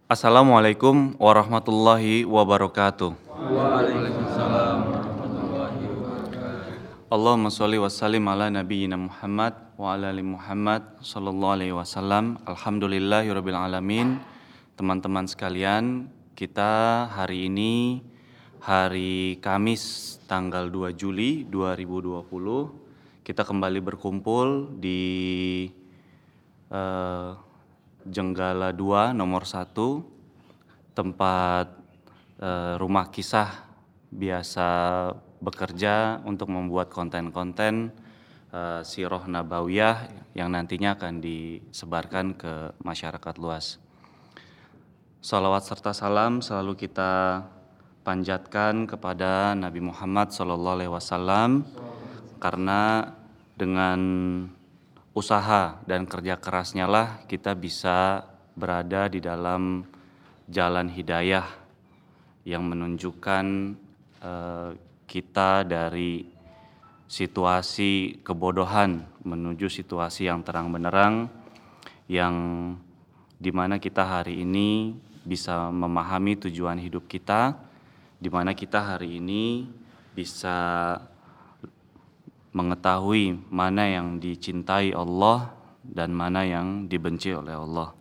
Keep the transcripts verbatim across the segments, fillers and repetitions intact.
Assalamualaikum warahmatullahi wabarakatuh. Waalaikumsalam warahmatullahi wabarakatuh. Allahumma sholli wa sallim ala nabiyyina Muhammad wa ala ali Muhammad sallallahu alaihi wasallam. Alhamdulillahirabbil alamin. Teman-teman sekalian, kita hari ini hari Kamis tanggal dua Juli dua ribu dua puluh kita kembali berkumpul di uh, Jenggala dua nomor satu, tempat uh, rumah kisah biasa bekerja untuk membuat konten-konten uh, sirah nabawiyah yang nantinya akan disebarkan ke masyarakat luas. Salawat serta salam selalu kita panjatkan kepada Nabi Muhammad sallallahu alaihi wasallam, karena dengan usaha dan kerja kerasnya lah kita bisa berada di dalam jalan hidayah yang menunjukkan uh, kita dari situasi kebodohan menuju situasi yang terang benderang, yang dimana kita hari ini bisa memahami tujuan hidup kita, dimana kita hari ini bisa mengetahui mana yang dicintai Allah dan mana yang dibenci oleh Allah.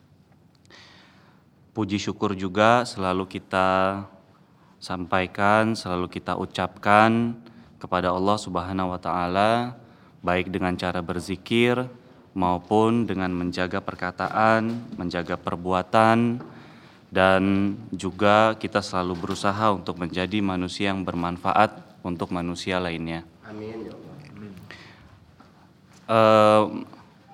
Puji syukur juga selalu kita sampaikan, selalu kita ucapkan kepada Allah Subhanahu wa taala, baik dengan cara berzikir maupun dengan menjaga perkataan, menjaga perbuatan, dan juga kita selalu berusaha untuk menjadi manusia yang bermanfaat untuk manusia lainnya. Amin ya Allah. Uh,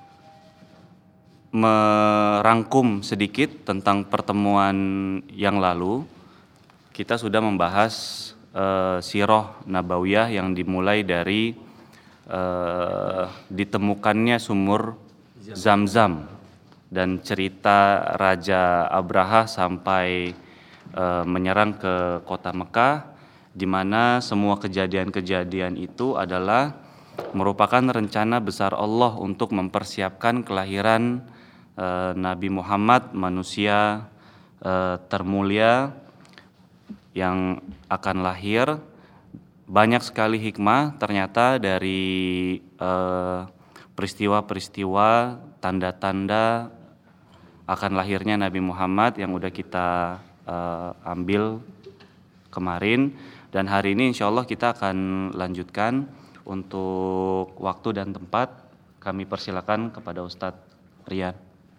merangkum sedikit tentang pertemuan yang lalu, kita sudah membahas uh, sirah nabawiyah yang dimulai dari uh, ditemukannya sumur Zam-Zam dan cerita Raja Abraha sampai uh, menyerang ke kota Mekah, di mana semua kejadian-kejadian itu adalah merupakan rencana besar Allah untuk mempersiapkan kelahiran uh, Nabi Muhammad, manusia uh, termulia yang akan lahir. Banyak sekali hikmah ternyata dari uh, peristiwa-peristiwa, tanda-tanda akan lahirnya Nabi Muhammad yang udah kita uh, ambil kemarin, dan hari ini insya Allah kita akan lanjutkan. Untuk waktu dan tempat kami persilakan kepada Ustadz Rian.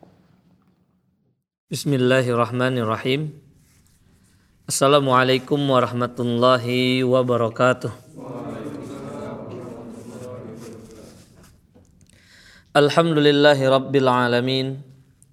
Bismillahirrahmanirrahim. Assalamualaikum warahmatullahi wabarakatuh. Alhamdulillahi rabbil alamin.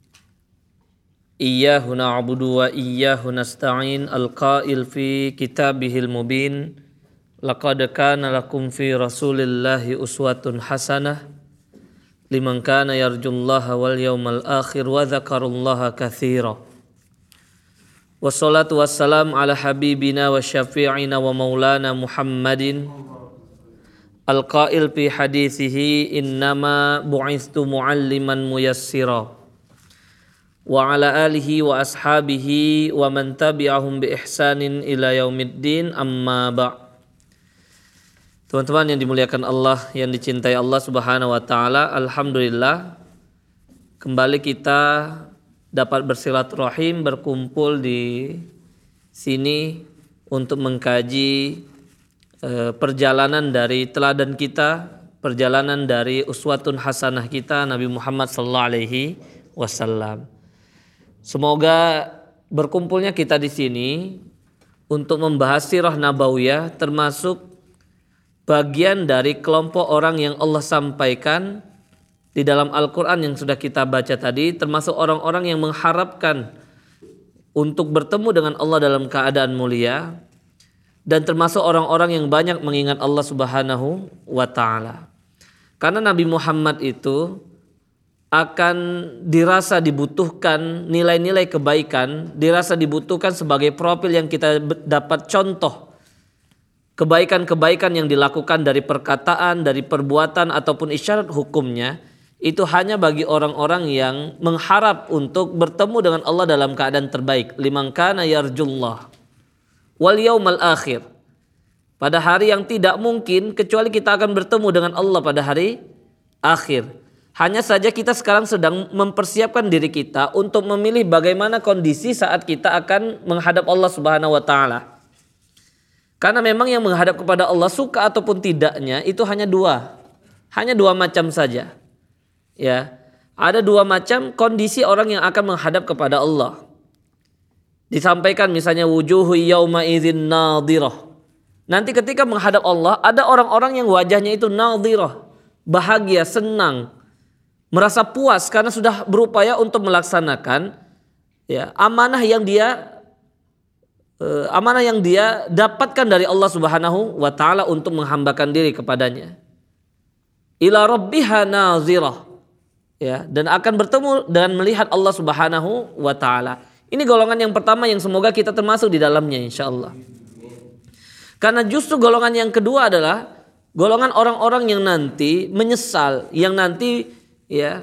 Iyyahu na'budu wa iyyahu nasta'in. Al-qail fi kitabihil mubin. Laqad kana lakum fi rasulillahi uswatun hasanah liman kana yarjullaha wal yawmal akhir wa dzakarallaha katsira. Wassalatu wassalam ala habibina wa syafi'ina wa maulana Muhammadin al-qail fi hadithihi innama bu'istu mu'alliman muyassira wa ala alihi wa ashabihi wa man tabi'ahum bi ihsanin ila yaumiddin, amma ba'. Teman-teman yang dimuliakan Allah, yang dicintai Allah Subhanahu wa taala, alhamdulillah kembali kita dapat bersilaturahim, berkumpul di sini untuk mengkaji eh, perjalanan dari teladan kita, perjalanan dari uswatun hasanah kita Nabi Muhammad sallallahu alaihi wasallam. Semoga berkumpulnya kita di sini untuk membahas sirah nabawiyah termasuk bagian dari kelompok orang yang Allah sampaikan di dalam Al-Quran yang sudah kita baca tadi, termasuk orang-orang yang mengharapkan untuk bertemu dengan Allah dalam keadaan mulia, dan termasuk orang-orang yang banyak mengingat Allah Subhanahu wa ta'ala. Karena Nabi Muhammad itu akan dirasa dibutuhkan nilai-nilai kebaikan, dirasa dibutuhkan sebagai profil yang kita dapat contoh kebaikan-kebaikan yang dilakukan dari perkataan, dari perbuatan ataupun isyarat hukumnya itu hanya bagi orang-orang yang mengharap untuk bertemu dengan Allah dalam keadaan terbaik. Liman kana yarjullah wal yaumal akhir. Pada hari yang tidak mungkin kecuali kita akan bertemu dengan Allah pada hari akhir. Hanya saja kita sekarang sedang mempersiapkan diri kita untuk memilih bagaimana kondisi saat kita akan menghadap Allah Subhanahu wa taala. Karena memang yang menghadap kepada Allah suka ataupun tidaknya itu hanya dua. Hanya dua macam saja. Ya, ada dua macam kondisi orang yang akan menghadap kepada Allah. Disampaikan misalnya wujuhu yauma idzin nadhirah. Nanti ketika menghadap Allah ada orang-orang yang wajahnya itu nadhirah, bahagia, senang, merasa puas karena sudah berupaya untuk melaksanakan ya amanah yang dia eh, amanah yang dia dapatkan dari Allah Subhanahu wa taala untuk menghambakan diri kepadanya. Ila rabbiha nazirah. Ya, dan akan bertemu dan melihat Allah Subhanahu wa taala. Ini golongan yang pertama yang semoga kita termasuk di dalamnya insyaallah. Karena justru golongan yang kedua adalah golongan orang-orang yang nanti menyesal, yang nanti ya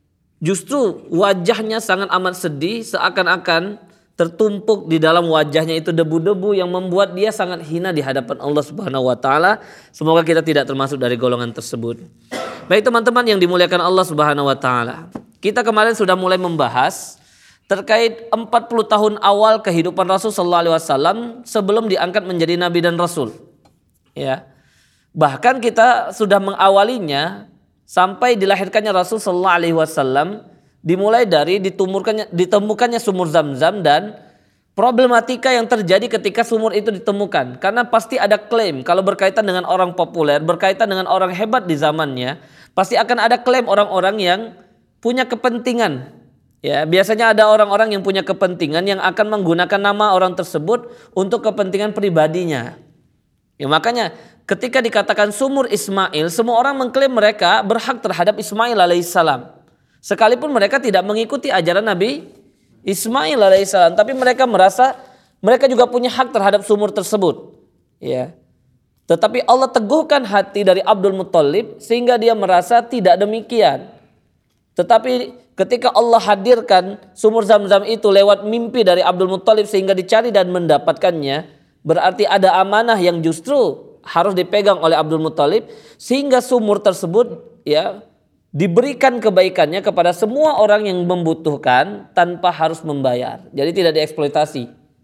justru wajahnya sangat amat sedih, seakan-akan tertumpuk di dalam wajahnya itu debu-debu yang membuat dia sangat hina di hadapan Allah Subhanahu wa taala. Semoga kita tidak termasuk dari golongan tersebut. Baik teman-teman yang dimuliakan Allah Subhanahu wa taala. Kita kemarin sudah mulai membahas terkait empat puluh tahun awal kehidupan Rasul sallallahu alaihi wasallam sebelum diangkat menjadi nabi dan rasul. Ya. Bahkan kita sudah mengawalinya sampai dilahirkannya Rasul sallallahu alaihi wasallam, dimulai dari ditumurkannya ditemukannya sumur Zam-Zam dan problematika yang terjadi ketika sumur itu ditemukan. Karena pasti ada klaim kalau berkaitan dengan orang populer, berkaitan dengan orang hebat di zamannya, pasti akan ada klaim orang-orang yang punya kepentingan. Ya, biasanya ada orang-orang yang punya kepentingan yang akan menggunakan nama orang tersebut untuk kepentingan pribadinya. Ya, makanya ketika dikatakan sumur Ismail, semua orang mengklaim mereka berhak terhadap Ismail alaihissalam. Sekalipun mereka tidak mengikuti ajaran Nabi Ismail alaihissalam, tapi mereka merasa mereka juga punya hak terhadap sumur tersebut. Ya. Tetapi Allah teguhkan hati dari Abdul Muthalib sehingga dia merasa tidak demikian. Tetapi ketika Allah hadirkan sumur Zam-Zam itu lewat mimpi dari Abdul Muthalib sehingga dicari dan mendapatkannya, berarti ada amanah yang justru harus dipegang oleh Abdul Muthalib sehingga sumur tersebut ya diberikan kebaikannya kepada semua orang yang membutuhkan tanpa harus membayar. Jadi tidak dieksploitasi.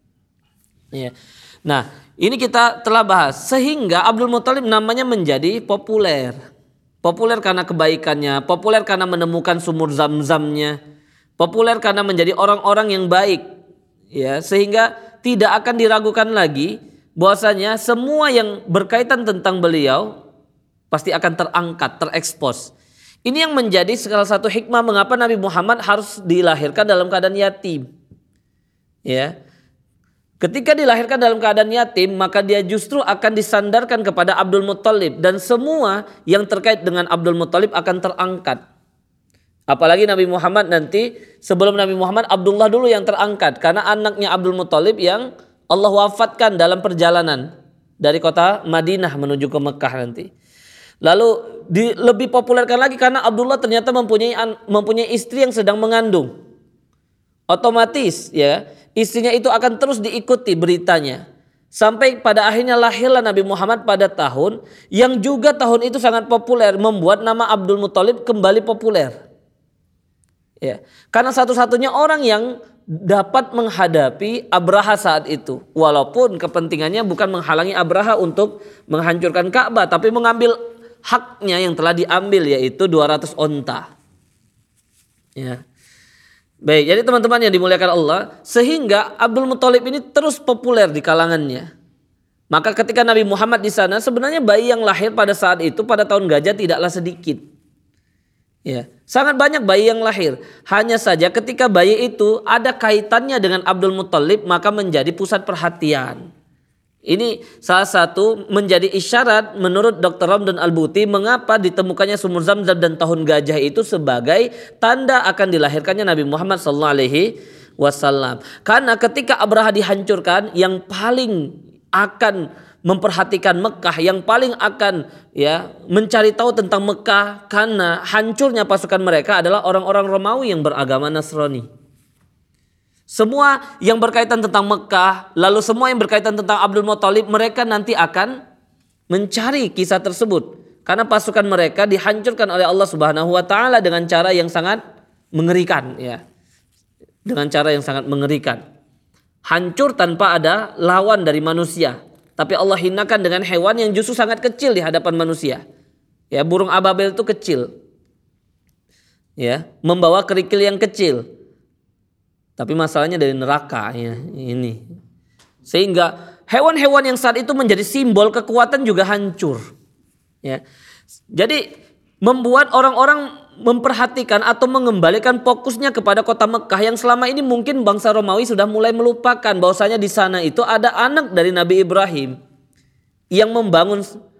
Ya. Nah, ini kita telah bahas sehingga Abdul Muthalib namanya menjadi populer. Populer karena kebaikannya, populer karena menemukan sumur Zam-Zamnya, populer karena menjadi orang-orang yang baik. Ya, sehingga tidak akan diragukan lagi bahwasanya semua yang berkaitan tentang beliau pasti akan terangkat, terekspos. Ini yang menjadi salah satu hikmah mengapa Nabi Muhammad harus dilahirkan dalam keadaan yatim. Ya. Ketika dilahirkan dalam keadaan yatim, maka dia justru akan disandarkan kepada Abdul Muthalib dan semua yang terkait dengan Abdul Muthalib akan terangkat. Apalagi Nabi Muhammad nanti, sebelum Nabi Muhammad Abdullah dulu yang terangkat karena anaknya Abdul Muthalib yang Allah wafatkan dalam perjalanan dari kota Madinah menuju ke Mekah nanti. Lalu di, lebih populerkan lagi karena Abdullah ternyata mempunyai mempunyai istri yang sedang mengandung. Otomatis ya istrinya itu akan terus diikuti beritanya. Sampai pada akhirnya lahirlah Nabi Muhammad pada tahun yang juga tahun itu sangat populer, membuat nama Abdul Muthalib kembali populer. Ya, karena satu-satunya orang yang dapat menghadapi Abraha saat itu. Walaupun kepentingannya bukan menghalangi Abraha untuk menghancurkan Ka'bah, tapi mengambil haknya yang telah diambil, yaitu dua ratus onta. Ya. Baik, jadi teman-teman yang dimuliakan Allah, sehingga Abdul Muthalib ini terus populer di kalangannya. Maka ketika Nabi Muhammad di sana, sebenarnya bayi yang lahir pada saat itu pada tahun gajah tidaklah sedikit. Ya, sangat banyak bayi yang lahir. Hanya saja ketika bayi itu ada kaitannya dengan Abdul Muthalib, maka menjadi pusat perhatian. Ini salah satu menjadi isyarat menurut doktor Ramdan Al-Buti mengapa ditemukannya sumur Zam-Zam dan tahun gajah itu sebagai tanda akan dilahirkannya Nabi Muhammad sallallahu alaihi wasallam. Karena ketika Abraha dihancurkan, yang paling akan memperhatikan Mekah, yang paling akan ya mencari tahu tentang Mekah karena hancurnya pasukan mereka adalah orang-orang Romawi yang beragama Nasrani. Semua yang berkaitan tentang Mekah, lalu semua yang berkaitan tentang Abdul Muthalib, mereka nanti akan mencari kisah tersebut karena pasukan mereka dihancurkan oleh Allah Subhanahu wa taala dengan cara yang sangat mengerikan ya. Dengan cara yang sangat mengerikan. Hancur tanpa ada lawan dari manusia. Tapi Allah hinakan dengan hewan yang justru sangat kecil di hadapan manusia. Ya, burung Ababil itu kecil. Ya, membawa kerikil yang kecil. Tapi masalahnya dari neraka ya, ini. Sehingga hewan-hewan yang saat itu menjadi simbol kekuatan juga hancur. Ya. Jadi membuat orang-orang memperhatikan atau mengembalikan fokusnya kepada kota Mekah yang selama ini mungkin bangsa Romawi sudah mulai melupakan bahwasanya di sana itu ada anak dari Nabi Ibrahim yang membangun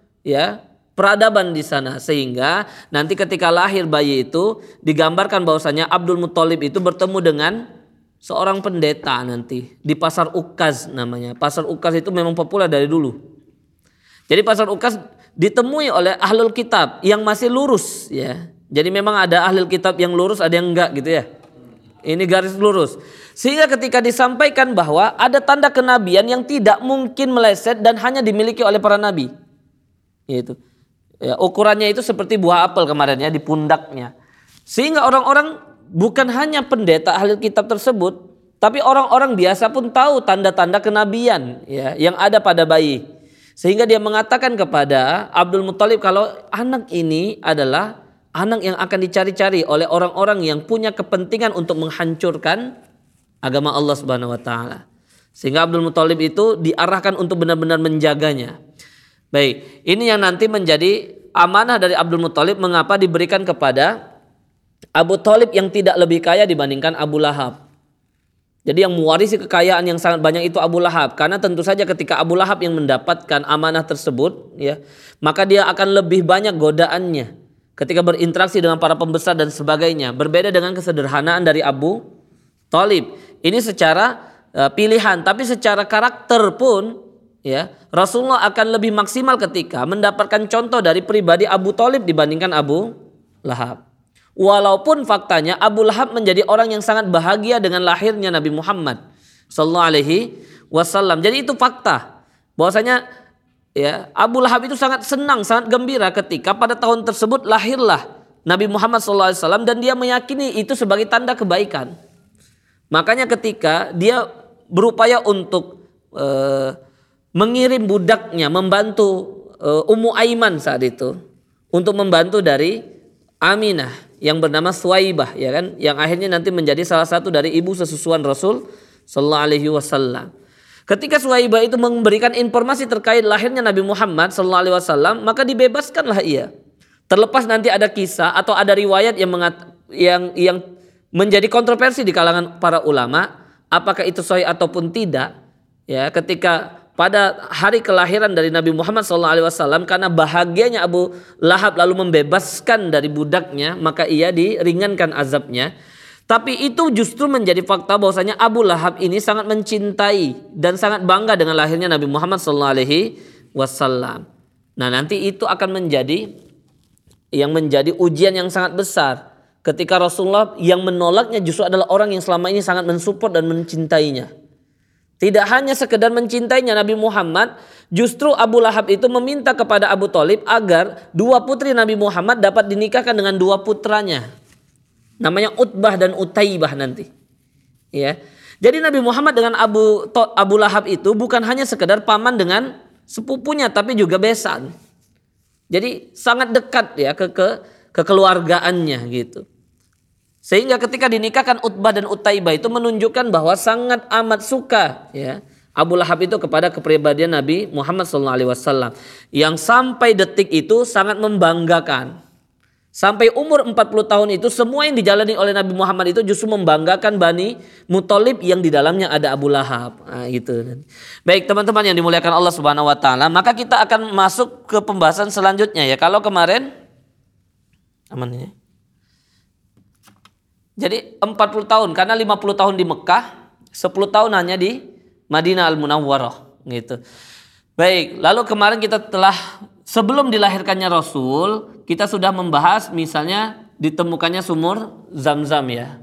ya peradaban di sana, sehingga nanti ketika lahir bayi itu digambarkan bahwasanya Abdul Muthalib itu bertemu dengan seorang pendeta nanti di Pasar Ukaz namanya. Pasar Ukaz itu memang populer dari dulu. Jadi Pasar Ukaz ditemui oleh ahlul kitab yang masih lurus ya. Jadi memang ada ahli kitab yang lurus, ada yang enggak gitu ya. Ini garis lurus. Sehingga ketika disampaikan bahwa ada tanda kenabian yang tidak mungkin meleset dan hanya dimiliki oleh para nabi. Yaitu ya, ukurannya itu seperti buah apel kemarin ya di pundaknya. Sehingga orang-orang bukan hanya pendeta ahli kitab tersebut, tapi orang-orang biasa pun tahu tanda-tanda kenabian ya yang ada pada bayi. Sehingga dia mengatakan kepada Abdul Muthalib kalau anak ini adalah anak yang akan dicari-cari oleh orang-orang yang punya kepentingan untuk menghancurkan agama Allah Subhanahu wa taala. Sehingga Abdul Muthalib itu diarahkan untuk benar-benar menjaganya. Baik, ini yang nanti menjadi amanah dari Abdul Muthalib mengapa diberikan kepada Abu Thalib yang tidak lebih kaya dibandingkan Abu Lahab. Jadi yang mewarisi kekayaan yang sangat banyak itu Abu Lahab, karena tentu saja ketika Abu Lahab yang mendapatkan amanah tersebut ya, maka dia akan lebih banyak godaannya ketika berinteraksi dengan para pembesar dan sebagainya. Berbeda dengan kesederhanaan dari Abu Thalib. Ini secara uh, pilihan, tapi secara karakter pun ya Rasulullah akan lebih maksimal ketika mendapatkan contoh dari pribadi Abu Thalib dibandingkan Abu Lahab. Walaupun faktanya Abu Lahab menjadi orang yang sangat bahagia dengan lahirnya Nabi Muhammad sallallahu alaihi wasallam. Jadi itu fakta bahwasanya ya, Abu Lahab itu sangat senang, sangat gembira ketika pada tahun tersebut lahirlah Nabi Muhammad shallallahu alaihi wasallam dan dia meyakini itu sebagai tanda kebaikan. Makanya ketika dia berupaya untuk uh, mengirim budaknya membantu uh, Ummu Aiman saat itu untuk membantu dari Aminah yang bernama Suwaibah ya kan, yang akhirnya nanti menjadi salah satu dari ibu sesusuan Rasul shallallahu alaihi wasallam. Ketika Suwaibah itu memberikan informasi terkait lahirnya Nabi Muhammad shallallahu alaihi wasallam, maka dibebaskanlah ia. Terlepas nanti ada kisah atau ada riwayat yang mengat, yang yang menjadi kontroversi di kalangan para ulama, apakah itu sahih ataupun tidak. Ya, ketika pada hari kelahiran dari Nabi Muhammad shallallahu alaihi wasallam karena bahagianya Abu Lahab lalu membebaskan dari budaknya, maka ia diringankan azabnya. Tapi itu justru menjadi fakta bahwasanya Abu Lahab ini sangat mencintai dan sangat bangga dengan lahirnya Nabi Muhammad shallallahu alaihi wasallam. Nah, nanti itu akan menjadi yang menjadi ujian yang sangat besar ketika Rasulullah yang menolaknya justru adalah orang yang selama ini sangat mensupport dan mencintainya. Tidak hanya sekedar mencintainya Nabi Muhammad, justru Abu Lahab itu meminta kepada Abu Thalib agar dua putri Nabi Muhammad dapat dinikahkan dengan dua putranya. Namanya Utbah dan Utaibah nanti. Ya. Jadi Nabi Muhammad dengan Abu Abu Lahab itu bukan hanya sekedar paman dengan sepupunya, tapi juga besan. Jadi sangat dekat ya ke ke kekeluargaannya gitu. Sehingga ketika dinikahkan Utbah dan Utaibah itu menunjukkan bahwa sangat amat suka ya Abu Lahab itu kepada kepribadian Nabi Muhammad shallallahu alaihi wasallam yang sampai detik itu sangat membanggakan. Sampai umur empat puluh tahun itu semua yang dijalani oleh Nabi Muhammad itu justru membanggakan Bani Muthalib yang di dalamnya ada Abu Lahab. Nah, gitu. Baik teman-teman yang dimuliakan Allah Subhanahu wa taala, maka kita akan masuk ke pembahasan selanjutnya ya. Kalau kemarin aman ya. Jadi empat puluh tahun karena lima puluh tahun di Mekah, sepuluh tahun hanya di Madinah Al-Munawwarah gitu. Baik, lalu kemarin kita telah sebelum dilahirkannya Rasul, kita sudah membahas misalnya ditemukannya sumur Zam-Zam ya.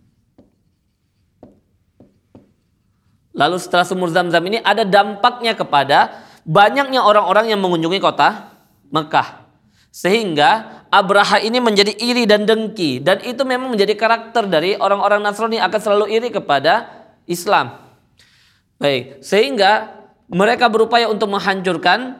Lalu setelah sumur Zam-Zam ini ada dampaknya kepada banyaknya orang-orang yang mengunjungi kota Mekah. Sehingga Abraha ini menjadi iri dan dengki. Dan itu memang menjadi karakter dari orang-orang Nasrani, akan selalu iri kepada Islam. Baik, sehingga mereka berupaya untuk menghancurkan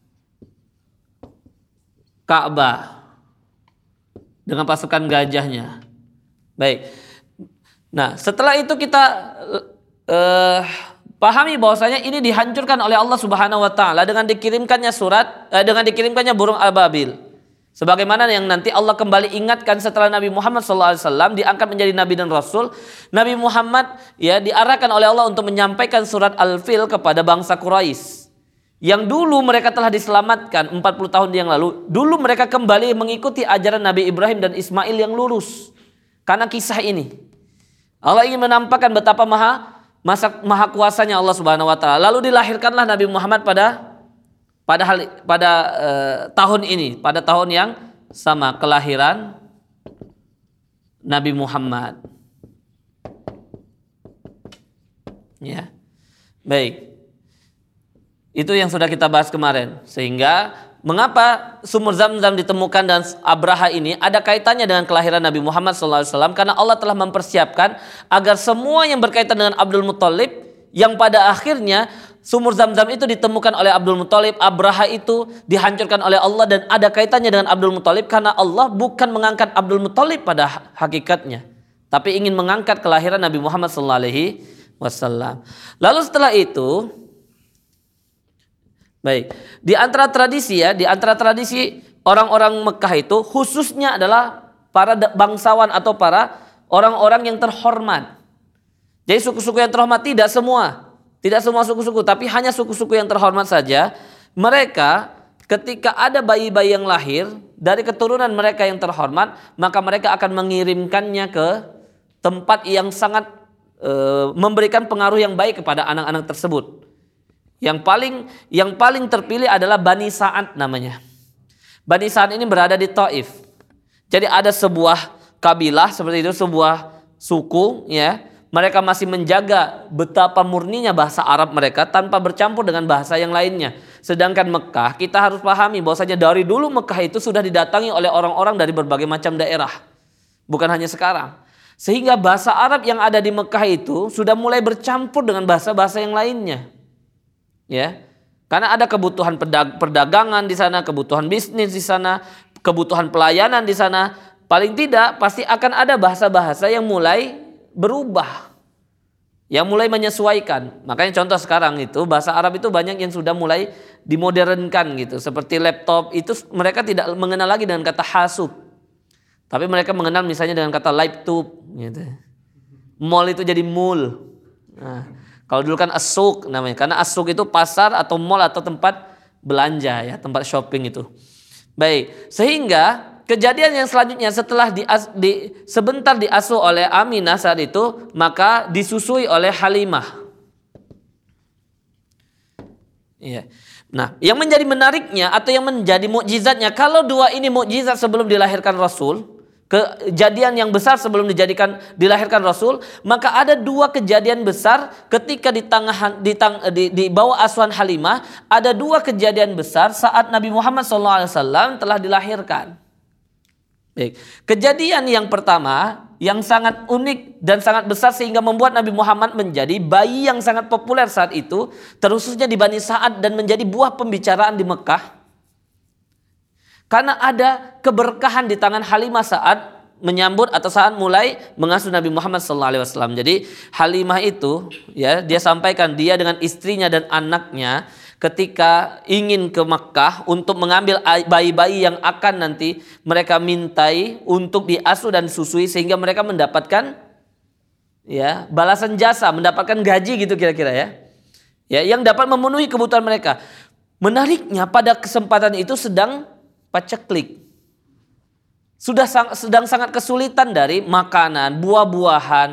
Ka'bah dengan pasukan gajahnya. Baik. Nah, setelah itu kita uh, pahami bahwasanya ini dihancurkan oleh Allah Subhanahu wa taala dengan dikirimkannya surat uh, dengan dikirimkannya burung ababil. Sebagaimana yang nanti Allah kembali ingatkan setelah Nabi Muhammad shallallahu alaihi wasallam diangkat menjadi nabi dan rasul, Nabi Muhammad ya diarahkan oleh Allah untuk menyampaikan surat Al-Fil kepada bangsa Quraisy. Yang dulu mereka telah diselamatkan empat puluh tahun yang lalu. Dulu mereka kembali mengikuti ajaran Nabi Ibrahim dan Ismail yang lurus. Karena kisah ini Allah ingin menampakkan betapa maha masa maha kuasanya Allah Subhanahu wa taala. Lalu dilahirkanlah Nabi Muhammad pada pada hal, pada uh, tahun ini, pada tahun yang sama kelahiran Nabi Muhammad. Ya. Baik. Itu yang sudah kita bahas kemarin. Sehingga mengapa sumur Zam-Zam ditemukan dan Abraha ini ada kaitannya dengan kelahiran Nabi Muhammad shallallahu alaihi wasallam, karena Allah telah mempersiapkan agar semua yang berkaitan dengan Abdul Muthalib, yang pada akhirnya sumur Zam-Zam itu ditemukan oleh Abdul Muthalib, Abraha itu dihancurkan oleh Allah, dan ada kaitannya dengan Abdul Muthalib karena Allah bukan mengangkat Abdul Muthalib pada hakikatnya, tapi ingin mengangkat kelahiran Nabi Muhammad shallallahu alaihi wasallam. Lalu setelah itu, baik, di antara tradisi ya, di antara tradisi orang-orang Mekah itu khususnya adalah para bangsawan atau para orang-orang yang terhormat. Jadi suku-suku yang terhormat tidak semua. Tidak semua suku-suku, tapi hanya suku-suku yang terhormat saja. Mereka ketika ada bayi-bayi yang lahir dari keturunan mereka yang terhormat, maka mereka akan mengirimkannya ke tempat yang sangat e, memberikan pengaruh yang baik kepada anak-anak tersebut. Yang paling yang paling terpilih adalah Bani Sa'ad namanya. Bani Sa'ad ini berada di Taif. Jadi ada sebuah kabilah seperti itu, sebuah suku ya. Mereka masih menjaga betapa murninya bahasa Arab mereka tanpa bercampur dengan bahasa yang lainnya. Sedangkan Mekah, kita harus pahami bahwasanya dari dulu Mekah itu sudah didatangi oleh orang-orang dari berbagai macam daerah. Bukan hanya sekarang. Sehingga bahasa Arab yang ada di Mekah itu sudah mulai bercampur dengan bahasa-bahasa yang lainnya. Ya. Karena ada kebutuhan perdagangan di sana, kebutuhan bisnis di sana, kebutuhan pelayanan di sana. Paling tidak pasti akan ada bahasa-bahasa yang mulai berubah, yang mulai menyesuaikan. Makanya contoh sekarang itu bahasa Arab itu banyak yang sudah mulai dimodernkan gitu. Seperti laptop itu mereka tidak mengenal lagi dengan kata hasub, tapi mereka mengenal misalnya dengan kata laptop gitu. Mall itu jadi mul. Nah, kalau dulu kan asuk namanya, karena asuk itu pasar atau mall atau tempat belanja ya, tempat shopping itu. Baik, sehingga kejadian yang selanjutnya setelah di, di, sebentar diasuh oleh Aminah saat itu, maka disusui oleh Halimah. Ya. Nah, yang menjadi menariknya atau yang menjadi mukjizatnya, kalau dua ini mukjizat sebelum dilahirkan Rasul, kejadian yang besar sebelum dijadikan dilahirkan Rasul, maka ada dua kejadian besar ketika di tengah di, tang, di, di bawah asuhan Halimah, ada dua kejadian besar saat Nabi Muhammad shallallahu alaihi wasallam telah dilahirkan. Baik. Kejadian yang pertama yang sangat unik dan sangat besar sehingga membuat Nabi Muhammad menjadi bayi yang sangat populer saat itu, terkhususnya di Bani Sa'ad, dan menjadi buah pembicaraan di Mekah. Karena ada keberkahan di tangan Halimah saat menyambut atau saat mulai mengasuh Nabi Muhammad shallallahu alaihi wasallam. Jadi Halimah itu ya, dia sampaikan dia dengan istrinya dan anaknya ketika ingin ke Mekah untuk mengambil bayi-bayi yang akan nanti mereka mintai untuk diasuh dan susui sehingga mereka mendapatkan ya balasan jasa, mendapatkan gaji gitu kira-kira ya. Ya, yang dapat memenuhi kebutuhan mereka. Menariknya pada kesempatan itu sedang paceklik. Sudah sang, sedang sangat kesulitan dari makanan, buah-buahan,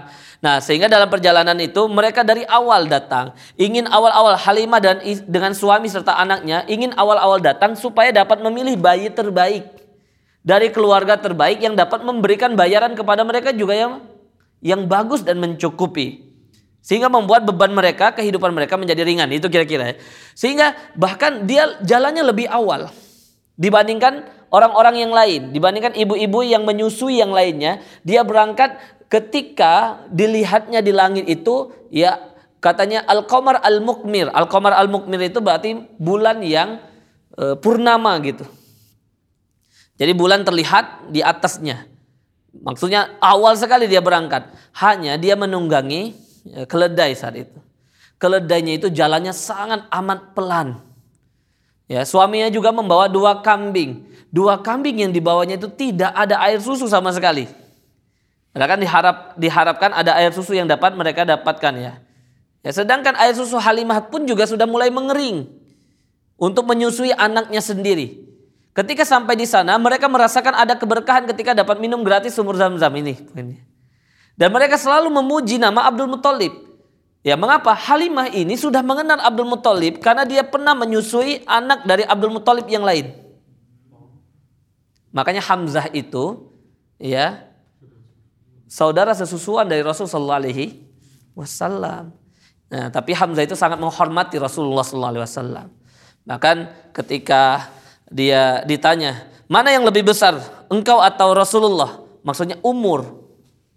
Nah, sehingga dalam perjalanan itu mereka dari awal datang, ingin awal-awal Halimah dan dengan suami serta anaknya ingin awal-awal datang supaya dapat memilih bayi terbaik dari keluarga terbaik yang dapat memberikan bayaran kepada mereka juga yang yang bagus dan mencukupi. Sehingga membuat beban mereka, kehidupan mereka menjadi ringan. Itu kira-kira ya. Sehingga bahkan dia jalannya lebih awal dibandingkan orang-orang yang lain, dibandingkan ibu-ibu yang menyusui yang lainnya. Dia berangkat ketika dilihatnya di langit itu, ya katanya Al-Qamar Al-Mukmir. Al-Qamar Al-Mukmir itu berarti bulan yang e, purnama gitu. Jadi bulan terlihat di atasnya. Maksudnya awal sekali dia berangkat. Hanya dia menunggangi ya, keledai saat itu. Keledainya itu jalannya sangat amat pelan. Ya, suaminya juga membawa dua kambing. Dua kambing yang dibawanya itu tidak ada air susu sama sekali. Karena kan diharap, diharapkan ada air susu yang dapat mereka dapatkan ya. Ya, sedangkan air susu Halimah pun juga sudah mulai mengering untuk menyusui anaknya sendiri. Ketika sampai di sana mereka merasakan ada keberkahan ketika dapat minum gratis sumur Zam-Zam ini. Dan mereka selalu memuji nama Abdul Muthalib. Ya, mengapa? Halimah ini sudah mengenal Abdul Muthalib karena dia pernah menyusui anak dari Abdul Muthalib yang lain. Makanya Hamzah itu ya saudara sesusuan dari Rasulullah shallallahu alaihi wasallam. Nah, tapi Hamzah itu sangat menghormati Rasulullah shallallahu alaihi wasallam. Bahkan ketika dia ditanya, mana yang lebih besar, engkau atau Rasulullah? Maksudnya umur.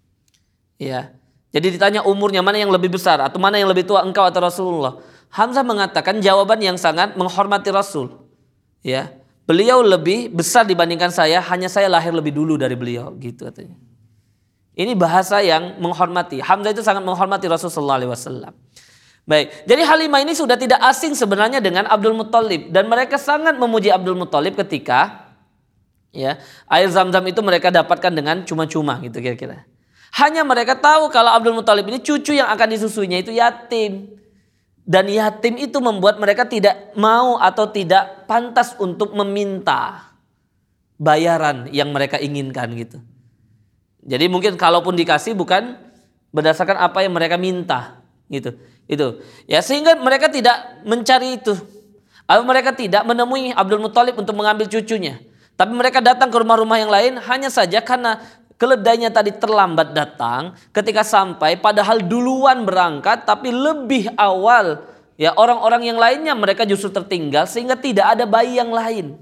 Ya. Jadi ditanya umurnya mana yang lebih besar atau mana yang lebih tua, engkau atau Rasulullah? Hamzah mengatakan jawaban yang sangat menghormati Rasul. Ya. Beliau lebih besar dibandingkan saya, hanya saya lahir lebih dulu dari beliau, gitu katanya. Ini bahasa yang menghormati. Hamzah itu sangat menghormati Rasulullah shallallahu alaihi wasallam. Baik, jadi Halimah ini sudah tidak asing sebenarnya dengan Abdul Muthalib dan mereka sangat memuji Abdul Muthalib ketika ya air Zam-Zam itu mereka dapatkan dengan cuma-cuma gitu kira-kira. Hanya mereka tahu kalau Abdul Muthalib ini cucu yang akan disusuinya itu yatim. Dan yatim itu membuat mereka tidak mau atau tidak pantas untuk meminta bayaran yang mereka inginkan gitu. Jadi mungkin kalaupun dikasih bukan berdasarkan apa yang mereka minta gitu. Itu ya, sehingga mereka tidak mencari itu, atau mereka tidak menemui Abdul Muthalib untuk mengambil cucunya, tapi mereka datang ke rumah-rumah yang lain hanya saja karena keledainya tadi terlambat datang. Ketika sampai padahal duluan berangkat tapi lebih awal ya orang-orang yang lainnya, mereka justru tertinggal sehingga tidak ada bayi yang lain.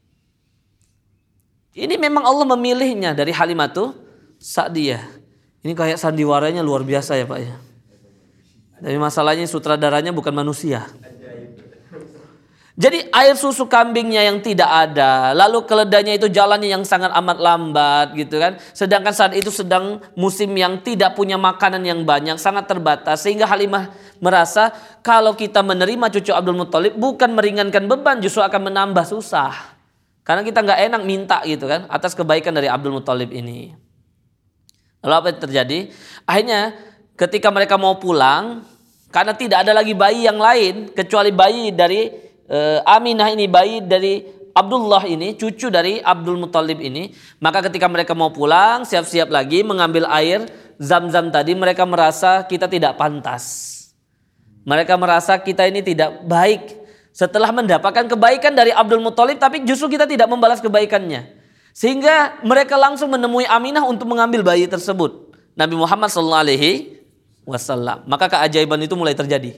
Ini memang Allah memilihnya dari Halimatu Sa'diyah. Ini kayak sandiwaranya luar biasa ya Pak ya. Tapi masalahnya sutradaranya bukan manusia. Jadi air susu kambingnya yang tidak ada, lalu keledainya itu jalannya yang sangat amat lambat gitu kan. Sedangkan saat itu sedang musim yang tidak punya makanan yang banyak, sangat terbatas. Sehingga Halimah merasa kalau kita menerima cucu Abdul Muthalib bukan meringankan beban, justru akan menambah susah. Karena kita nggak enak minta gitu kan atas kebaikan dari Abdul Muthalib ini. Lalu apa yang terjadi? Akhirnya ketika mereka mau pulang, karena tidak ada lagi bayi yang lain kecuali bayi dari e, Aminah ini, bayi dari Abdullah ini, cucu dari Abdul Muthalib ini, maka ketika mereka mau pulang, siap-siap lagi mengambil air Zam-Zam tadi, mereka merasa kita tidak pantas. Mereka merasa kita ini tidak baik setelah mendapatkan kebaikan dari Abdul Muthalib, tapi justru kita tidak membalas kebaikannya. Sehingga mereka langsung menemui Aminah untuk mengambil bayi tersebut. Nabi Muhammad shallallahu alaihi wasallam. Maka keajaiban itu mulai terjadi.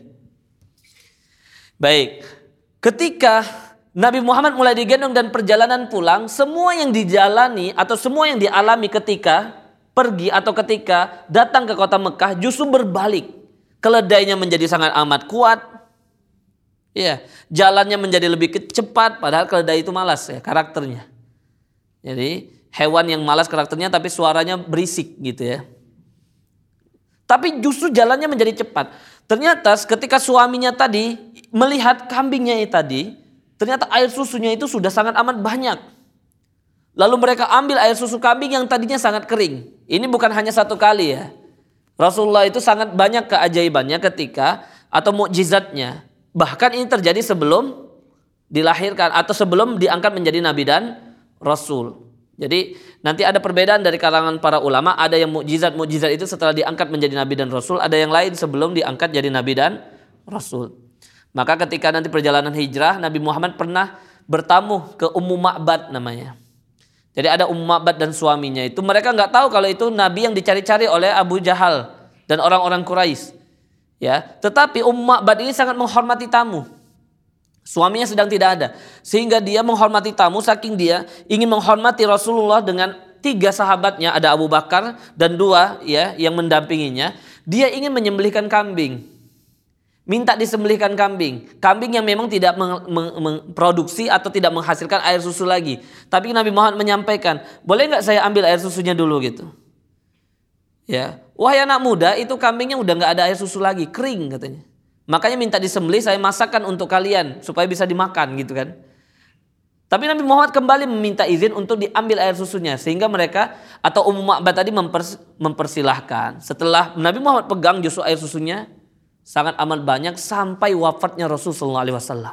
Baik, ketika Nabi Muhammad mulai digendong dan perjalanan pulang, semua yang dijalani atau semua yang dialami ketika pergi atau ketika datang ke kota Mekah justru berbalik. Keledainya menjadi sangat amat kuat. Ya, jalannya menjadi lebih cepat, padahal keledai itu malas ya karakternya. Jadi hewan yang malas karakternya tapi suaranya berisik gitu ya. Tapi justru jalannya menjadi cepat. Ternyata ketika suaminya tadi melihat kambingnya tadi, ternyata air susunya itu sudah sangat amat banyak. Lalu mereka ambil air susu kambing yang tadinya sangat kering. Ini bukan hanya satu kali ya. Rasulullah itu sangat banyak keajaibannya ketika atau mukjizatnya. Bahkan ini terjadi sebelum dilahirkan atau sebelum diangkat menjadi nabi dan rasul. Jadi nanti ada perbedaan dari kalangan para ulama, ada yang mukjizat-mukjizat itu setelah diangkat menjadi nabi dan rasul, ada yang lain sebelum diangkat jadi nabi dan rasul. Maka ketika nanti perjalanan hijrah, Nabi Muhammad pernah bertamu ke Ummu Ma'bad namanya. Jadi ada Ummu Ma'bad dan suaminya itu, mereka nggak tahu kalau itu nabi yang dicari-cari oleh Abu Jahal dan orang-orang Quraisy. Ya, tetapi Ummu Ma'bad ini sangat menghormati tamu. Suaminya sedang tidak ada, sehingga dia menghormati tamu, saking dia ingin menghormati Rasulullah dengan tiga sahabatnya, ada Abu Bakar dan dua ya yang mendampinginya. Dia ingin menyembelihkan kambing, minta disembelihkan kambing, kambing yang memang tidak memproduksi atau tidak menghasilkan air susu lagi. Tapi Nabi Muhammad menyampaikan, boleh nggak saya ambil air susunya dulu gitu? Ya, wahai anak muda, itu kambingnya udah nggak ada air susu lagi, kering katanya. Makanya minta disembelih, saya masakkan untuk kalian supaya bisa dimakan gitu kan. Tapi Nabi Muhammad kembali meminta izin untuk diambil air susunya, sehingga mereka atau Ummu Ma'bad tadi mempers, mempersilahkan. Setelah Nabi Muhammad pegang justru air susunya sangat amat banyak sampai wafatnya Rasul sallallahu alaihi wasallam.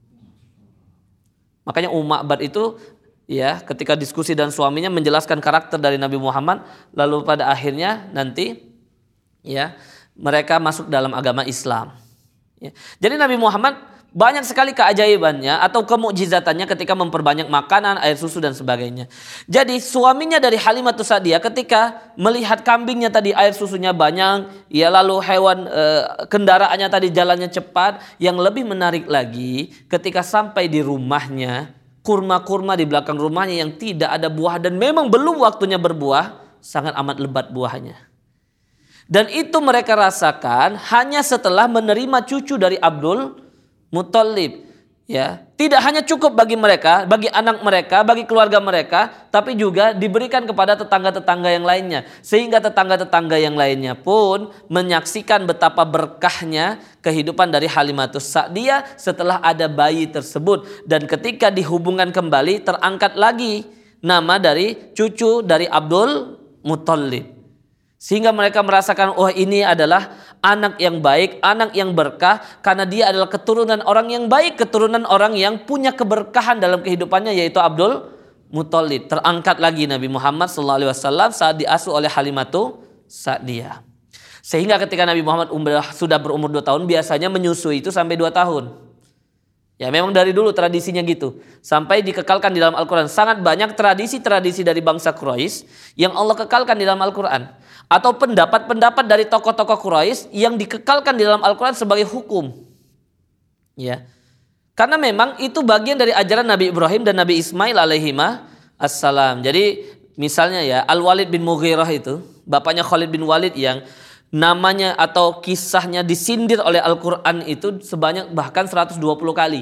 Makanya Ummu Ma'bad itu ya ketika diskusi dan suaminya menjelaskan karakter dari Nabi Muhammad, lalu pada akhirnya nanti ya mereka masuk dalam agama Islam. Ya. Jadi Nabi Muhammad banyak sekali keajaibannya atau kemukjizatannya ketika memperbanyak makanan, air susu dan sebagainya. Jadi suaminya dari Halimatus Sa'diyah ketika melihat kambingnya tadi air susunya banyak, ya lalu hewan e, kendaraannya tadi jalannya cepat, yang lebih menarik lagi ketika sampai di rumahnya, kurma-kurma di belakang rumahnya yang tidak ada buah dan memang belum waktunya berbuah, sangat amat lebat buahnya. Dan itu mereka rasakan hanya setelah menerima cucu dari Abdul Muthalib. Ya, tidak hanya cukup bagi mereka, bagi anak mereka, bagi keluarga mereka, tapi juga diberikan kepada tetangga-tetangga yang lainnya. Sehingga tetangga-tetangga yang lainnya pun menyaksikan betapa berkahnya kehidupan dari Halimatus Sa'diyah setelah ada bayi tersebut. Dan ketika dihubungkan kembali, terangkat lagi nama dari cucu dari Abdul Muthalib. Sehingga mereka merasakan, oh ini adalah anak yang baik, anak yang berkah, karena dia adalah keturunan orang yang baik, keturunan orang yang punya keberkahan dalam kehidupannya, yaitu Abdul Muthalib. Terangkat lagi Nabi Muhammad shallallahu alaihi wasallam saat diasuh oleh Halimatus Sa'diyah. Sehingga ketika Nabi Muhammad umrah, sudah berumur dua tahun, biasanya menyusui itu sampai dua tahun. Ya memang dari dulu tradisinya gitu. Sampai dikekalkan di dalam Al-Quran. Sangat banyak tradisi-tradisi dari bangsa Quraisy yang Allah kekalkan di dalam Al-Quran. Atau pendapat-pendapat dari tokoh-tokoh Quraisy yang dikekalkan di dalam Al-Quran sebagai hukum. Ya, karena memang itu bagian dari ajaran Nabi Ibrahim dan Nabi Ismail alaihima assalam. Jadi misalnya ya Al-Walid bin Mughirah itu, bapaknya Khalid bin Walid yang namanya atau kisahnya disindir oleh Al-Quran itu sebanyak bahkan seratus dua puluh kali.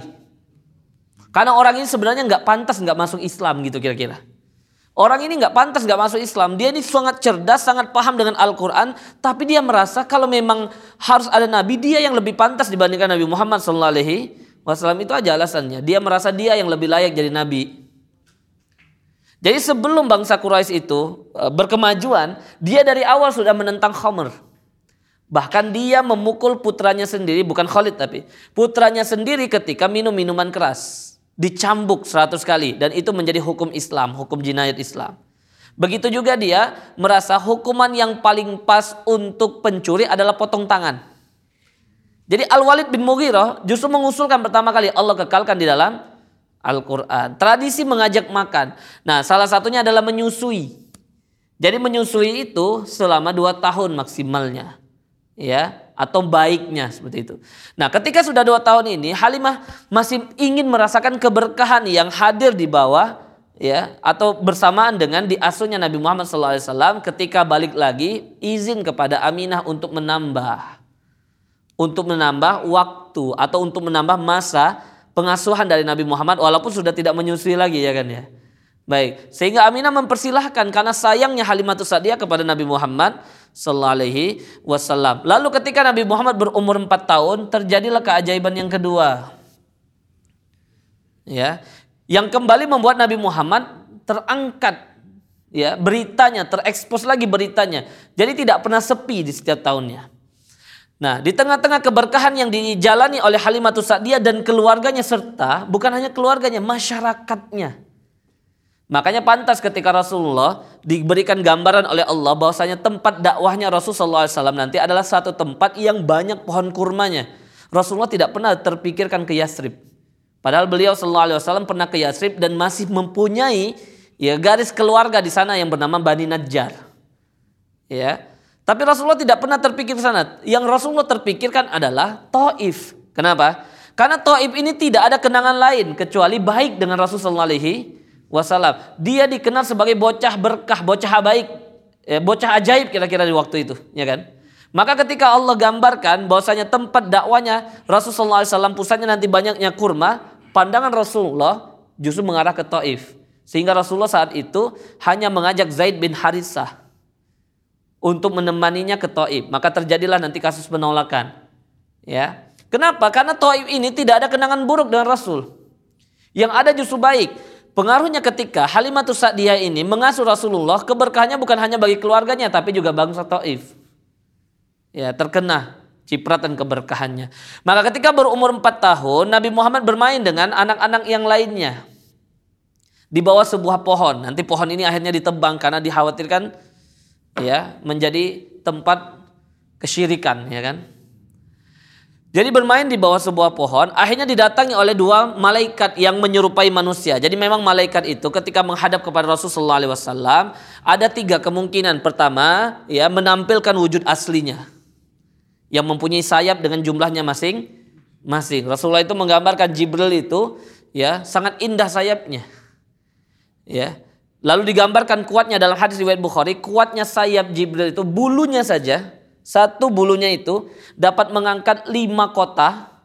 Karena orang ini sebenarnya nggak pantas nggak masuk Islam gitu kira-kira. Orang ini nggak pantas nggak masuk Islam. Dia ini sangat cerdas, sangat paham dengan Al-Quran, tapi dia merasa kalau memang harus ada Nabi, dia yang lebih pantas dibandingkan Nabi Muhammad shallallahu alaihi wasallam. Itu aja alasannya. Dia merasa dia yang lebih layak jadi Nabi. Jadi sebelum bangsa Quraisy itu berkemajuan, dia dari awal sudah menentang khamr. Bahkan dia memukul putranya sendiri, bukan Khalid tapi putranya sendiri ketika minum minuman keras. Dicambuk seratus kali dan itu menjadi hukum Islam, hukum jinayat Islam. Begitu juga dia merasa hukuman yang paling pas untuk pencuri adalah potong tangan. Jadi Al-Walid bin Mughirah justru mengusulkan pertama kali, Allah kekalkan di dalam Al-Quran. Tradisi mengajak makan. Nah salah satunya adalah menyusui. Jadi menyusui itu selama dua tahun maksimalnya. Ya, atau baiknya seperti itu. Nah ketika sudah dua tahun ini Halimah masih ingin merasakan keberkahan yang hadir di bawah ya atau bersamaan dengan diasuhnya Nabi Muhammad shallallahu alaihi wasallam. Ketika balik lagi izin kepada Aminah untuk menambah untuk menambah waktu atau untuk menambah masa pengasuhan dari Nabi Muhammad walaupun sudah tidak menyusui lagi ya kan ya. Baik, sehingga Aminah mempersilahkan karena sayangnya Halimatus Sa'diyah kepada Nabi Muhammad sallallahu alaihi wasallam. Lalu ketika Nabi Muhammad berumur empat tahun, terjadilah keajaiban yang kedua. Ya, yang kembali membuat Nabi Muhammad terangkat ya, beritanya, terekspos lagi beritanya. Jadi tidak pernah sepi di setiap tahunnya. Nah, di tengah-tengah keberkahan yang dijalani oleh Halimatus Sa'diyah dan keluarganya serta bukan hanya keluarganya, masyarakatnya. Makanya pantas ketika Rasulullah diberikan gambaran oleh Allah bahwasanya tempat dakwahnya Rasulullah shallallahu alaihi wasallam nanti adalah satu tempat yang banyak pohon kurmanya. Rasulullah tidak pernah terpikirkan ke Yathrib. Padahal beliau shallallahu alaihi wasallam pernah ke Yathrib dan masih mempunyai ya garis keluarga di sana yang bernama Bani Najjar. Ya. Tapi Rasulullah tidak pernah terpikir ke sana. Yang Rasulullah terpikirkan adalah Taif. Kenapa? Karena Taif ini tidak ada kenangan lain kecuali baik dengan Rasulullah shallallahu alaihi wasallam. Dia dikenal sebagai bocah berkah, bocah baik, eh, bocah ajaib kira-kira di waktu itu, ya kan? Maka ketika Allah gambarkan bahwasanya tempat dakwanya Rasulullah shallallahu alaihi wasallam pusatnya nanti banyaknya kurma, pandangan Rasulullah justru mengarah ke Taif. Sehingga Rasulullah saat itu hanya mengajak Zaid bin Harithah untuk menemaninya ke Taif. Maka terjadilah nanti kasus penolakan. Ya. Kenapa? Karena Taif ini tidak ada kenangan buruk dengan Rasul. Yang ada justru baik. Pengaruhnya ketika Halimatus Sa'diyah ini mengasuh Rasulullah, keberkahannya bukan hanya bagi keluarganya tapi juga bangsa Taif. Ya, terkena cipratan keberkahannya. Maka ketika berumur empat tahun, Nabi Muhammad bermain dengan anak-anak yang lainnya di bawah sebuah pohon. Nanti pohon ini akhirnya ditebang karena dikhawatirkan ya menjadi tempat kesyirikan, ya kan? Jadi bermain di bawah sebuah pohon, akhirnya didatangi oleh dua malaikat yang menyerupai manusia. Jadi memang malaikat itu ketika menghadap kepada Rasulullah shallallahu alaihi wasallam ada tiga kemungkinan. Pertama, ya menampilkan wujud aslinya yang mempunyai sayap dengan jumlahnya masing-masing. Rasulullah itu menggambarkan Jibril itu ya sangat indah sayapnya. Ya. Lalu digambarkan kuatnya dalam hadis riwayat Bukhari, kuatnya sayap Jibril itu bulunya saja. Satu bulunya itu dapat mengangkat lima kota.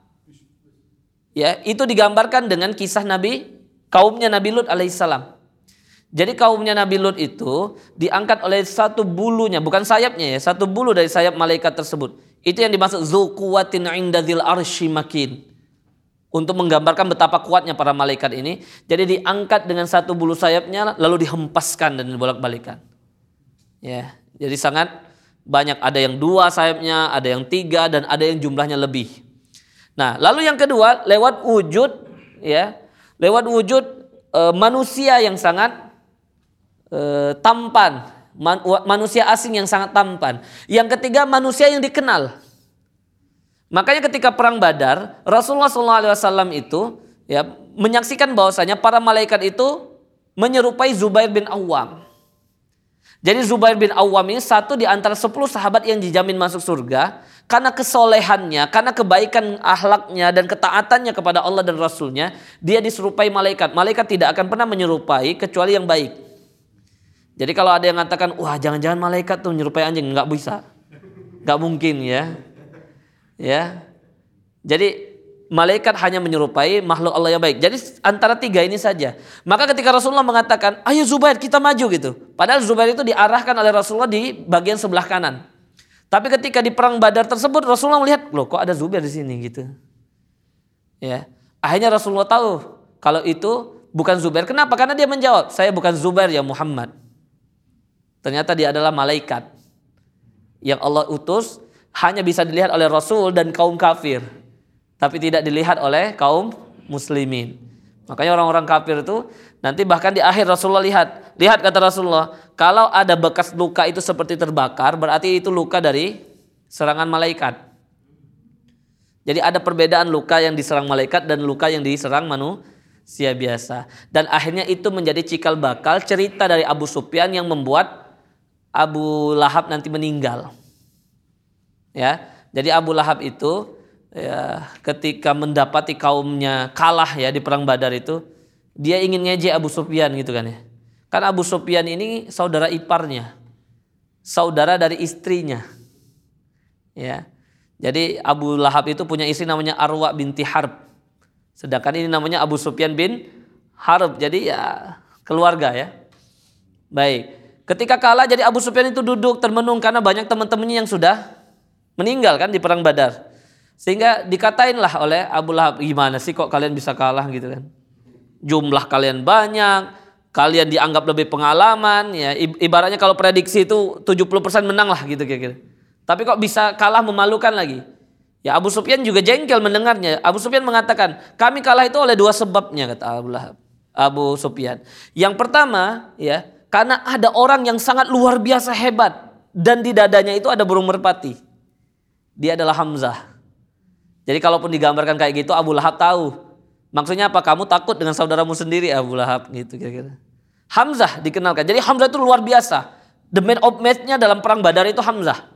Ya, itu digambarkan dengan kisah Nabi kaumnya Nabi Lut alaihissalam. Jadi kaumnya Nabi Lut itu diangkat oleh satu bulunya, bukan sayapnya ya, satu bulu dari sayap malaikat tersebut. Itu yang dimaksud Zuquwatin inda dzil arsy makin. Untuk menggambarkan betapa kuatnya para malaikat ini. Jadi diangkat dengan satu bulu sayapnya lalu dihempaskan dan dibolak-balikan. Ya, jadi sangat banyak, ada yang dua sayapnya, ada yang tiga, dan ada yang jumlahnya lebih. Nah, lalu yang kedua lewat wujud, ya, lewat wujud e, manusia yang sangat e, tampan, man, manusia asing yang sangat tampan. Yang ketiga manusia yang dikenal. Makanya ketika perang Badar, Rasulullah shallallahu alaihi wasallam itu ya menyaksikan bahwasanya para malaikat itu menyerupai Zubair bin Awwam. Jadi Zubair bin Awwam ini satu di antara sepuluh sahabat yang dijamin masuk surga karena kesolehannya, karena kebaikan akhlaknya dan ketaatannya kepada Allah dan Rasulnya, dia diserupai malaikat. Malaikat tidak akan pernah menyerupai kecuali yang baik. Jadi kalau ada yang mengatakan, wah jangan-jangan malaikat tuh menyerupai anjing, nggak bisa, nggak mungkin ya. Ya, jadi malaikat hanya menyerupai makhluk Allah yang baik. Jadi antara tiga ini saja. Maka ketika Rasulullah mengatakan, ayo Zubair kita maju gitu. Padahal Zubair itu diarahkan oleh Rasulullah di bagian sebelah kanan. Tapi ketika di perang Badar tersebut Rasulullah melihat, loh kok ada Zubair di sini gitu. Ya, akhirnya Rasulullah tahu kalau itu bukan Zubair. Kenapa? Karena dia menjawab, saya bukan Zubair ya Muhammad. Ternyata dia adalah malaikat yang Allah utus, hanya bisa dilihat oleh Rasul dan kaum kafir, tapi tidak dilihat oleh kaum muslimin. Makanya orang-orang kafir itu nanti bahkan di akhir Rasulullah lihat, lihat kata Rasulullah, kalau ada bekas luka itu seperti terbakar, berarti itu luka dari serangan malaikat. Jadi ada perbedaan luka yang diserang malaikat dan luka yang diserang manusia biasa. Dan akhirnya itu menjadi cikal bakal cerita dari Abu Sufyan yang membuat Abu Lahab nanti meninggal. Ya, jadi Abu Lahab itu ya, ketika mendapati kaumnya kalah ya di perang Badar itu, dia ingin ngejek Abu Sufyan gitu kan ya. Karena Abu Sufyan ini saudara iparnya, saudara dari istrinya. Ya. Jadi Abu Lahab itu punya istri namanya Arwa binti Harb. Sedangkan ini namanya Abu Sufyan bin Harb. Jadi ya keluarga ya. Baik. Ketika kalah jadi Abu Sufyan itu duduk termenung karena banyak teman-temannya yang sudah meninggal kan di perang Badar. Sehingga dikatain lah oleh Abu Lahab, gimana sih kok kalian bisa kalah gitu kan. Jumlah kalian banyak, kalian dianggap lebih pengalaman, ya ibaratnya kalau prediksi itu tujuh puluh persen menang lah gitu kira-kira. Tapi kok bisa kalah memalukan lagi. Ya Abu Sufyan juga jengkel mendengarnya. Abu Sufyan mengatakan, kami kalah itu oleh dua sebabnya kata Abu Lahab. Abu Sufyan. Yang pertama ya, karena ada orang yang sangat luar biasa hebat dan di dadanya itu ada burung merpati. Dia adalah Hamzah. Jadi kalaupun digambarkan kayak gitu Abu Lahab tahu. Maksudnya apa? Kamu takut dengan saudaramu sendiri Abu Lahab gitu kira-kira. Hamzah dikenalkan. Jadi Hamzah itu luar biasa. The man of match-nya dalam perang Badar itu Hamzah.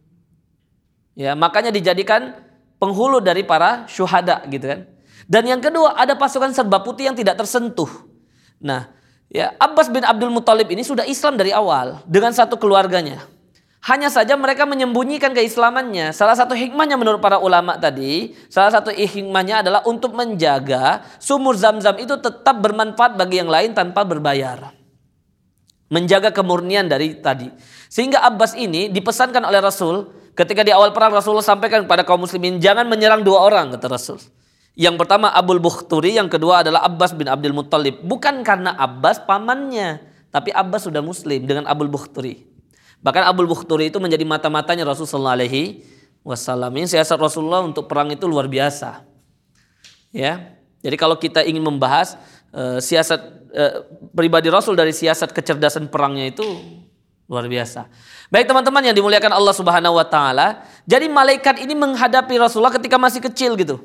Ya, makanya dijadikan penghulu dari para syuhada gitu kan. Dan yang kedua ada pasukan serba putih yang tidak tersentuh. Nah, ya Abbas bin Abdul Muthalib ini sudah Islam dari awal dengan satu keluarganya. Hanya saja mereka menyembunyikan keislamannya. Salah satu hikmahnya menurut para ulama tadi, salah satu hikmahnya adalah untuk menjaga sumur Zam-Zam itu tetap bermanfaat bagi yang lain tanpa berbayar. Menjaga kemurnian dari tadi. Sehingga Abbas ini dipesankan oleh Rasul, ketika di awal perang Rasulullah sampaikan kepada kaum muslimin, jangan menyerang dua orang kata Rasul. Yang pertama Abul Bukhturi, yang kedua adalah Abbas bin Abdul Muthalib. Bukan karena Abbas pamannya, tapi Abbas sudah muslim dengan Abul Bukhturi. Bahkan Abul Bukhturi itu menjadi mata-matanya Rasulullah sallallahu alaihi wasallam. Ini siasat Rasulullah untuk perang itu luar biasa. Ya. Jadi kalau kita ingin membahas uh, siasat uh, pribadi Rasul dari siasat kecerdasan perangnya itu luar biasa. Baik teman-teman yang dimuliakan Allah Subhanahu wa taala, jadi malaikat ini menghadapi Rasulullah ketika masih kecil gitu.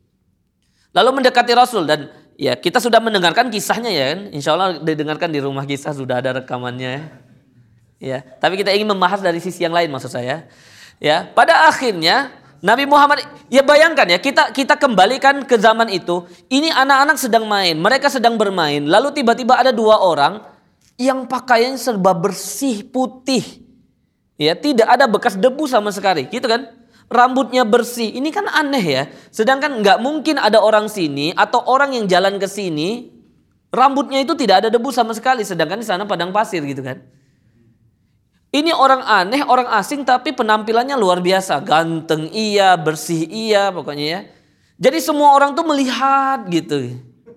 Lalu mendekati Rasul dan ya kita sudah mendengarkan kisahnya ya kan. Insya Allah didengarkan di rumah kisah sudah ada rekamannya ya. Ya, tapi kita ingin membahas dari sisi yang lain maksud saya. Ya, pada akhirnya Nabi Muhammad, ya bayangkan ya kita kita kembalikan ke zaman itu. Ini anak-anak sedang main, mereka sedang bermain. Lalu tiba-tiba ada dua orang yang pakaiannya serba bersih putih. Ya, tidak ada bekas debu sama sekali, gitu kan? Rambutnya bersih, ini kan aneh ya. Sedangkan nggak mungkin ada orang sini atau orang yang jalan ke sini rambutnya itu tidak ada debu sama sekali. Sedangkan di sana padang pasir gitu kan. Ini orang aneh, orang asing tapi penampilannya luar biasa. Ganteng iya, bersih iya pokoknya ya. Jadi semua orang tuh melihat gitu.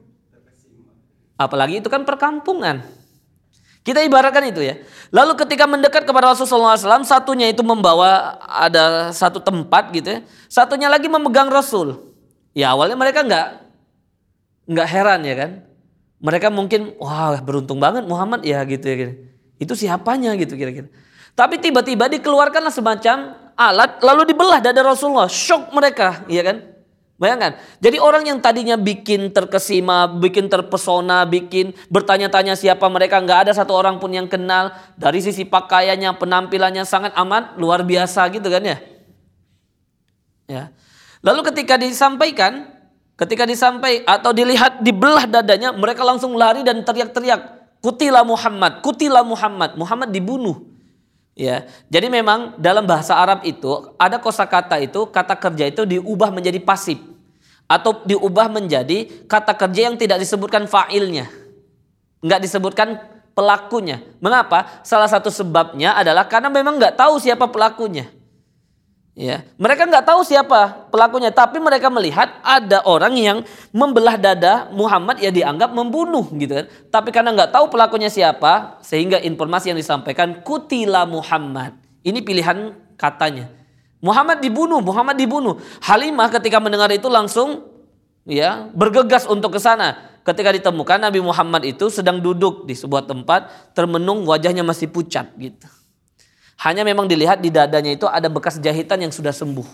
Apalagi itu kan perkampungan. Kita ibaratkan itu ya. Lalu ketika mendekat kepada Rasulullah shallallahu alaihi wasallam, satunya itu membawa ada satu tempat gitu ya. Satunya lagi memegang Rasul. Ya awalnya mereka nggak nggak heran ya kan. Mereka mungkin wah beruntung banget Muhammad ya gitu ya. Gitu. Itu siapanya gitu kira-kira. Tapi tiba-tiba dikeluarkanlah semacam alat lalu dibelah dada Rasulullah. Shock mereka ya kan. Bayangkan, jadi orang yang tadinya bikin terkesima, bikin terpesona, bikin bertanya-tanya siapa mereka, nggak ada satu orang pun yang kenal. Dari sisi pakaiannya, penampilannya sangat amat luar biasa gitu kan ya. Ya. Lalu ketika disampaikan, ketika disampaikan atau dilihat dibelah dadanya, mereka langsung lari dan teriak-teriak, "Kutila Muhammad, kutila Muhammad, Muhammad dibunuh." Ya, jadi memang dalam bahasa Arab itu ada kosakata itu, kata kerja itu diubah menjadi pasif atau diubah menjadi kata kerja yang tidak disebutkan fa'ilnya, nggak disebutkan pelakunya. Mengapa? Salah satu sebabnya adalah karena memang nggak tahu siapa pelakunya. Ya, mereka nggak tahu siapa pelakunya, tapi mereka melihat ada orang yang membelah dada Muhammad ya dianggap membunuh gitu kan. Tapi karena nggak tahu pelakunya siapa, sehingga informasi yang disampaikan kutila Muhammad. Ini pilihan katanya. Muhammad dibunuh, Muhammad dibunuh. Halimah ketika mendengar itu langsung ya bergegas untuk ke sana. Ketika ditemukan Nabi Muhammad itu sedang duduk di sebuah tempat termenung, wajahnya masih pucat gitu. Hanya memang dilihat di dadanya itu ada bekas jahitan yang sudah sembuh.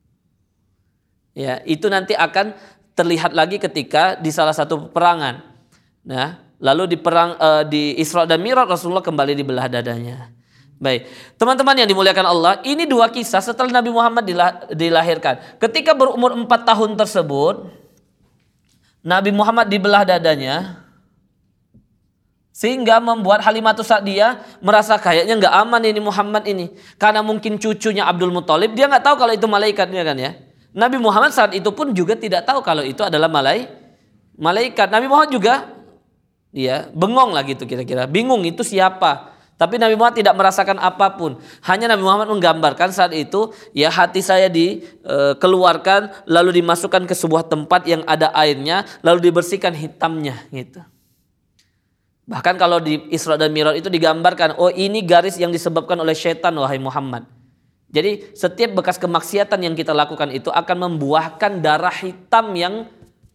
Ya, itu nanti akan terlihat lagi ketika di salah satu peperangan. Nah, lalu di perang uh, di Isra dan Mi'raj Rasulullah kembali dibelah dadanya. Baik, teman-teman yang dimuliakan Allah, ini dua kisah setelah Nabi Muhammad dilahirkan. Ketika berumur empat tahun tersebut, Nabi Muhammad dibelah dadanya. Sehingga membuat Halimatus Sa'diyah merasa kayaknya nggak aman ini Muhammad ini. Karena mungkin cucunya Abdul Muthalib, dia nggak tahu kalau itu malaikatnya kan ya. Nabi Muhammad saat itu pun juga tidak tahu kalau itu adalah malai, malaikat. Nabi Muhammad juga dia bengong lah gitu kira-kira. Bingung itu siapa. Tapi Nabi Muhammad tidak merasakan apapun. Hanya Nabi Muhammad menggambarkan saat itu ya hati saya dikeluarkan lalu dimasukkan ke sebuah tempat yang ada airnya lalu dibersihkan hitamnya gitu. Bahkan kalau di Isra dan Mi'raj itu digambarkan, oh ini garis yang disebabkan oleh syaitan wahai Muhammad. Jadi setiap bekas kemaksiatan yang kita lakukan itu akan membuahkan darah hitam yang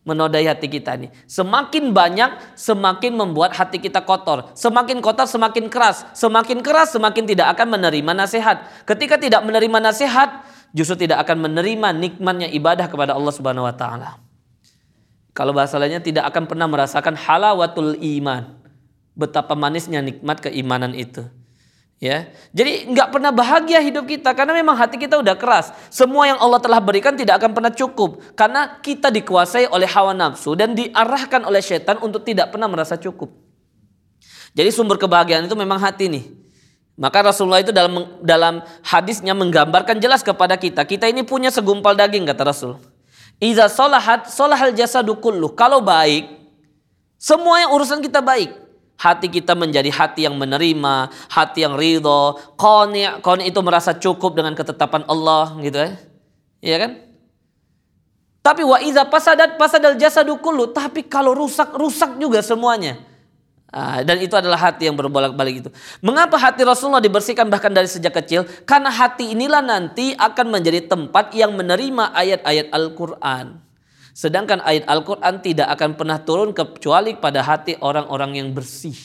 menodai hati kita nih. Semakin banyak, semakin membuat hati kita kotor. Semakin kotor, semakin keras. Semakin keras, semakin tidak akan menerima nasihat. Ketika tidak menerima nasihat, justru tidak akan menerima nikmatnya ibadah kepada Allah Subhanahu wa taala. Kalau bahasa lainnya, tidak akan pernah merasakan halawatul iman. Betapa manisnya nikmat keimanan itu. Ya, jadi nggak pernah bahagia hidup kita karena memang hati kita udah keras. Semua yang Allah telah berikan tidak akan pernah cukup karena kita dikuasai oleh hawa nafsu dan diarahkan oleh setan untuk tidak pernah merasa cukup. Jadi sumber kebahagiaan itu memang hati nih. Maka Rasulullah itu dalam dalam hadisnya menggambarkan jelas kepada kita. Kita ini punya segumpal daging, kata Rasul. Iza solahat solahal jasadu kulluh. Kalau baik, semua yang urusan kita baik. Hati kita menjadi hati yang menerima, hati yang ridho, qani', qani' itu merasa cukup dengan ketetapan Allah, gitu ya. Iya kan? Tapi wa iza pasadat pasadal jasadu kullu, tapi kalau rusak, rusak juga semuanya. Nah, dan itu adalah hati yang berbolak-balik itu. Mengapa hati Rasulullah dibersihkan bahkan dari sejak kecil? Karena hati inilah nanti akan menjadi tempat yang menerima ayat-ayat Al-Quran. Sedangkan ayat Al-Quran tidak akan pernah turun kecuali pada hati orang-orang yang bersih.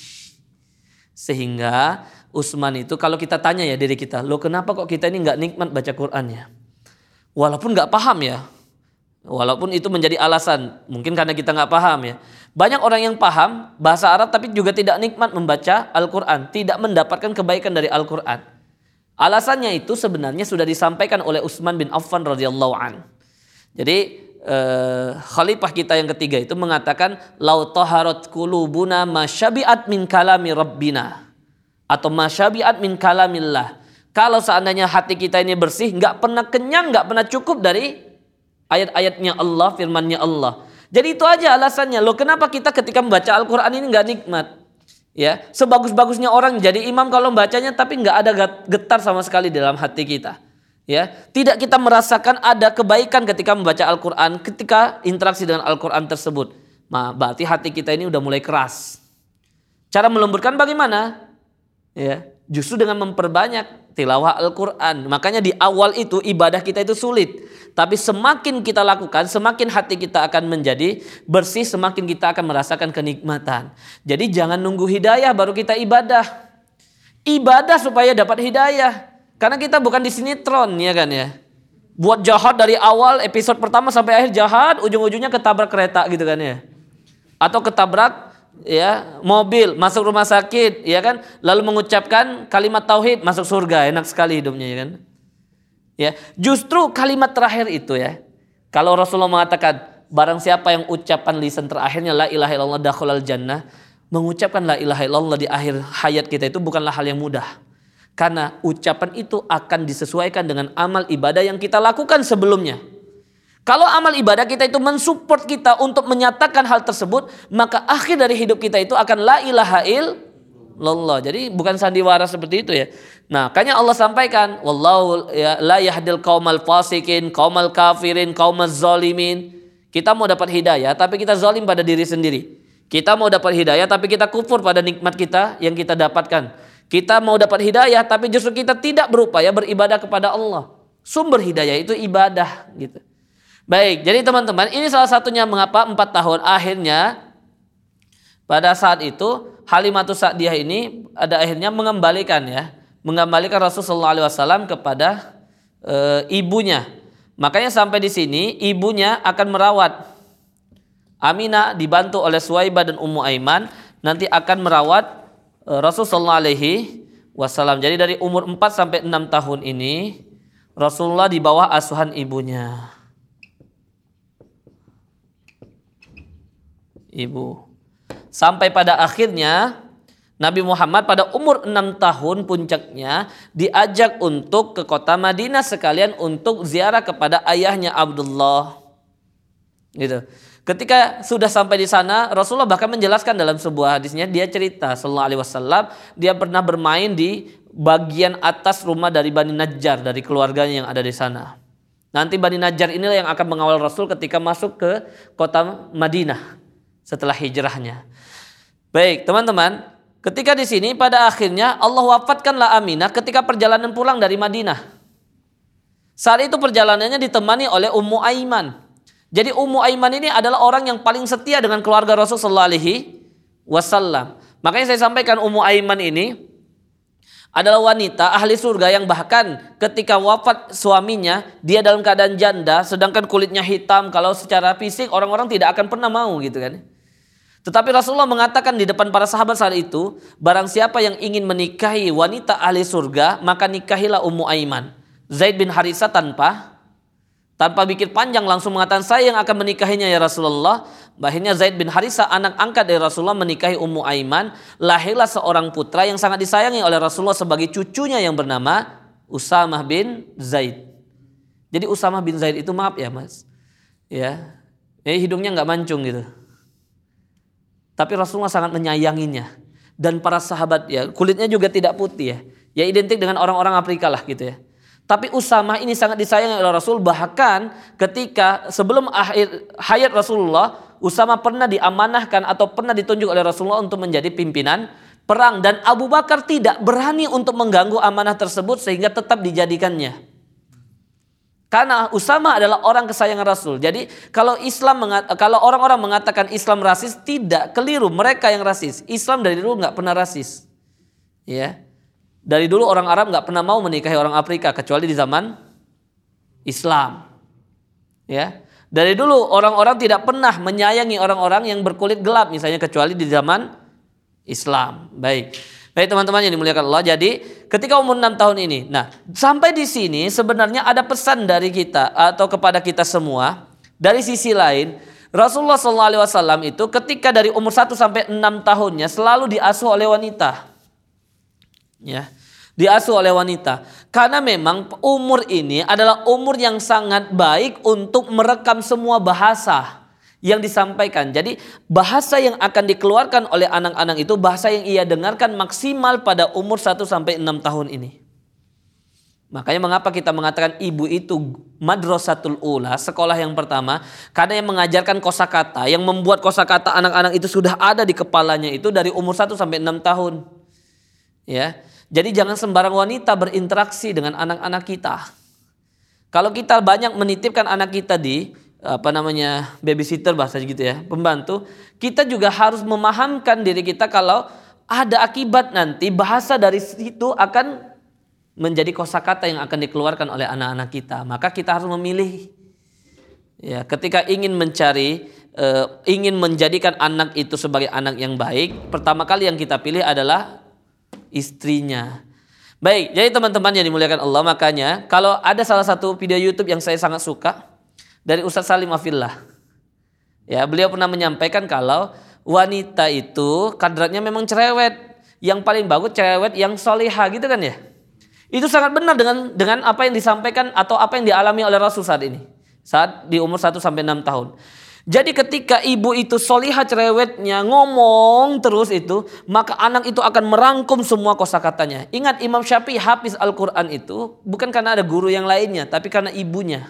Sehingga Utsman itu, kalau kita tanya ya diri kita, loh kenapa kok kita ini gak nikmat baca Qurannya? Walaupun gak paham ya. Walaupun itu menjadi alasan. Mungkin karena kita gak paham ya. Banyak orang yang paham bahasa Arab tapi juga tidak nikmat membaca Al-Quran. Tidak mendapatkan kebaikan dari Al-Quran. Alasannya itu sebenarnya sudah disampaikan oleh Utsman bin Affan radhiyallahu an. Jadi Uh, khalifah kita yang ketiga itu mengatakan lau taharat qulubuna masyabi'at min kalami rabbina atau masyabi'at min kalamillah. Kalau seandainya hati kita ini bersih, nggak pernah kenyang, nggak pernah cukup dari ayat-ayatnya Allah, firmannya Allah. Jadi itu aja alasannya. Loh kenapa kita ketika membaca Al-Quran ini nggak nikmat? Ya, sebagus-bagusnya orang jadi imam kalau bacanya tapi nggak ada getar sama sekali dalam hati kita. Ya, tidak kita merasakan ada kebaikan ketika membaca Al-Quran, ketika interaksi dengan Al-Quran tersebut. Nah, berarti hati kita ini udah mulai keras. Cara melemburkan bagaimana? Ya, justru dengan memperbanyak tilawah Al-Quran. Makanya di awal itu ibadah kita itu sulit. Tapi semakin kita lakukan, semakin hati kita akan menjadi bersih, semakin kita akan merasakan kenikmatan. Jadi jangan nunggu hidayah baru kita ibadah. Ibadah supaya dapat hidayah. Karena kita bukan di sinetron ya kan ya. Buat jahat dari awal episode pertama sampai akhir jahat, ujung-ujungnya ketabrak kereta gitu kan ya. Atau ketabrak ya mobil, masuk rumah sakit ya kan. Lalu mengucapkan kalimat tauhid, masuk surga, enak sekali hidupnya ya kan. Ya, justru kalimat terakhir itu ya. Kalau Rasulullah mengatakan barang siapa yang ucapan lisan terakhirnya la ilaha illallah dakhalal jannah, mengucapkan la ilaha illallah di akhir hayat kita itu bukanlah hal yang mudah. Karena ucapan itu akan disesuaikan dengan amal ibadah yang kita lakukan sebelumnya. Kalau amal ibadah kita itu mensupport kita untuk menyatakan hal tersebut, maka akhir dari hidup kita itu akan la ilaha illallah. Jadi bukan sandiwara seperti itu ya. Nah, makanya Allah sampaikan, wallahu ya, la yahdil qaumal fasikin, qaumal kafirin, qaumaz zalimin. Kita mau dapat hidayah tapi kita zalim pada diri sendiri. Kita mau dapat hidayah tapi kita kufur pada nikmat kita yang kita dapatkan. Kita mau dapat hidayah tapi justru kita tidak berupaya beribadah kepada Allah. Sumber hidayah itu ibadah gitu. Baik, jadi teman-teman ini salah satunya mengapa empat tahun akhirnya pada saat itu Halimatus Sa'diyah ini ada akhirnya mengembalikan ya, mengembalikan Rasulullah shallallahu alaihi wasallam kepada e, ibunya. Makanya sampai di sini ibunya akan merawat Aminah dibantu oleh Suwaibah dan Ummu Aiman nanti akan merawat Rasulullah alaihi wasallam. Jadi dari umur empat sampai enam tahun ini Rasulullah di bawah asuhan ibunya. Ibu. Sampai pada akhirnya Nabi Muhammad pada umur enam tahun puncaknya diajak untuk ke kota Madinah sekalian untuk ziarah kepada ayahnya Abdullah. Gitu. Ketika sudah sampai di sana, Rasulullah bahkan menjelaskan dalam sebuah hadisnya, dia cerita sallallahu alaihi wasallam, dia pernah bermain di bagian atas rumah dari Bani Najjar, dari keluarganya yang ada di sana. Nanti Bani Najjar inilah yang akan mengawal Rasul ketika masuk ke kota Madinah setelah hijrahnya. Baik, teman-teman, ketika di sini pada akhirnya Allah wafatkanlah Aminah ketika perjalanan pulang dari Madinah. Saat itu perjalanannya ditemani oleh Ummu Aiman. Jadi Ummu Aiman ini adalah orang yang paling setia dengan keluarga Rasul sallallahu alaihi wasallam. Makanya saya sampaikan Ummu Aiman ini adalah wanita ahli surga yang bahkan ketika wafat suaminya dia dalam keadaan janda, sedangkan kulitnya hitam. Kalau secara fisik orang-orang tidak akan pernah mau gitu kan. Tetapi Rasulullah mengatakan di depan para sahabat saat itu, barang siapa yang ingin menikahi wanita ahli surga, maka nikahilah Ummu Aiman. Zaid bin Harithah tanpa Tanpa pikir panjang langsung mengatakan, saya yang akan menikahinya ya Rasulullah. Akhirnya Zaid bin Harithah, anak angkat dari Rasulullah, menikahi Ummu Aiman. Lahirlah seorang putra yang sangat disayangi oleh Rasulullah sebagai cucunya yang bernama Usamah bin Zaid. Jadi Usamah bin Zaid itu, maaf ya mas, ya, eh, hidungnya nggak mancung gitu. Tapi Rasulullah sangat menyayanginya. Dan para sahabat ya, kulitnya juga tidak putih ya. Ya identik dengan orang-orang Afrika lah gitu ya. Tapi Usamah ini sangat disayangi oleh Rasul. Bahkan ketika sebelum akhir hayat Rasulullah, Usamah pernah diamanahkan atau pernah ditunjuk oleh Rasulullah untuk menjadi pimpinan perang. Dan Abu Bakar tidak berani untuk mengganggu amanah tersebut sehingga tetap dijadikannya. Karena Usamah adalah orang kesayangan Rasul. Jadi kalau Islam kalau orang-orang mengatakan Islam rasis, tidak, keliru. Mereka yang rasis. Islam dari dulu nggak pernah rasis. Ya. Dari dulu orang Arab nggak pernah mau menikahi orang Afrika kecuali di zaman Islam. Ya, dari dulu orang-orang tidak pernah menyayangi orang-orang yang berkulit gelap misalnya kecuali di zaman Islam. Baik, baik teman-teman yang dimuliakan Allah. Jadi ketika umur enam tahun ini, nah sampai di sini sebenarnya ada pesan dari kita atau kepada kita semua. Dari sisi lain, Rasulullah shallallahu alaihi wasallam itu ketika dari umur satu sampai enam tahunnya selalu diasuh oleh wanita. Ya, diasuh oleh wanita karena memang umur ini adalah umur yang sangat baik untuk merekam semua bahasa yang disampaikan. Jadi bahasa yang akan dikeluarkan oleh anak-anak itu bahasa yang ia dengarkan maksimal pada umur satu sampai enam tahun ini. Makanya mengapa kita mengatakan ibu itu madrasatul ula, sekolah yang pertama, karena yang mengajarkan kosakata, yang membuat kosakata anak-anak itu sudah ada di kepalanya itu dari umur satu sampai enam tahun. Ya. Jadi jangan sembarang wanita berinteraksi dengan anak-anak kita. Kalau kita banyak menitipkan anak kita di apa namanya babysitter bahasa gitu ya, pembantu, kita juga harus memahamkan diri kita kalau ada akibat nanti bahasa dari situ akan menjadi kosakata yang akan dikeluarkan oleh anak-anak kita. Maka kita harus memilih. Ya, ketika ingin mencari, uh, ingin menjadikan anak itu sebagai anak yang baik, pertama kali yang kita pilih adalah istrinya. Baik, jadi teman-teman yang dimuliakan Allah, makanya kalau ada salah satu video YouTube yang saya sangat suka dari Ustadz Salim Afillah, ya beliau pernah menyampaikan kalau wanita itu kadratnya memang cerewet, yang paling bagus cerewet yang solihah gitu kan ya. Itu sangat benar dengan dengan apa yang disampaikan atau apa yang dialami oleh Rasul saat ini, saat di umur satu sampai enam tahun. Jadi ketika ibu itu solihah cerewetnya ngomong terus itu, maka anak itu akan merangkum semua kosakatanya. Ingat Imam Syafi'i hafiz Al-Quran itu bukan karena ada guru yang lainnya, tapi karena ibunya.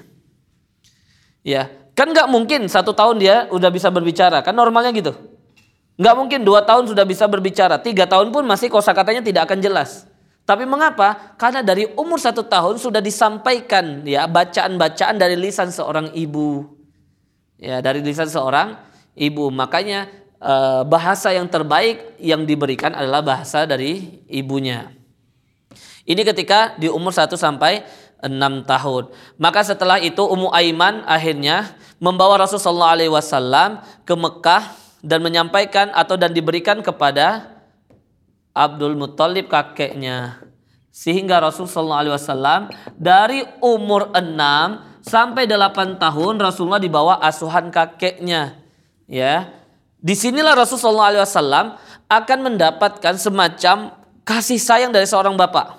Ya, kan nggak mungkin satu tahun dia udah bisa berbicara, kan normalnya gitu. Nggak mungkin dua tahun sudah bisa berbicara, tiga tahun pun masih kosakatanya tidak akan jelas. Tapi mengapa? Karena dari umur satu tahun sudah disampaikan ya bacaan-bacaan dari lisan seorang ibu. Ya, dari lisan seorang ibu. Makanya eh, bahasa yang terbaik yang diberikan adalah bahasa dari ibunya. Ini ketika di umur satu sampai enam tahun. Maka setelah itu Ummu Aiman akhirnya membawa Rasulullah shallallahu alaihi wasallam ke Mekah dan menyampaikan atau dan diberikan kepada Abdul Muthalib kakeknya. Sehingga Rasulullah shallallahu alaihi wasallam dari umur enam sampai delapan tahun Rasulullah di bawah asuhan kakeknya. Ya. Disinilah Rasulullah shallallahu alaihi wasallam akan mendapatkan semacam kasih sayang dari seorang bapak.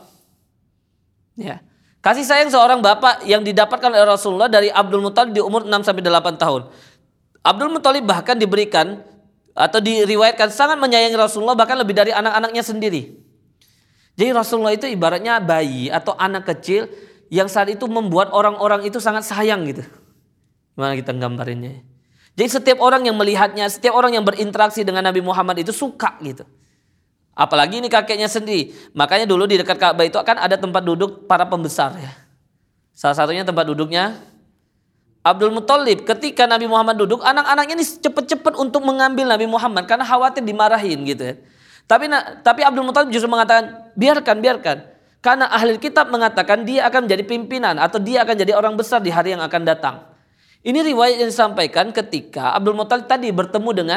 Ya. Kasih sayang seorang bapak yang didapatkan oleh Rasulullah dari Abdul Muthalib di umur enam sampai delapan tahun. Abdul Muthalib bahkan diberikan atau diriwayatkan sangat menyayangi Rasulullah bahkan lebih dari anak-anaknya sendiri. Jadi Rasulullah itu ibaratnya bayi atau anak kecil yang saat itu membuat orang-orang itu sangat sayang gitu. Gimana kita gambarinnya? Jadi setiap orang yang melihatnya, setiap orang yang berinteraksi dengan Nabi Muhammad itu suka gitu. Apalagi ini kakeknya sendiri. Makanya dulu di dekat Ka'bah itu akan ada tempat duduk para pembesar ya. Salah satunya tempat duduknya Abdul Muthalib ketika Nabi Muhammad duduk, anak-anaknya ini cepet-cepet untuk mengambil Nabi Muhammad karena khawatir dimarahin gitu ya. Tapi tapi Abdul Muthalib justru mengatakan, biarkan, biarkan. Karena ahli kitab mengatakan dia akan menjadi pimpinan atau dia akan jadi orang besar di hari yang akan datang. Ini riwayat yang disampaikan ketika Abdul Muthalib tadi bertemu dengan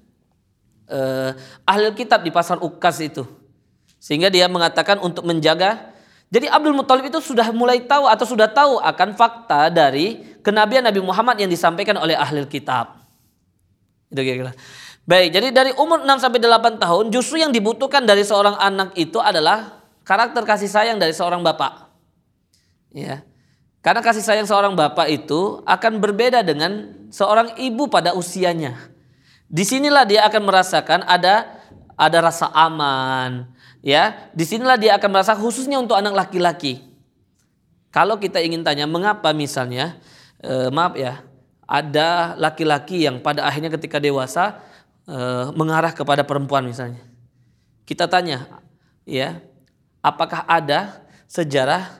uh, ahli kitab di pasar Ukas itu. Sehingga dia mengatakan untuk menjaga. Jadi Abdul Muthalib itu sudah mulai tahu atau sudah tahu akan fakta dari kenabian Nabi Muhammad yang disampaikan oleh ahli kitab. Itu kira-kira. Baik, jadi dari umur enam sampai delapan tahun justru yang dibutuhkan dari seorang anak itu adalah karakter kasih sayang dari seorang bapak. Ya. Karena kasih sayang seorang bapak itu akan berbeda dengan seorang ibu pada usianya. Disinilah dia akan merasakan ada ada rasa aman. Ya, disinilah dia akan merasa khususnya untuk anak laki-laki. Kalau kita ingin tanya mengapa misalnya, eh, maaf ya, ada laki-laki yang pada akhirnya ketika dewasa eh, mengarah kepada perempuan misalnya. Kita tanya, ya, apakah ada sejarah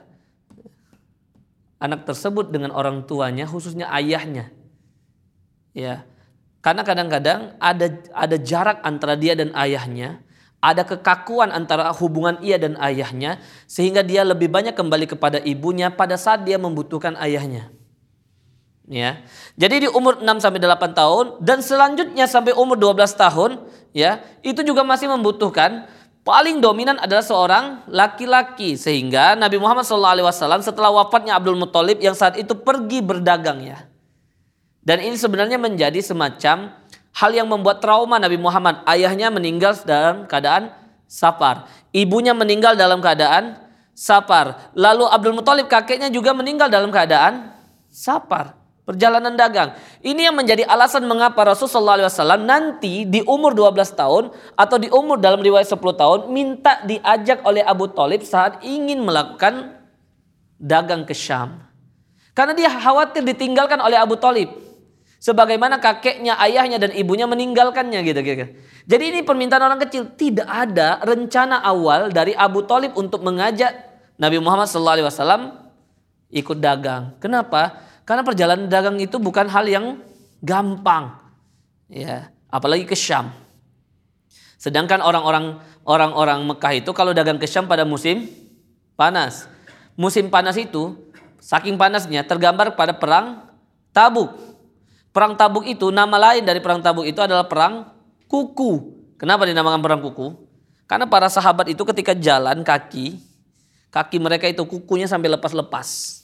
anak tersebut dengan orang tuanya, khususnya ayahnya? Ya, karena kadang-kadang ada ada jarak antara dia dan ayahnya. Ada kekakuan antara hubungan ia dan ayahnya sehingga dia lebih banyak kembali kepada ibunya pada saat dia membutuhkan ayahnya. Ya. Jadi di umur enam sampai delapan tahun dan selanjutnya sampai umur dua belas tahun, ya, itu juga masih membutuhkan paling dominan adalah seorang laki-laki sehingga Nabi Muhammad shallallahu alaihi wasallam setelah wafatnya Abdul Muthalib yang saat itu pergi berdagang ya. Dan ini sebenarnya menjadi semacam hal yang membuat trauma Nabi Muhammad. Ayahnya meninggal dalam keadaan safar. Ibunya meninggal dalam keadaan safar. Lalu Abdul Muthalib kakeknya juga meninggal dalam keadaan safar. Perjalanan dagang. Ini yang menjadi alasan mengapa Rasulullah shallallahu alaihi wasallam nanti di umur dua belas tahun atau di umur dalam riwayat sepuluh tahun minta diajak oleh Abu Thalib saat ingin melakukan dagang ke Syam. Karena dia khawatir ditinggalkan oleh Abu Thalib. Sebagaimana kakeknya, ayahnya dan ibunya meninggalkannya gitu, gitu. Jadi ini permintaan orang kecil. Tidak ada rencana awal dari Abu Thalib untuk mengajak Nabi Muhammad shallallahu alaihi wasallam ikut dagang. Kenapa? Karena perjalanan dagang itu bukan hal yang gampang. Ya, apalagi ke Syam. Sedangkan orang-orang orang-orang Mekah itu kalau dagang ke Syam pada musim panas. Musim panas itu saking panasnya tergambar pada perang Tabuk. Perang Tabuk itu, nama lain dari perang Tabuk itu adalah perang kuku. Kenapa dinamakan perang kuku? Karena para sahabat itu ketika jalan kaki, kaki mereka itu kukunya sampai lepas-lepas.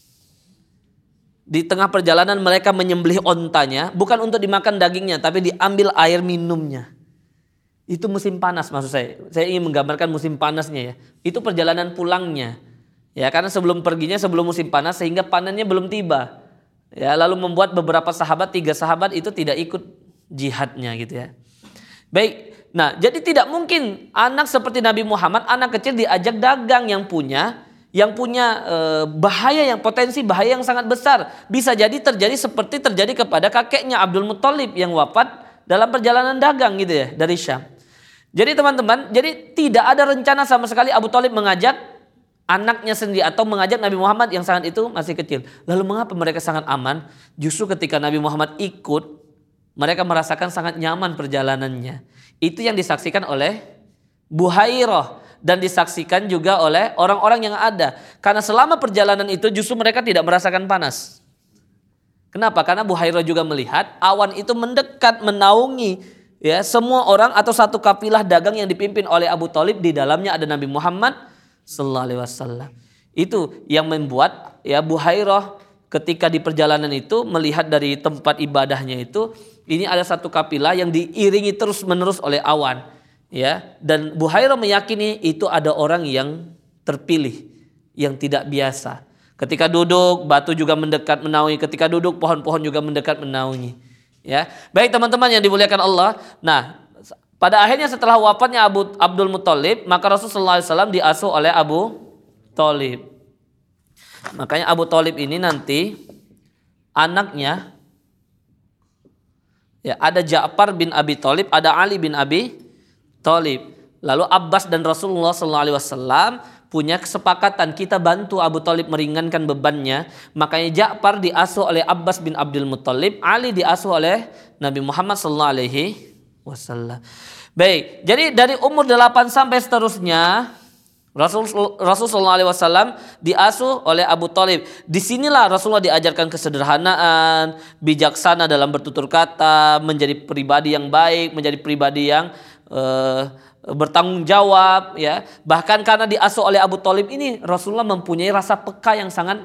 Di tengah perjalanan mereka menyembelih ontanya, bukan untuk dimakan dagingnya, tapi diambil air minumnya. Itu musim panas maksud saya. Saya ingin menggambarkan musim panasnya ya. Itu perjalanan pulangnya. Ya, karena sebelum perginya sebelum musim panas sehingga panennya belum tiba. Ya, lalu membuat beberapa sahabat, tiga sahabat itu tidak ikut jihadnya gitu ya. Baik, nah jadi tidak mungkin anak seperti Nabi Muhammad, anak kecil diajak dagang yang punya, yang punya e, bahaya, yang potensi bahaya yang sangat besar. Bisa jadi terjadi seperti terjadi kepada kakeknya Abdul Muthalib yang wafat dalam perjalanan dagang gitu ya dari Syam. Jadi teman-teman, jadi tidak ada rencana sama sekali Abu Thalib mengajak anaknya sendiri atau mengajak Nabi Muhammad yang sangat itu masih kecil. Lalu mengapa mereka sangat aman? Justru ketika Nabi Muhammad ikut, mereka merasakan sangat nyaman perjalanannya. Itu yang disaksikan oleh Buhairah dan disaksikan juga oleh orang-orang yang ada. Karena selama perjalanan itu justru mereka tidak merasakan panas. Kenapa? Karena Buhairah juga melihat awan itu mendekat, menaungi ya semua orang atau satu kafilah dagang yang dipimpin oleh Abu Thalib, di dalamnya ada Nabi Muhammad sallallahu alaihi wasallam. Itu yang membuat ya Buhairah ketika di perjalanan itu melihat dari tempat ibadahnya itu, ini ada satu kafilah yang diiringi terus-menerus oleh awan, ya. Dan Buhairah meyakini itu ada orang yang terpilih, yang tidak biasa. Ketika duduk, batu juga mendekat menaungi. Ketika duduk, pohon-pohon juga mendekat menaungi. Ya, baik teman-teman yang dimuliakan Allah. Nah, pada akhirnya setelah wafatnya Abu Abdul Muthalib, maka Rasulullah shallallahu alaihi wasallam diasuh oleh Abu Thalib. Makanya Abu Thalib ini nanti anaknya, ya ada Ja'far bin Abi Thalib, ada Ali bin Abi Thalib. Lalu Abbas dan Rasulullah shallallahu alaihi wasallam punya kesepakatan kita bantu Abu Thalib meringankan bebannya. Makanya Ja'far diasuh oleh Abbas bin Abdul Muttalib, Ali diasuh oleh Nabi Muhammad sallallahu alaihi wasallam. Baik, jadi dari umur delapan sampai seterusnya Rasul Rasul sallallahu alaihi wasallam diasuh oleh Abu Thalib. Disinilah Rasulullah diajarkan kesederhanaan, bijaksana dalam bertutur kata, menjadi pribadi yang baik, menjadi pribadi yang uh, bertanggung jawab, ya. Bahkan karena diasuh oleh Abu Thalib ini, Rasulullah mempunyai rasa peka yang sangat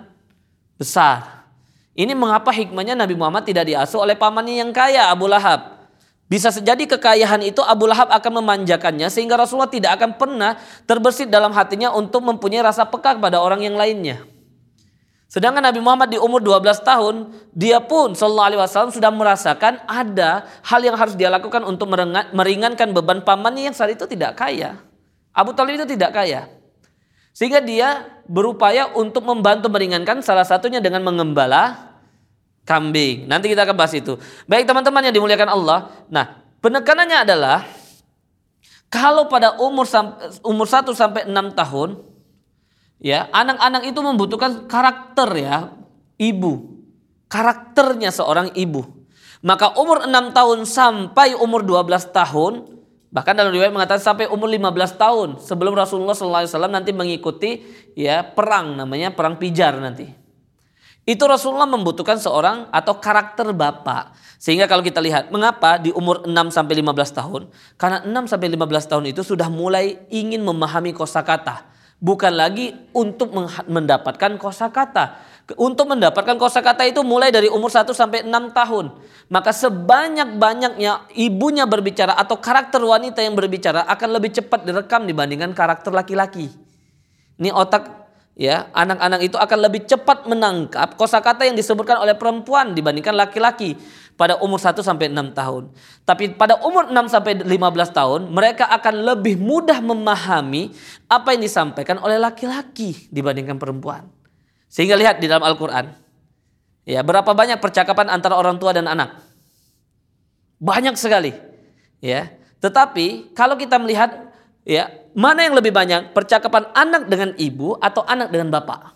besar. Ini mengapa hikmahnya Nabi Muhammad tidak diasuh oleh pamannya yang kaya, Abu Lahab. Bisa jadi kekayaan itu Abu Lahab akan memanjakannya sehingga Rasulullah tidak akan pernah terbersit dalam hatinya untuk mempunyai rasa peka kepada orang yang lainnya. Sedangkan Nabi Muhammad di umur dua belas tahun, dia pun sallallahu alaihi wasallam sudah merasakan ada hal yang harus dia lakukan untuk meringankan beban pamannya yang saat itu tidak kaya. Abu Thalib itu tidak kaya. Sehingga dia berupaya untuk membantu meringankan, salah satunya dengan mengembala kambing. Nanti kita akan bahas itu. Baik teman-teman yang dimuliakan Allah. Nah, penekanannya adalah kalau pada umur umur satu sampai enam tahun, ya, anak-anak itu membutuhkan karakter, ya, ibu. Karakternya seorang ibu. Maka umur enam tahun sampai umur dua belas tahun, bahkan dalam riwayat mengatakan sampai umur lima belas tahun sebelum Rasulullah sallallahu alaihi wasallam nanti mengikuti, ya, perang, namanya perang Pijar nanti. Itu Rasulullah membutuhkan seorang atau karakter bapak. Sehingga kalau kita lihat mengapa di umur enam sampai lima belas tahun? Karena enam sampai lima belas tahun itu sudah mulai ingin memahami kosakata. Bukan lagi untuk mendapatkan kosakata. Untuk mendapatkan kosakata itu mulai dari umur satu sampai enam tahun. Maka sebanyak-banyaknya ibunya berbicara atau karakter wanita yang berbicara akan lebih cepat direkam dibandingkan karakter laki-laki. Ini otak, ya, anak-anak itu akan lebih cepat menangkap kosakata yang disebutkan oleh perempuan dibandingkan laki-laki pada umur satu sampai enam tahun. Tapi pada umur enam sampai lima belas tahun mereka akan lebih mudah memahami apa yang disampaikan oleh laki-laki dibandingkan perempuan. Sehingga lihat di dalam Al-Quran, ya, berapa banyak percakapan antara orang tua dan anak. Banyak sekali, ya. Tetapi kalau kita melihat, ya, mana yang lebih banyak, percakapan anak dengan ibu atau anak dengan bapak?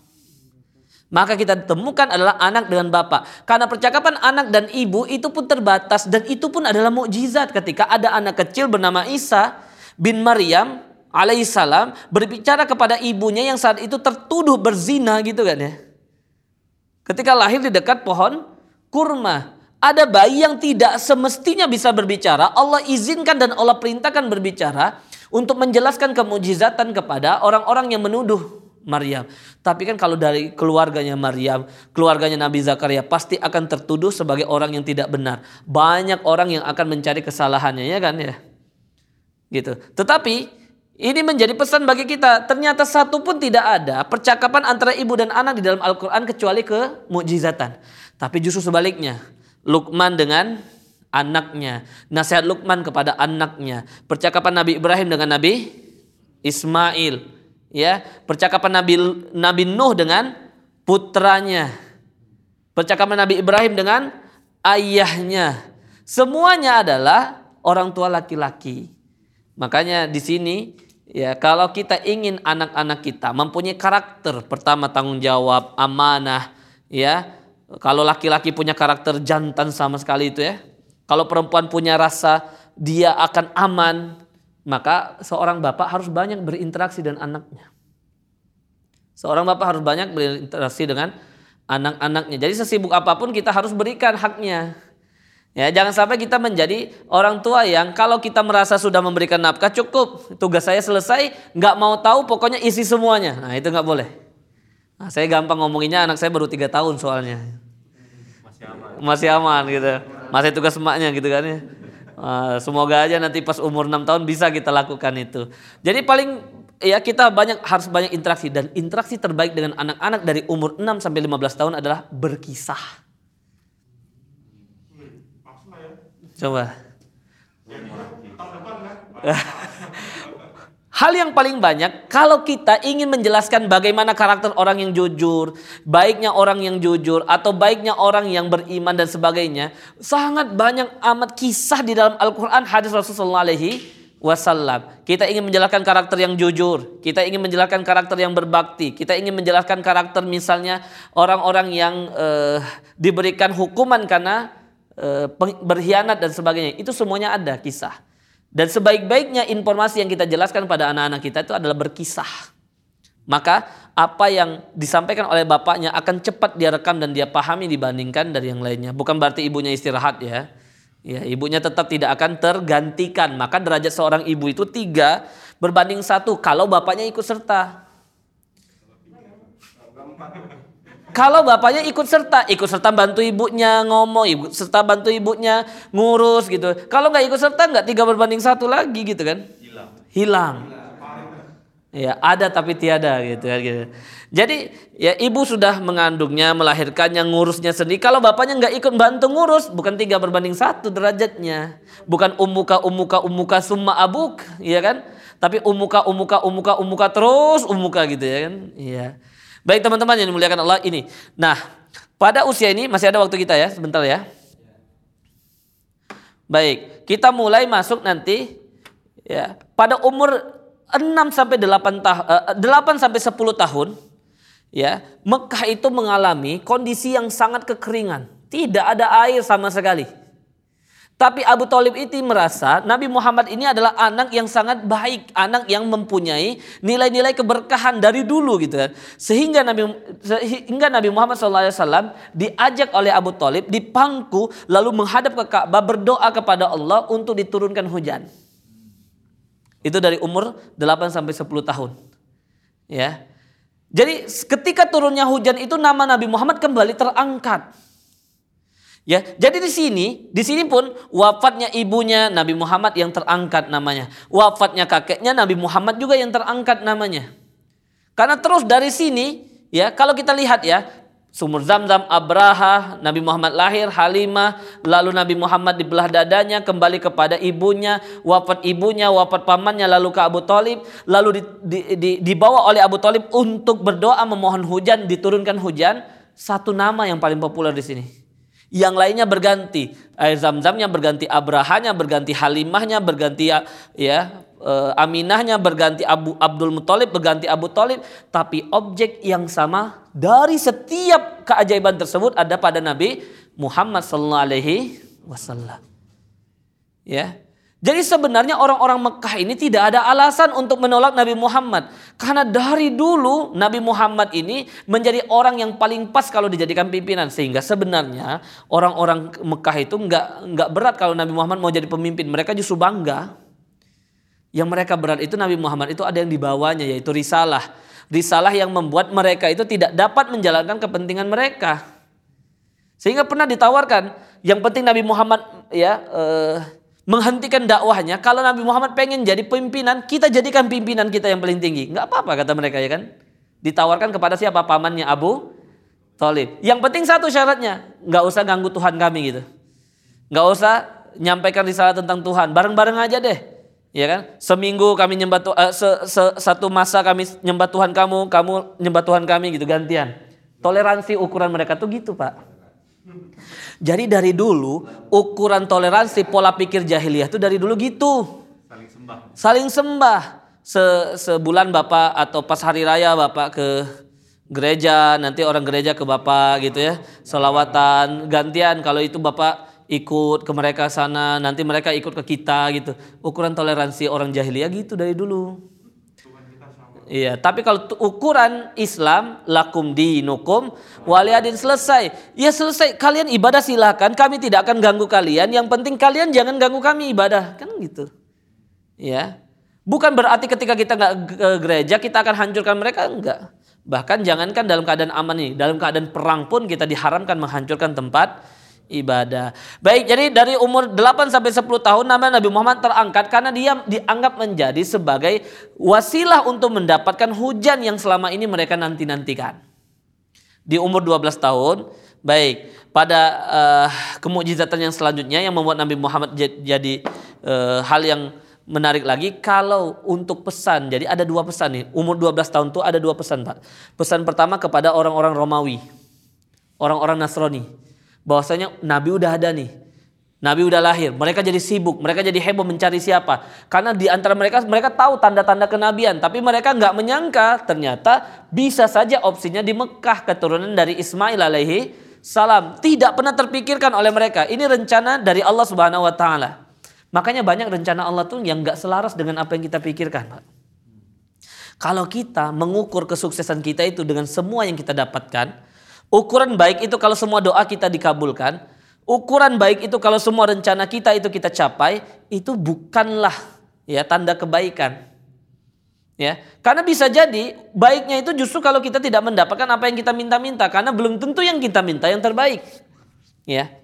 Maka kita temukan adalah anak dengan bapak. Karena percakapan anak dan ibu itu pun terbatas dan itu pun adalah mukjizat ketika ada anak kecil bernama Isa bin Maryam alaihissalam berbicara kepada ibunya yang saat itu tertuduh berzina gitu kan, ya. Ketika lahir di dekat pohon kurma, ada bayi yang tidak semestinya bisa berbicara, Allah izinkan dan Allah perintahkan berbicara untuk menjelaskan kemujizatan kepada orang-orang yang menuduh Maryam. Tapi kan kalau dari keluarganya Maryam, keluarganya Nabi Zakaria pasti akan tertuduh sebagai orang yang tidak benar. Banyak orang yang akan mencari kesalahannya, ya kan, ya. Gitu. Tetapi ini menjadi pesan bagi kita. Ternyata satu pun tidak ada percakapan antara ibu dan anak di dalam Al-Quran kecuali kemukjizatan. Tapi justru sebaliknya, Luqman dengan anaknya, nasihat Luqman kepada anaknya, percakapan Nabi Ibrahim dengan Nabi Ismail, ya, percakapan Nabi Nabi Nuh dengan putranya, percakapan Nabi Ibrahim dengan ayahnya, semuanya adalah orang tua laki-laki. Makanya di sini, ya, kalau kita ingin anak-anak kita mempunyai karakter, pertama tanggung jawab, amanah, ya. Kalau laki-laki punya karakter jantan sama sekali itu, ya. Kalau perempuan punya rasa dia akan aman, maka seorang bapak harus banyak berinteraksi dengan anaknya. Seorang bapak harus banyak berinteraksi dengan anak-anaknya. Jadi sesibuk apapun kita harus berikan haknya. Ya, jangan sampai kita menjadi orang tua yang kalau kita merasa sudah memberikan nafkah cukup, tugas saya selesai, nggak mau tahu pokoknya isi semuanya. Nah, itu nggak boleh. Nah, saya gampang ngomonginnya, anak saya baru tiga tahun soalnya. Masih aman. Masih aman gitu. Masih tugas emaknya gitu kan, ya. Uh, semoga aja nanti pas umur enam tahun bisa kita lakukan itu. Jadi paling, ya, kita banyak harus banyak interaksi, dan interaksi terbaik dengan anak-anak dari umur enam sampai lima belas tahun adalah berkisah. Coba. Hal yang paling banyak kalau kita ingin menjelaskan bagaimana karakter orang yang jujur, baiknya orang yang jujur atau baiknya orang yang beriman dan sebagainya, sangat banyak amat kisah di dalam Al-Quran, hadis Rasulullah Alaihi wasallam. Kita ingin menjelaskan karakter yang jujur, kita ingin menjelaskan karakter yang berbakti, kita ingin menjelaskan karakter misalnya orang-orang yang uh, diberikan hukuman karena uh, berkhianat dan sebagainya. Itu semuanya ada kisah. Dan sebaik-baiknya informasi yang kita jelaskan pada anak-anak kita itu adalah berkisah. Maka apa yang disampaikan oleh bapaknya akan cepat dia rekam dan dia pahami dibandingkan dari yang lainnya. Bukan berarti ibunya istirahat ya. Ya, ibunya tetap tidak akan tergantikan. Maka derajat seorang ibu itu tiga berbanding satu kalau bapaknya ikut serta. Kalau bapaknya ikut serta, ikut serta bantu ibunya ngomong, ikut serta bantu ibunya ngurus gitu. Kalau nggak ikut serta nggak tiga berbanding satu lagi gitu kan? Hilang. Hilang. Ya, ada tapi tiada gitu kan gitu. Jadi ya ibu sudah mengandungnya, melahirkannya, ngurusnya sendiri. Kalau bapaknya nggak ikut bantu ngurus, bukan tiga berbanding satu derajatnya. Bukan umuka umuka umuka summa abuk, ya kan? Tapi umuka umuka umuka umuka terus umuka gitu ya kan? Iya. Baik teman-teman yang dimuliakan Allah ini. Nah, pada usia ini masih ada waktu kita ya, sebentar ya. Baik, kita mulai masuk nanti ya pada umur enam sampai delapan tahun, delapan sampai sepuluh tahun, ya, Mekah itu mengalami kondisi yang sangat kekeringan, tidak ada air sama sekali. Tapi Abu Thalib itu merasa Nabi Muhammad ini adalah anak yang sangat baik, anak yang mempunyai nilai-nilai keberkahan dari dulu gitu kan. Sehingga Nabi sehingga Nabi Muhammad shallallahu alaihi wasallam diajak oleh Abu Thalib dipangku lalu menghadap ke Ka'bah berdoa kepada Allah untuk diturunkan hujan. Itu dari umur delapan sampai sepuluh tahun. Ya. Jadi ketika turunnya hujan itu nama Nabi Muhammad kembali terangkat. Ya, jadi di sini, di sini pun wafatnya ibunya Nabi Muhammad yang terangkat namanya. Wafatnya kakeknya Nabi Muhammad juga yang terangkat namanya. Karena terus dari sini, ya, kalau kita lihat ya, Sumur Zamzam, Abraha, Nabi Muhammad lahir, Halimah, lalu Nabi Muhammad dibelah dadanya, kembali kepada ibunya, wafat ibunya, wafat pamannya, lalu ke Abu Thalib, lalu di, di, di, dibawa oleh Abu Thalib untuk berdoa memohon hujan, diturunkan hujan. Satu nama yang paling populer di sini. Yang lainnya berganti, air Zamzamnya berganti, Abrahanya berganti, Halimahnya berganti, ya. Uh, Aminahnya berganti Abu Abdul Muthalib, berganti Abu Thalib, tapi objek yang sama dari setiap keajaiban tersebut ada pada Nabi Muhammad sallallahu alaihi wasallam. Ya. Jadi sebenarnya orang-orang Mekah ini tidak ada alasan untuk menolak Nabi Muhammad karena dari dulu Nabi Muhammad ini menjadi orang yang paling pas kalau dijadikan pimpinan, sehingga sebenarnya orang-orang Mekah itu enggak enggak berat kalau Nabi Muhammad mau jadi pemimpin, mereka justru bangga. Yang mereka berat itu Nabi Muhammad itu ada yang dibawanya, yaitu risalah. Risalah yang membuat mereka itu tidak dapat menjalankan kepentingan mereka. Sehingga pernah ditawarkan, yang penting Nabi Muhammad ya eh, menghentikan dakwahnya. Kalau Nabi Muhammad pengen jadi pimpinan, kita jadikan pimpinan kita yang paling tinggi. Enggak apa-apa kata mereka ya kan. Ditawarkan kepada siapa? Pamannya Abu Thalib. Yang penting satu syaratnya, enggak usah ganggu Tuhan kami gitu. Enggak usah nyampaikan risalah tentang Tuhan, bareng-bareng aja deh. Ya kan? Seminggu kami nyembah uh, se, se, satu masa kami nyembah Tuhan kamu, kamu nyembah Tuhan kami gitu gantian. Toleransi ukuran mereka tuh gitu, Pak. Jadi dari dulu ukuran toleransi pola pikir jahiliyah tuh dari dulu gitu. Saling sembah. Saling sembah. Se, sebulan Bapak atau pas hari raya Bapak ke gereja, nanti orang gereja ke Bapak gitu ya. Selawatan gantian, kalau itu Bapak ikut ke mereka sana, nanti mereka ikut ke kita gitu. Ukuran toleransi orang jahiliyah gitu dari dulu. Iya, tapi kalau ukuran Islam lakum dinukum waliyadin, selesai. Ya selesai, kalian ibadah silakan, kami tidak akan ganggu kalian. Yang penting kalian jangan ganggu kami ibadah, kan gitu. Ya. Bukan berarti ketika kita nggak ke gereja kita akan hancurkan mereka, enggak. Bahkan jangankan dalam keadaan aman nih, dalam keadaan perang pun kita diharamkan menghancurkan tempat ibadah. Baik, jadi dari umur delapan sampai sepuluh tahun nama Nabi Muhammad terangkat karena dia dianggap menjadi sebagai wasilah untuk mendapatkan hujan yang selama ini mereka nanti-nantikan. Di umur dua belas tahun, baik, pada uh, kemukjizatan yang selanjutnya yang membuat Nabi Muhammad jadi uh, hal yang menarik lagi, kalau untuk pesan, jadi ada dua pesan nih. Umur dua belas tahun itu ada dua pesan, Pak. Pesan pertama kepada orang-orang Romawi, orang-orang Nasrani, bahwasanya Nabi udah ada nih. Nabi udah lahir, mereka jadi sibuk, mereka jadi heboh mencari siapa. Karena di antara mereka, mereka tahu tanda-tanda kenabian, tapi mereka nggak menyangka ternyata bisa saja opsinya di Mekah, keturunan dari Ismail alaihi salam. Tidak pernah terpikirkan oleh mereka. Ini rencana dari Allah Subhanahu Wa Taala. Makanya banyak rencana Allah tuh yang nggak selaras dengan apa yang kita pikirkan, Pak. Kalau kita mengukur kesuksesan kita itu dengan semua yang kita dapatkan, ukuran baik itu kalau semua doa kita dikabulkan, ukuran baik itu kalau semua rencana kita itu kita capai, itu bukanlah ya tanda kebaikan. Ya, karena bisa jadi baiknya itu justru kalau kita tidak mendapatkan apa yang kita minta-minta, karena belum tentu yang kita minta yang terbaik. Ya.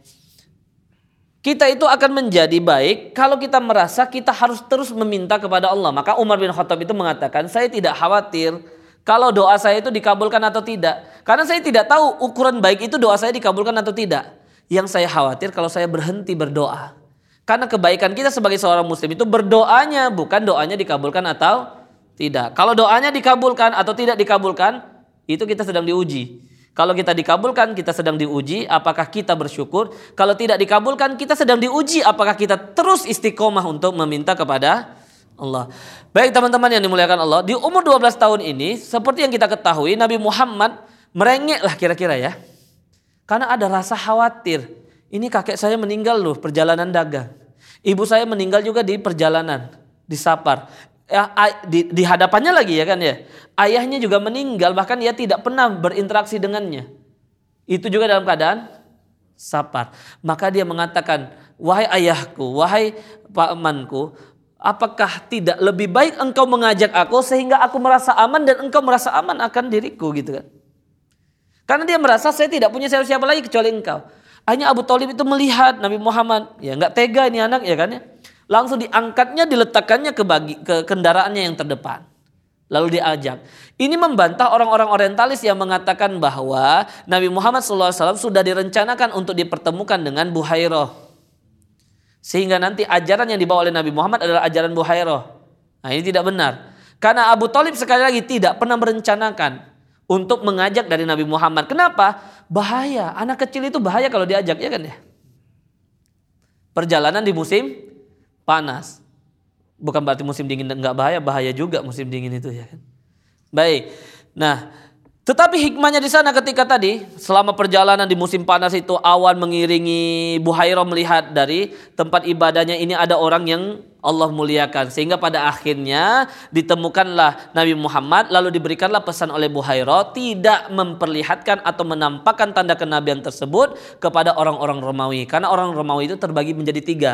Kita itu akan menjadi baik kalau kita merasa kita harus terus meminta kepada Allah. Maka Umar bin Khattab itu mengatakan, saya tidak khawatir kalau doa saya itu dikabulkan atau tidak. Karena saya tidak tahu ukuran baik itu doa saya dikabulkan atau tidak. Yang saya khawatir kalau saya berhenti berdoa. Karena kebaikan kita sebagai seorang muslim itu berdoanya, bukan doanya dikabulkan atau tidak. Kalau doanya dikabulkan atau tidak dikabulkan, itu kita sedang diuji. Kalau kita dikabulkan, kita sedang diuji, apakah kita bersyukur. Kalau tidak dikabulkan, kita sedang diuji, apakah kita terus istiqomah untuk meminta kepada Allah. Baik teman-teman yang dimuliakan Allah, di umur dua belas tahun ini, seperti yang kita ketahui, Nabi Muhammad merengek lah kira-kira ya. Karena ada rasa khawatir. Ini kakek saya meninggal loh perjalanan dagang. Ibu saya meninggal juga di perjalanan, di safar. Ya, di, di hadapannya lagi ya kan ya. Ayahnya juga meninggal, bahkan ia tidak pernah berinteraksi dengannya. Itu juga dalam keadaan safar. Maka dia mengatakan, wahai ayahku, wahai pamanku, apakah tidak lebih baik engkau mengajak aku sehingga aku merasa aman dan engkau merasa aman akan diriku gitu kan. Karena dia merasa saya tidak punya siapa-siapa lagi kecuali engkau. Akhirnya Abu Thalib itu melihat Nabi Muhammad, ya nggak tega ini anak ya kan ya. Langsung diangkatnya, diletakkannya ke, bagi, ke kendaraannya yang terdepan. Lalu diajak. Ini membantah orang-orang orientalis yang mengatakan bahwa Nabi Muhammad shallallahu alaihi wasallam sudah direncanakan untuk dipertemukan dengan Buhairah. Sehingga nanti ajaran yang dibawa oleh Nabi Muhammad adalah ajaran Buhairah. Nah ini tidak benar. Karena Abu Thalib sekali lagi tidak pernah merencanakan untuk mengajak dari Nabi Muhammad. Kenapa? Bahaya. Anak kecil itu bahaya kalau diajak ya kan ya. Perjalanan di musim panas. Bukan berarti musim dingin enggak bahaya, bahaya juga musim dingin itu ya kan. Baik. Nah, tetapi hikmahnya di sana ketika tadi selama perjalanan di musim panas itu awan mengiringi Buhairah melihat dari tempat ibadahnya ini ada orang yang Allah muliakan, sehingga pada akhirnya ditemukanlah Nabi Muhammad, lalu diberikanlah pesan oleh Buhairah tidak memperlihatkan atau menampakkan tanda kenabian tersebut kepada orang-orang Romawi, karena orang Romawi itu terbagi menjadi tiga.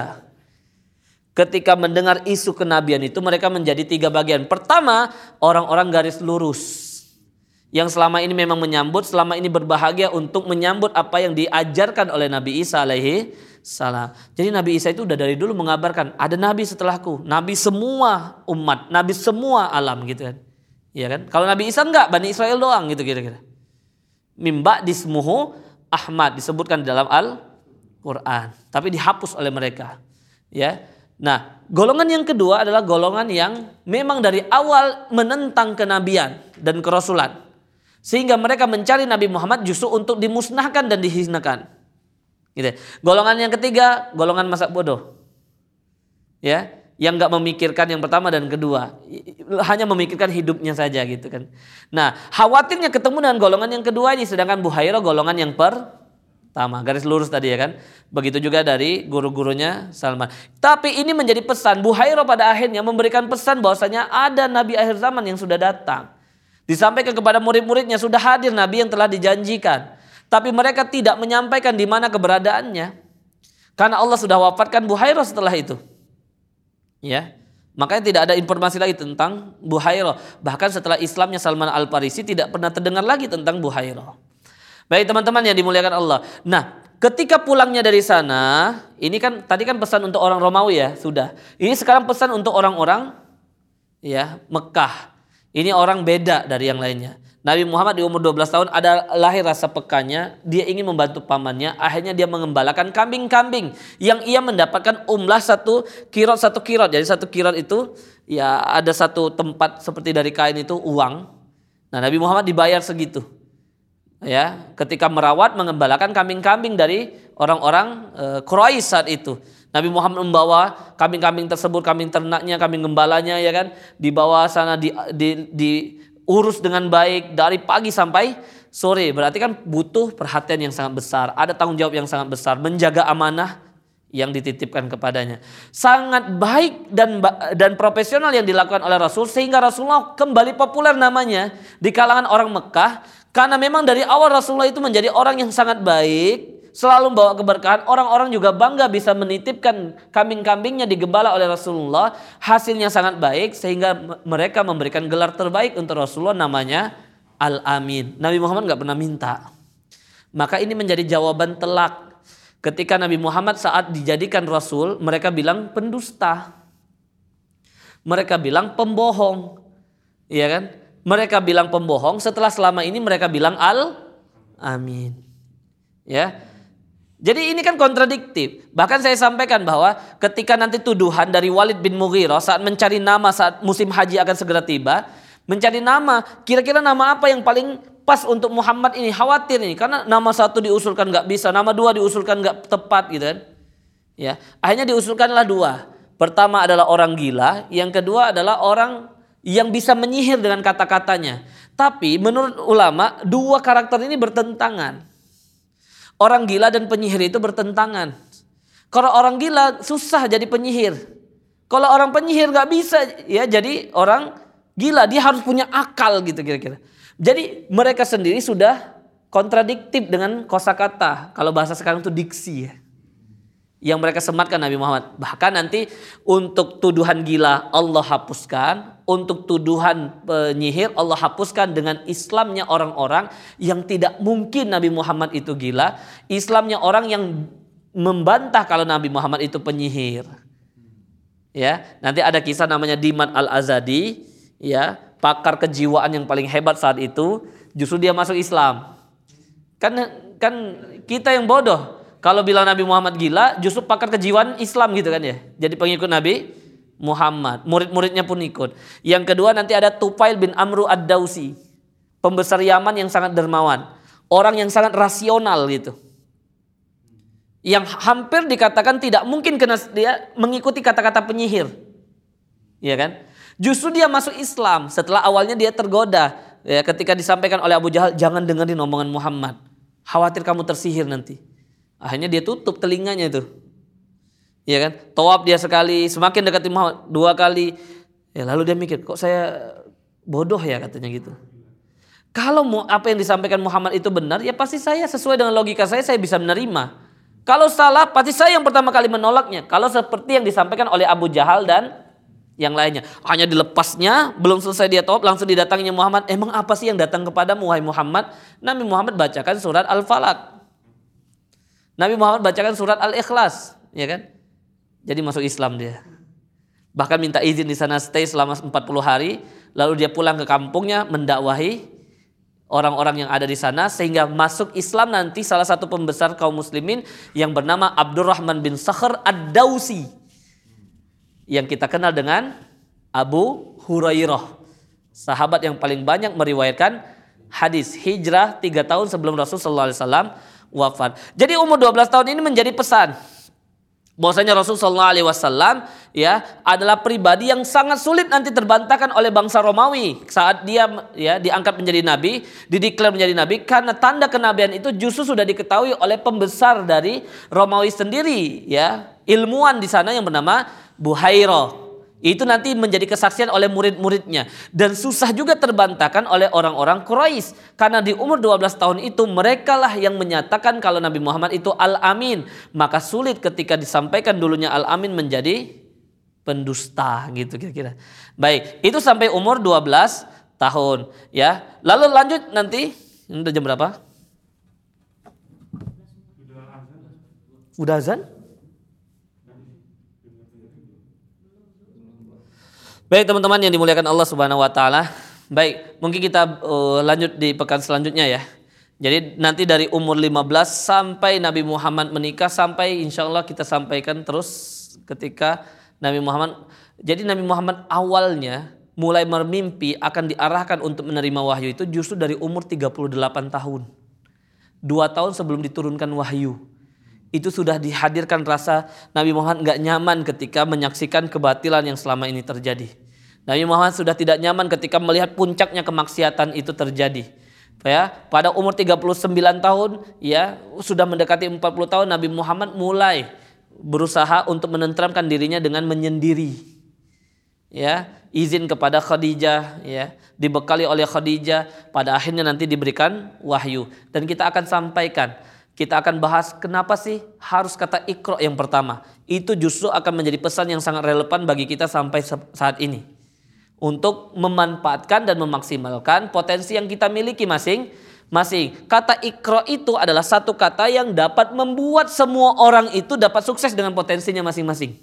Ketika mendengar isu kenabian itu mereka menjadi tiga bagian. Pertama, orang-orang garis lurus yang selama ini memang menyambut, selama ini berbahagia untuk menyambut apa yang diajarkan oleh Nabi Isa alaihi salam. Jadi Nabi Isa itu udah dari dulu mengabarkan ada nabi setelahku, nabi semua umat, nabi semua alam gitu kan. Iya kan? Kalau Nabi Isa enggak, Bani Israel doang gitu kira-kira. Mimba dismuhu Ahmad disebutkan di dalam Al-Qur'an, tapi dihapus oleh mereka. Ya. Nah, golongan yang kedua adalah golongan yang memang dari awal menentang kenabian dan kerasulan. Sehingga mereka mencari Nabi Muhammad justru untuk dimusnahkan dan dihinakan. Gitu. Golongan yang ketiga, golongan masa bodoh. Ya, yang enggak memikirkan yang pertama dan kedua, hanya memikirkan hidupnya saja gitu kan. Nah, khawatirnya ketemu dengan golongan yang kedua ini, sedangkan Buhairah golongan yang pertama, garis lurus tadi ya kan. Begitu juga dari guru-gurunya Salman. Tapi ini menjadi pesan. Buhairah pada akhirnya memberikan pesan bahwasanya ada nabi akhir zaman yang sudah datang. Disampaikan kepada murid-muridnya, sudah hadir nabi yang telah dijanjikan. Tapi mereka tidak menyampaikan di mana keberadaannya. Karena Allah sudah wafatkan Buhairah setelah itu. Ya. Makanya tidak ada informasi lagi tentang Buhairah. Bahkan setelah Islamnya Salman Al-Farisi tidak pernah terdengar lagi tentang Buhairah. Baik teman-teman yang dimuliakan Allah. Nah, ketika pulangnya dari sana, ini kan tadi kan pesan untuk orang Romawi ya, sudah. Ini sekarang pesan untuk orang-orang ya Mekah. Ini orang beda dari yang lainnya. Nabi Muhammad di umur dua belas tahun ada lahir rasa pekanya, dia ingin membantu pamannya, akhirnya dia mengembalakan kambing-kambing yang ia mendapatkan umlah satu kirot satu kirot. Jadi satu kirot itu ya ada satu tempat seperti dari kain itu uang. Nah, Nabi Muhammad dibayar segitu. ya, ketika merawat mengembalakan kambing-kambing dari orang-orang e, Quraisy saat itu. Nabi Muhammad membawa kambing-kambing tersebut, kambing ternaknya, kambing gembalanya, ya kan, dibawa sana di, di, diurus dengan baik dari pagi sampai sore. Berarti kan butuh perhatian yang sangat besar, ada tanggung jawab yang sangat besar, menjaga amanah yang dititipkan kepadanya. Sangat baik dan dan profesional yang dilakukan oleh Rasul, sehingga Rasulullah kembali populer namanya di kalangan orang Mekah, karena memang dari awal Rasulullah itu menjadi orang yang sangat baik, selalu membawa keberkahan. Orang-orang juga bangga bisa menitipkan kambing-kambingnya digembala oleh Rasulullah. Hasilnya sangat baik sehingga mereka memberikan gelar terbaik untuk Rasulullah, namanya Al-Amin. Nabi Muhammad gak pernah minta. Maka ini menjadi jawaban telak. Ketika Nabi Muhammad saat dijadikan Rasul, mereka bilang pendusta. Mereka bilang pembohong. Iya kan? Mereka bilang pembohong setelah selama ini mereka bilang Al-Amin. Ya. Jadi ini kan kontradiktif. Bahkan saya sampaikan bahwa ketika nanti tuduhan dari Walid bin Mughirah saat mencari nama saat musim haji akan segera tiba, mencari nama, kira-kira nama apa yang paling pas untuk Muhammad ini, khawatir ini, karena nama satu diusulkan nggak bisa, nama dua diusulkan nggak tepat gitu kan. Ya, akhirnya diusulkanlah dua. Pertama adalah orang gila, yang kedua adalah orang yang bisa menyihir dengan kata-katanya. Tapi menurut ulama, dua karakter ini bertentangan. Orang gila dan penyihir itu bertentangan. Kalau orang gila susah jadi penyihir. Kalau orang penyihir nggak bisa ya jadi orang gila, dia harus punya akal gitu kira-kira. Jadi mereka sendiri sudah kontradiktif dengan kosakata. Kalau bahasa sekarang itu diksi ya. Yang mereka sematkan Nabi Muhammad. Bahkan nanti untuk tuduhan gila Allah hapuskan. Untuk tuduhan penyihir Allah hapuskan dengan Islamnya orang-orang yang tidak mungkin Nabi Muhammad itu gila. Islamnya orang yang membantah kalau Nabi Muhammad itu penyihir. Ya, nanti ada kisah namanya Dimat Al-Azadi, ya, pakar kejiwaan yang paling hebat saat itu, justru dia masuk Islam. Kan kan kita yang bodoh kalau bilang Nabi Muhammad gila, justru pakar kejiwaan Islam gitu kan ya. Jadi pengikut Nabi Muhammad, murid-muridnya pun ikut. Yang kedua nanti ada Tufail bin Amru Ad-Dausi, pembesar Yaman yang sangat dermawan, orang yang sangat rasional gitu. Yang hampir dikatakan tidak mungkin kena dia mengikuti kata-kata penyihir. Iya kan? Justru dia masuk Islam setelah awalnya dia tergoda ya, ketika disampaikan oleh Abu Jahal, jangan dengerin omongan Muhammad, khawatir kamu tersihir nanti. Akhirnya dia tutup telinganya itu. Iya kan? Tawaf dia sekali, semakin dekati Muhammad dua kali. Ya, lalu dia mikir, kok saya bodoh ya katanya gitu. Kalau apa yang disampaikan Muhammad itu benar, ya pasti saya sesuai dengan logika saya, saya bisa menerima. Kalau salah, pasti saya yang pertama kali menolaknya. Kalau seperti yang disampaikan oleh Abu Jahal dan yang lainnya, hanya dilepasnya, belum selesai dia tawaf, langsung didatanginya Muhammad. Emang apa sih yang datang kepadamu wahai Muhammad? Nabi Muhammad bacakan surat Al-Falaq. Nabi Muhammad bacakan surat Al-Ikhlas, ya kan? Jadi masuk Islam dia. Bahkan minta izin di sana stay selama empat puluh hari, lalu dia pulang ke kampungnya mendakwahi orang-orang yang ada di sana, sehingga masuk Islam nanti salah satu pembesar kaum muslimin yang bernama Abdurrahman bin Sakhr Ad-Dausi, yang kita kenal dengan Abu Hurairah, sahabat yang paling banyak meriwayatkan hadis, hijrah tiga tahun sebelum Rasul sallallahu alaihi wasallam wafat. Jadi umur dua belas tahun ini menjadi pesan bahwasanya Rasul sallallahu alaihi wasallam ya adalah pribadi yang sangat sulit nanti terbantahkan oleh bangsa Romawi saat dia ya diangkat menjadi nabi, dideklar menjadi nabi, karena tanda kenabian itu justru sudah diketahui oleh pembesar dari Romawi sendiri ya, ilmuwan di sana yang bernama Buhairah. Itu nanti menjadi kesaksian oleh murid-muridnya, dan susah juga terbantahkan oleh orang-orang Quraisy, karena di umur dua belas tahun itu merekalah yang menyatakan kalau Nabi Muhammad itu Al-Amin. Maka sulit ketika disampaikan dulunya Al-Amin menjadi pendusta gitu kira-kira. Baik, itu sampai umur dua belas tahun ya. Lalu lanjut nanti, ini udah jam berapa? Udah azan? Baik teman-teman yang dimuliakan Allah Subhanahu wa taala. Baik, mungkin kita uh, lanjut di pekan selanjutnya ya. Jadi nanti dari umur lima belas sampai Nabi Muhammad menikah, sampai insya Allah kita sampaikan terus ketika Nabi Muhammad. Jadi Nabi Muhammad awalnya mulai bermimpi akan diarahkan untuk menerima wahyu itu justru dari umur tiga puluh delapan tahun. dua tahun sebelum diturunkan wahyu. Itu sudah dihadirkan rasa Nabi Muhammad gak nyaman ketika menyaksikan kebatilan yang selama ini terjadi. Nabi Muhammad sudah tidak nyaman ketika melihat puncaknya kemaksiatan itu terjadi. Ya, pada umur tiga puluh sembilan tahun, ya, sudah mendekati empat puluh tahun, Nabi Muhammad mulai berusaha untuk menenteramkan dirinya dengan menyendiri. Ya, izin kepada Khadijah, ya, dibekali oleh Khadijah, pada akhirnya nanti diberikan wahyu. Dan kita akan sampaikan, kita akan bahas kenapa sih harus kata Iqra yang pertama. Itu justru akan menjadi pesan yang sangat relevan bagi kita sampai saat ini. Untuk memanfaatkan dan memaksimalkan potensi yang kita miliki masing-masing. Kata Iqra itu adalah satu kata yang dapat membuat semua orang itu dapat sukses dengan potensinya masing-masing.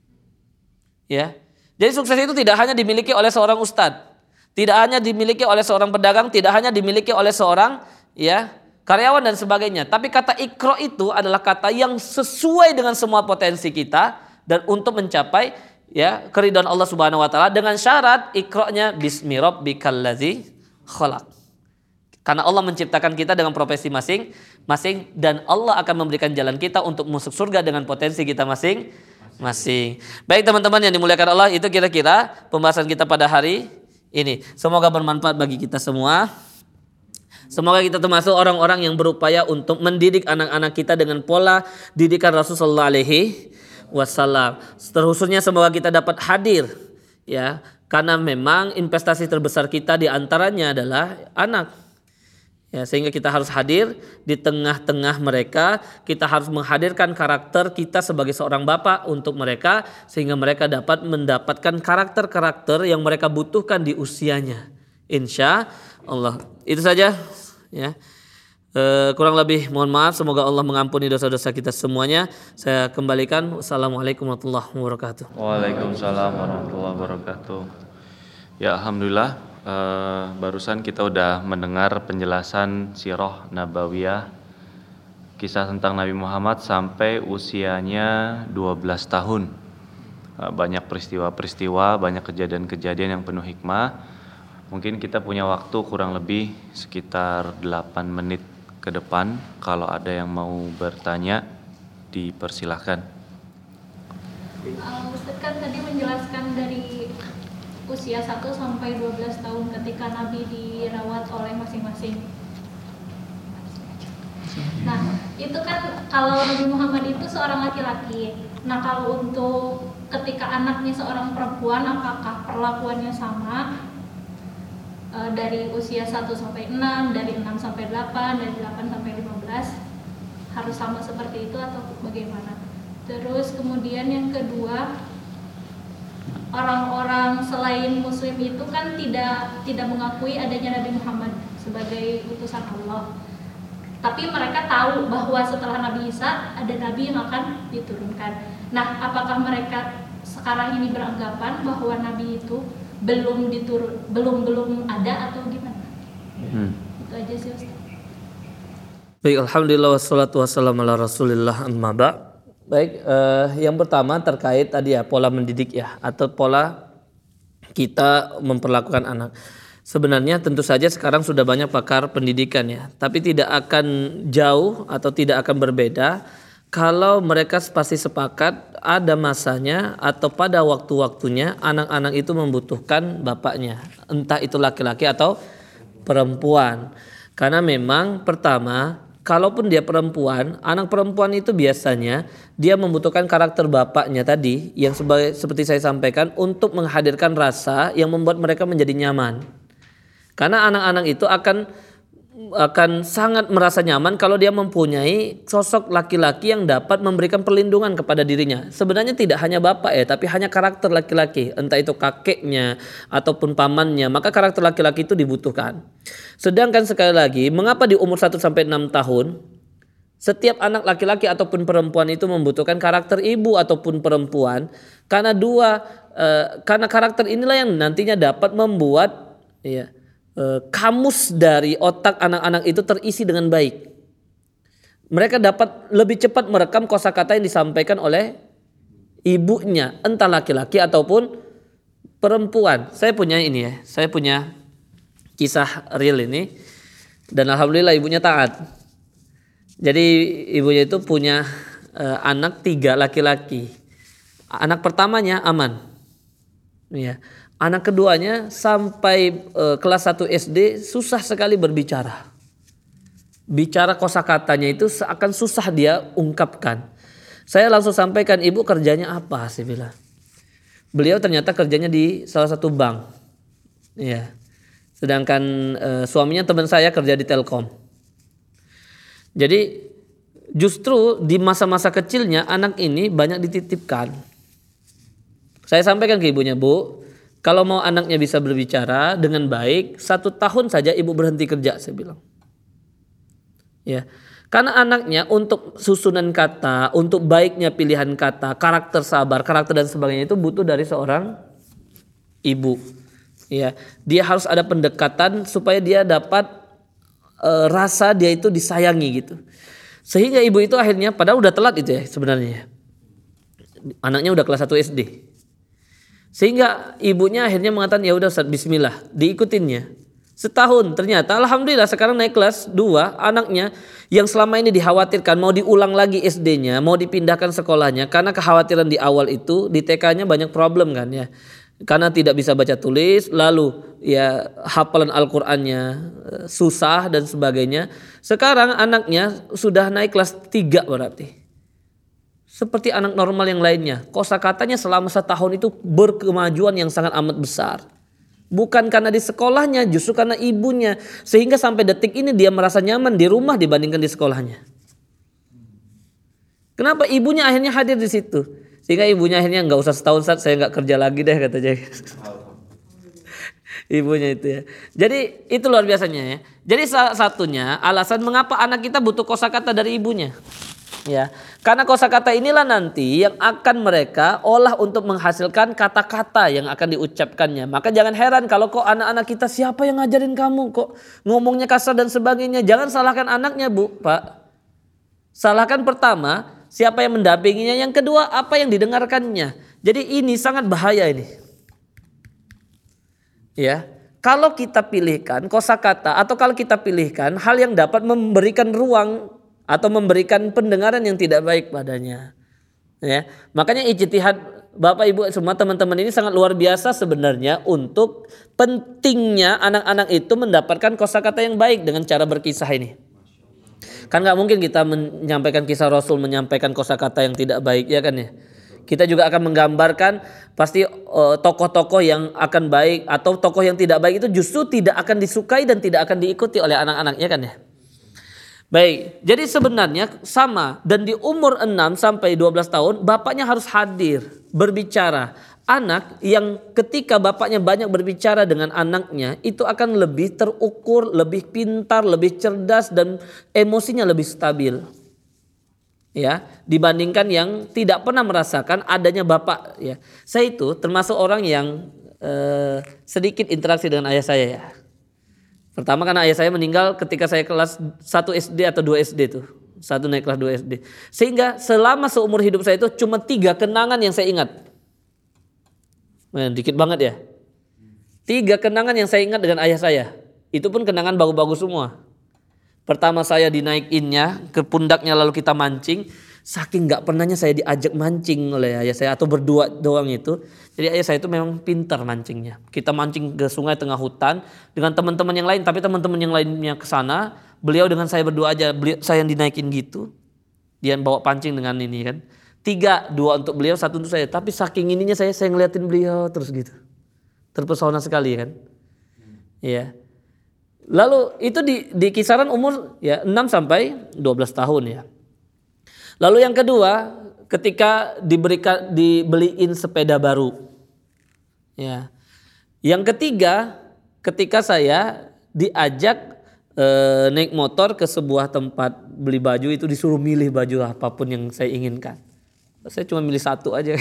Ya. Jadi sukses itu tidak hanya dimiliki oleh seorang ustadz, tidak hanya dimiliki oleh seorang pedagang, tidak hanya dimiliki oleh seorang ya karyawan dan sebagainya. Tapi kata Iqra itu adalah kata yang sesuai dengan semua potensi kita dan untuk mencapai ya keridhaan Allah Subhanahu wa taala dengan syarat Iqra-nya bismi rabbikal ladzi khalaq. Karena Allah menciptakan kita dengan profesi masing-masing dan Allah akan memberikan jalan kita untuk masuk surga dengan potensi kita masing-masing. Baik teman-teman yang dimuliakan Allah, itu kira-kira pembahasan kita pada hari ini. Semoga bermanfaat bagi kita semua. Semoga kita termasuk orang-orang yang berupaya untuk mendidik anak-anak kita dengan pola didikan Rasulullah alaihi wasallam. Terkhususnya semoga kita dapat hadir ya, karena memang investasi terbesar kita di antaranya adalah anak. Ya, sehingga kita harus hadir di tengah-tengah mereka, kita harus menghadirkan karakter kita sebagai seorang bapak untuk mereka sehingga mereka dapat mendapatkan karakter-karakter yang mereka butuhkan di usianya. Insya Allah. Itu saja ya. E, kurang lebih mohon maaf, semoga Allah mengampuni dosa-dosa kita semuanya. Saya kembalikan. Wassalamualaikum warahmatullahi wabarakatuh. Waalaikumsalam warahmatullahi wabarakatuh. Ya, alhamdulillah. Uh, barusan kita udah mendengar penjelasan sirah nabawiyah, kisah tentang Nabi Muhammad sampai usianya dua belas tahun. Uh, banyak peristiwa-peristiwa, banyak kejadian-kejadian yang penuh hikmah. Mungkin kita punya waktu kurang lebih sekitar delapan menit ke depan. Kalau ada yang mau bertanya, dipersilahkan. Uh, Ustaz kan tadi menjelaskan dari usia satu sampai dua belas tahun ketika Nabi dirawat oleh masing-masing. Nah, itu kan kalau Nabi Muhammad itu seorang laki-laki. Nah, kalau untuk ketika anaknya seorang perempuan, apakah perlakuannya sama e, dari usia satu sampai enam, dari enam sampai delapan, dari delapan sampai lima belas? Harus sama seperti itu atau bagaimana? Terus kemudian yang kedua, orang-orang selain muslim itu kan tidak tidak mengakui adanya Nabi Muhammad sebagai utusan Allah. Tapi mereka tahu bahwa setelah Nabi Isa ada nabi yang akan diturunkan. Nah, apakah mereka sekarang ini beranggapan bahwa nabi itu belum diturun belum belum ada atau gimana? Hmm. Itu aja sih Ustaz. Baik, alhamdulillah wassalatu wassalamu ala Rasulillah amma ba'd. Baik, eh, yang pertama terkait tadi ya pola mendidik ya atau pola kita memperlakukan anak. Sebenarnya tentu saja sekarang sudah banyak pakar pendidikan ya, tapi tidak akan jauh atau tidak akan berbeda kalau mereka pasti sepakat ada masanya atau pada waktu-waktunya anak-anak itu membutuhkan bapaknya, entah itu laki-laki atau perempuan. Karena memang pertama, kalaupun dia perempuan, anak perempuan itu biasanya dia membutuhkan karakter bapaknya tadi yang sebagai, seperti saya sampaikan untuk menghadirkan rasa yang membuat mereka menjadi nyaman. Karena anak-anak itu akan akan sangat merasa nyaman kalau dia mempunyai sosok laki-laki yang dapat memberikan perlindungan kepada dirinya. Sebenarnya tidak hanya bapak ya, tapi hanya karakter laki-laki, entah itu kakeknya ataupun pamannya, maka karakter laki-laki itu dibutuhkan. Sedangkan sekali lagi, mengapa di umur satu sampai enam tahun setiap anak laki-laki ataupun perempuan itu membutuhkan karakter ibu ataupun perempuan? Karena dua eh, karena karakter inilah yang nantinya dapat membuat ya kamus dari otak anak-anak itu terisi dengan baik. Mereka dapat lebih cepat merekam kosakata yang disampaikan oleh ibunya, entah laki-laki ataupun perempuan. Saya punya ini ya, saya punya kisah real ini dan alhamdulillah ibunya taat. Jadi ibunya itu punya uh, anak tiga laki-laki. Anak pertamanya aman. Ya. Anak keduanya sampai uh, kelas satu S D susah sekali berbicara. Bicara kosakatanya itu akan susah dia ungkapkan. Saya langsung sampaikan, ibu kerjanya apa? Saya bilang. Beliau ternyata kerjanya di salah satu bank. Ya. Sedangkan e, suaminya teman saya kerja di Telkom. Jadi justru di masa-masa kecilnya anak ini banyak dititipkan. Saya sampaikan ke ibunya, Bu, kalau mau anaknya bisa berbicara dengan baik, satu tahun saja ibu berhenti kerja, saya bilang. Ya. Karena anaknya untuk susunan kata, untuk baiknya pilihan kata, karakter sabar, karakter dan sebagainya itu butuh dari seorang ibu. Ya, dia harus ada pendekatan supaya dia dapat e, rasa dia itu disayangi gitu. Sehingga ibu itu akhirnya, padahal udah telat itu ya sebenarnya. Anaknya udah kelas satu S D. Sehingga ibunya akhirnya mengatakan ya udah bismillah, diikutinnya. Setahun ternyata alhamdulillah sekarang naik kelas dua, anaknya yang selama ini dikhawatirkan mau diulang lagi S D-nya, mau dipindahkan sekolahnya karena kekhawatiran di awal itu di T K-nya banyak problem kan ya. Karena tidak bisa baca tulis, lalu ya hafalan Al-Qur'annya susah dan sebagainya. Sekarang anaknya sudah naik kelas tiga berarti. Seperti anak normal yang lainnya. Kosakatanya selama setahun itu berkemajuan yang sangat amat besar. Bukan karena di sekolahnya, justru karena ibunya. Sehingga sampai detik ini dia merasa nyaman di rumah dibandingkan di sekolahnya. Kenapa? Ibunya akhirnya hadir di situ. Sehingga ibunya akhirnya nggak usah setahun saat saya nggak kerja lagi deh katanya. Ibunya itu ya. Jadi itu luar biasanya ya. Jadi salah satunya alasan mengapa anak kita butuh kosakata dari ibunya. Ya, karena kosakata inilah nanti yang akan mereka olah untuk menghasilkan kata-kata yang akan diucapkannya. Maka jangan heran kalau kok anak-anak kita siapa yang ngajarin kamu kok ngomongnya kasar dan sebagainya. Jangan salahkan anaknya, Bu, Pak. Salahkan pertama siapa yang mendampinginya, yang kedua apa yang didengarkannya. Jadi ini sangat bahaya ini. Ya, kalau kita pilihkan kosakata atau kalau kita pilihkan hal yang dapat memberikan ruang atau memberikan pendengaran yang tidak baik padanya. Ya, makanya ijtihad Bapak Ibu semua teman-teman ini sangat luar biasa sebenarnya untuk pentingnya anak-anak itu mendapatkan kosakata yang baik dengan cara berkisah ini. Kan nggak mungkin kita menyampaikan kisah Rasul menyampaikan kosakata yang tidak baik ya kan ya. Kita juga akan menggambarkan pasti uh, tokoh-tokoh yang akan baik atau tokoh yang tidak baik itu justru tidak akan disukai dan tidak akan diikuti oleh anak-anak ya kan ya. Baik, jadi sebenarnya sama dan di umur enam sampai dua belas tahun bapaknya harus hadir, berbicara. Anak yang ketika bapaknya banyak berbicara dengan anaknya itu akan lebih terukur, lebih pintar, lebih cerdas dan emosinya lebih stabil. Ya, dibandingkan yang tidak pernah merasakan adanya bapak ya. Saya itu termasuk orang yang eh, sedikit interaksi dengan ayah saya ya. Pertama karena ayah saya meninggal ketika saya kelas satu S D atau dua S D tuh. Satu naik kelas dua S D. Sehingga selama seumur hidup saya itu cuma tiga kenangan yang saya ingat. Nah, dikit banget ya. Tiga kenangan yang saya ingat dengan ayah saya. Itu pun kenangan bagus-bagus semua. Pertama saya dinaikinnya ke pundaknya lalu kita mancing. Saking gak pernahnya saya diajak mancing oleh ayah saya atau berdua doang itu. Jadi ayah saya itu memang pintar mancingnya. Kita mancing ke sungai tengah hutan dengan teman-teman yang lain. Tapi teman-teman yang lainnya ke sana. Beliau dengan saya berdua aja. Beliau, saya yang dinaikin gitu. Dia bawa pancing dengan ini kan. Tiga, dua untuk beliau, satu untuk saya. Tapi saking ininya saya saya ngeliatin beliau terus gitu. Terpesona sekali kan. Iya. Lalu itu di, di kisaran umur ya enam sampai dua belas tahun ya. Lalu yang kedua, ketika diberikan dibeliin sepeda baru. Ya. Yang ketiga, ketika saya diajak e, naik motor ke sebuah tempat beli baju itu disuruh milih baju apapun yang saya inginkan. Saya cuma milih satu aja.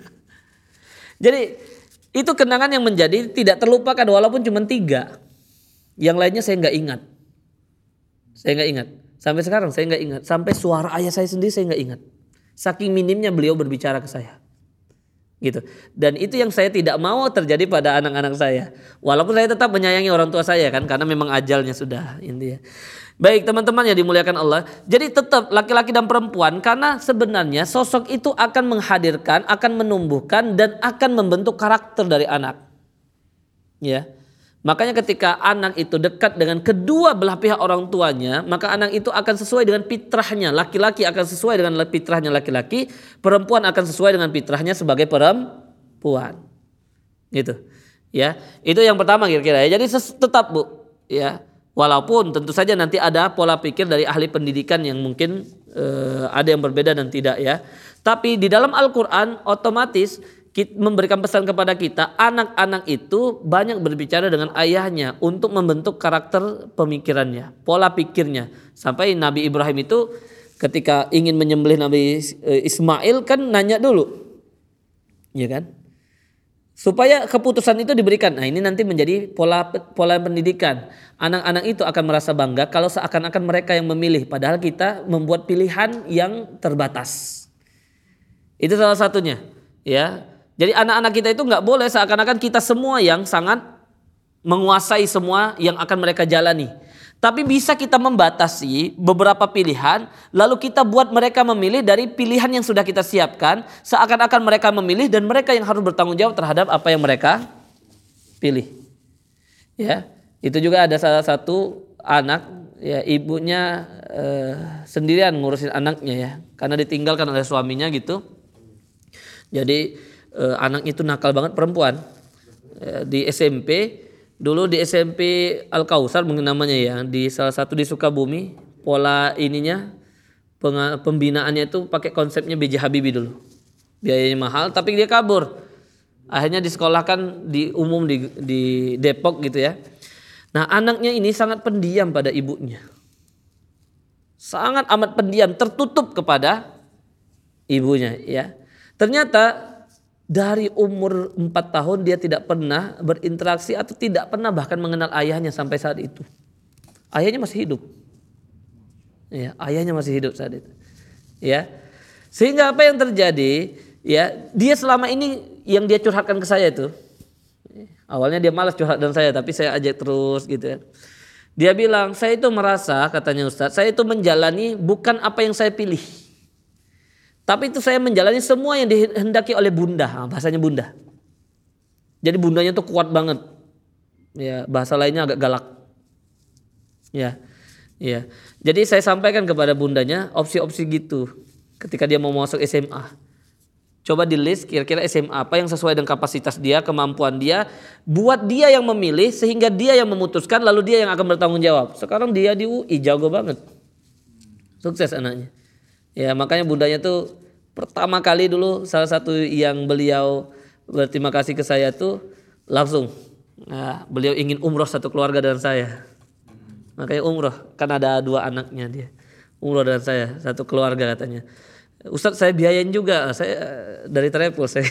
Jadi itu kenangan yang menjadi tidak terlupakan walaupun cuma tiga. Yang lainnya saya nggak ingat. Saya nggak ingat. Sampai sekarang saya nggak ingat. Sampai suara ayah saya sendiri saya nggak ingat. Saking minimnya beliau berbicara ke saya. gitu. Dan itu yang saya tidak mau terjadi pada anak-anak saya. Walaupun saya tetap menyayangi orang tua saya kan, karena memang ajalnya sudah intinya. Baik teman-teman yang dimuliakan Allah. Jadi tetap laki-laki dan perempuan, karena sebenarnya sosok itu akan menghadirkan, akan menumbuhkan dan akan membentuk karakter dari anak. Ya. Makanya ketika anak itu dekat dengan kedua belah pihak orang tuanya, maka anak itu akan sesuai dengan fitrahnya. Laki-laki akan sesuai dengan fitrahnya laki-laki, perempuan akan sesuai dengan fitrahnya sebagai perempuan. Gitu. Ya, itu yang pertama kira-kira ya. Jadi tetap Bu, ya. Walaupun tentu saja nanti ada pola pikir dari ahli pendidikan yang mungkin eh, ada yang berbeda dan tidak ya. Tapi di dalam Al-Qur'an otomatis memberikan pesan kepada kita, anak-anak itu banyak berbicara dengan ayahnya untuk membentuk karakter pemikirannya, pola pikirnya. Sampai Nabi Ibrahim itu ketika ingin menyembelih Nabi Ismail kan nanya dulu, ya kan? Supaya keputusan itu diberikan. Nah ini nanti menjadi pola pola pendidikan. Anak-anak itu akan merasa bangga kalau seakan-akan mereka yang memilih, padahal kita membuat pilihan yang terbatas. Itu salah satunya, ya. Jadi anak-anak kita itu nggak boleh seakan-akan kita semua yang sangat menguasai semua yang akan mereka jalani. Tapi bisa kita membatasi beberapa pilihan, lalu kita buat mereka memilih dari pilihan yang sudah kita siapkan, seakan-akan mereka memilih dan mereka yang harus bertanggung jawab terhadap apa yang mereka pilih. Ya, itu juga ada salah satu anak, ya ibunya eh, sendirian ngurusin anaknya ya, karena ditinggalkan oleh suaminya gitu. Jadi Uh, anak itu nakal banget perempuan uh, di S M P dulu di S M P Al Kausar mungkin namanya ya, di salah satu di Sukabumi. Pola ininya peng- pembinaannya itu pakai konsepnya B J Habibie dulu, biayanya mahal tapi dia kabur, akhirnya disekolahkan di umum di, di Depok gitu ya. Nah anaknya ini sangat pendiam pada ibunya, sangat amat pendiam, tertutup kepada ibunya ya. Ternyata dari umur empat tahun dia tidak pernah berinteraksi atau tidak pernah bahkan mengenal ayahnya sampai saat itu. Ayahnya masih hidup. Ya, ayahnya masih hidup saat itu. Ya. Sehingga apa yang terjadi? Ya, dia selama ini yang dia curhatkan ke saya itu. Awalnya dia malas curhat dengan saya, tapi saya ajak terus gitu ya. Dia bilang, "Saya itu merasa," katanya Ustadz, "saya itu menjalani bukan apa yang saya pilih. Tapi itu saya menjalani semua yang dihendaki oleh bunda," bahasanya bunda. Jadi bundanya tuh kuat banget. Ya, bahasa lainnya agak galak. Ya. Ya. Jadi saya sampaikan kepada bundanya opsi-opsi gitu ketika dia mau masuk S M A. Coba di list kira-kira S M A apa yang sesuai dengan kapasitas dia, kemampuan dia, buat dia yang memilih sehingga dia yang memutuskan lalu dia yang akan bertanggung jawab. Sekarang dia di U I jago banget. Sukses anaknya. Ya makanya bundanya tuh pertama kali dulu salah satu yang beliau berterima kasih ke saya tuh langsung nah, beliau ingin umroh satu keluarga dengan saya. Makanya umroh, kan ada dua anaknya dia. Umroh dengan saya satu keluarga katanya. Ustadz saya biayain juga, saya dari travel saya.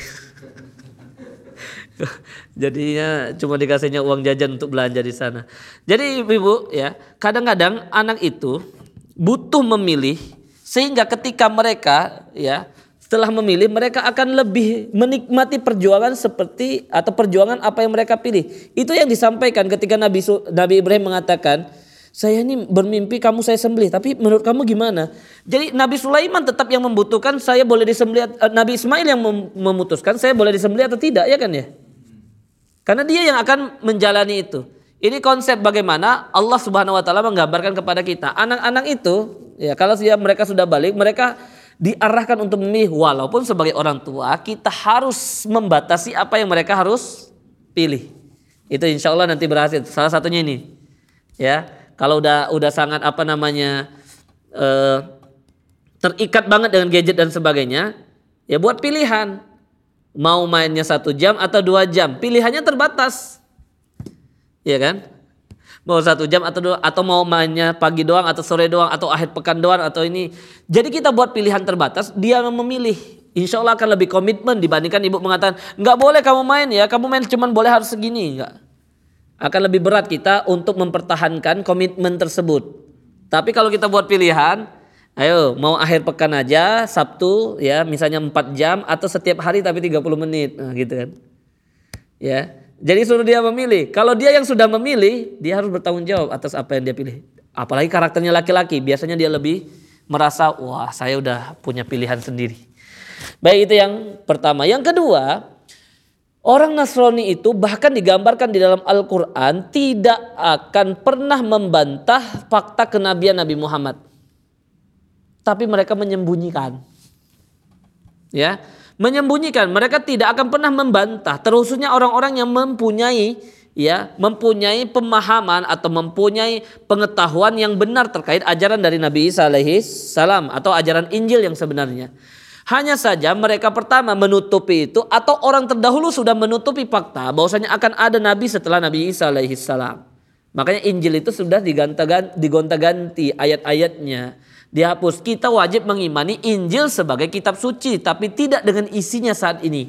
Jadinya cuma dikasihnya uang jajan untuk belanja di sana. Jadi ibu ya, kadang-kadang anak itu butuh memilih. Sehingga ketika mereka ya setelah memilih mereka akan lebih menikmati perjuangan seperti atau perjuangan apa yang mereka pilih. Itu yang disampaikan ketika Nabi Nabi Ibrahim mengatakan, "Saya ini bermimpi kamu saya sembelih, tapi menurut kamu gimana?" Jadi Nabi Sulaiman tetap yang membutuhkan saya boleh disembelih, Nabi Ismail yang memutuskan saya boleh disembelih atau tidak, ya kan ya? Karena dia yang akan menjalani itu. Ini konsep bagaimana Allah Subhanahu wa taala menggambarkan kepada kita. Anak-anak itu ya kalau dia mereka sudah balik, mereka diarahkan untuk memilih, walaupun sebagai orang tua kita harus membatasi apa yang mereka harus pilih. Itu insya Allah nanti berhasil. Salah satunya ini. Ya, kalau udah udah sangat apa namanya eh, terikat banget dengan gadget dan sebagainya, ya buat pilihan. Mau mainnya satu jam atau dua jam, pilihannya terbatas. Iya kan? Mau satu jam atau dua, atau mau mainnya pagi doang atau sore doang atau akhir pekan doang atau ini. Jadi kita buat pilihan terbatas, dia memilih. Insya Allah akan lebih komitmen dibandingkan ibu mengatakan nggak boleh kamu main ya, kamu main cuman boleh harus segini. Nggak. Akan lebih berat kita untuk mempertahankan komitmen tersebut. Tapi kalau kita buat pilihan, Ayo, mau akhir pekan aja, Sabtu ya, misalnya empat jam atau setiap hari tapi tiga puluh menit. Nah, gitu kan. Ya. Jadi suruh dia memilih. Kalau dia yang sudah memilih, dia harus bertanggung jawab atas apa yang dia pilih. Apalagi karakternya laki-laki, biasanya dia lebih merasa, wah, saya udah punya pilihan sendiri. Baik, itu yang pertama. Yang kedua, orang Nasrani itu bahkan digambarkan di dalam Al-Quran tidak akan pernah membantah fakta kenabian Nabi Muhammad. Tapi mereka menyembunyikan. Ya, menyembunyikan. Mereka tidak akan pernah membantah, terkhususnya orang-orang yang mempunyai ya, mempunyai pemahaman atau mempunyai pengetahuan yang benar terkait ajaran dari Nabi Isa alaihi salam atau ajaran Injil yang sebenarnya. Hanya saja mereka pertama menutupi itu, atau orang terdahulu sudah menutupi fakta bahwasanya akan ada nabi setelah Nabi Isa alaihi salam. Makanya Injil itu sudah digonta-ganti ayat-ayatnya, dihapus. Kita wajib mengimani Injil sebagai kitab suci, tapi tidak dengan isinya saat ini.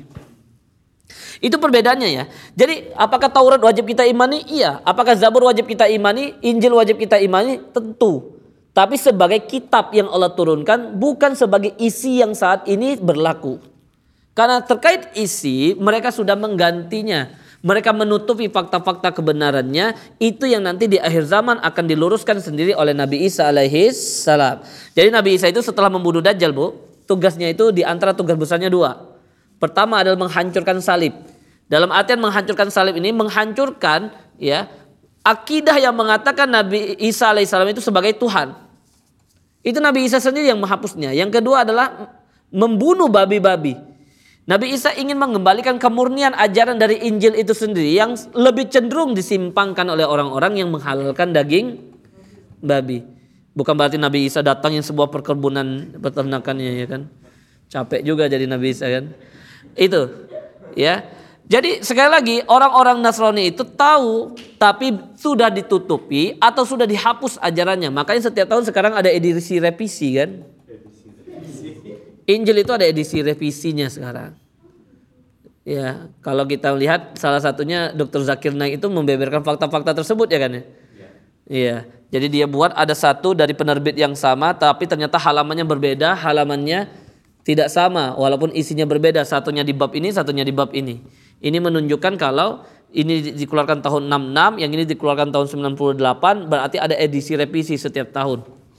Itu perbedaannya ya. Jadi apakah Taurat wajib kita imani? Iya. Apakah Zabur wajib kita imani? Injil wajib kita imani? Tentu. Tapi sebagai kitab yang Allah turunkan, bukan sebagai isi yang saat ini berlaku. Karena terkait isi, mereka sudah menggantinya. Mereka menutupi fakta-fakta kebenarannya. Itu yang nanti di akhir zaman akan diluruskan sendiri oleh Nabi Isa alaihi salam. Jadi Nabi Isa itu setelah membunuh Dajjal, Bu, tugasnya itu di antara tugas besarnya dua. Pertama adalah menghancurkan salib. Dalam artian menghancurkan salib ini, menghancurkan ya akidah yang mengatakan Nabi Isa alaihissalam itu sebagai Tuhan. Itu Nabi Isa sendiri yang menghapusnya. Yang kedua adalah membunuh babi-babi. Nabi Isa ingin mengembalikan kemurnian ajaran dari Injil itu sendiri yang lebih cenderung disimpangkan oleh orang-orang yang menghalalkan daging babi. Bukan berarti Nabi Isa datangin sebuah perkebunan peternakannya, ya kan. Capek juga jadi Nabi Isa kan. Itu ya. Jadi sekali lagi orang-orang Nasrani itu tahu tapi sudah ditutupi atau sudah dihapus ajarannya. Makanya setiap tahun sekarang ada edisi revisi kan. Injil itu ada edisi revisinya sekarang. Ya, kalau kita lihat salah satunya dokter Zakir Naik itu membeberkan fakta-fakta tersebut ya kan ya. Iya. Jadi dia buat ada satu dari penerbit yang sama tapi ternyata halamannya berbeda, halamannya tidak sama walaupun isinya berbeda, satunya di bab ini, satunya di bab ini. Ini menunjukkan kalau ini dikeluarkan tahun enam puluh enam, yang ini dikeluarkan tahun sembilan puluh delapan, berarti ada edisi revisi setiap tahun.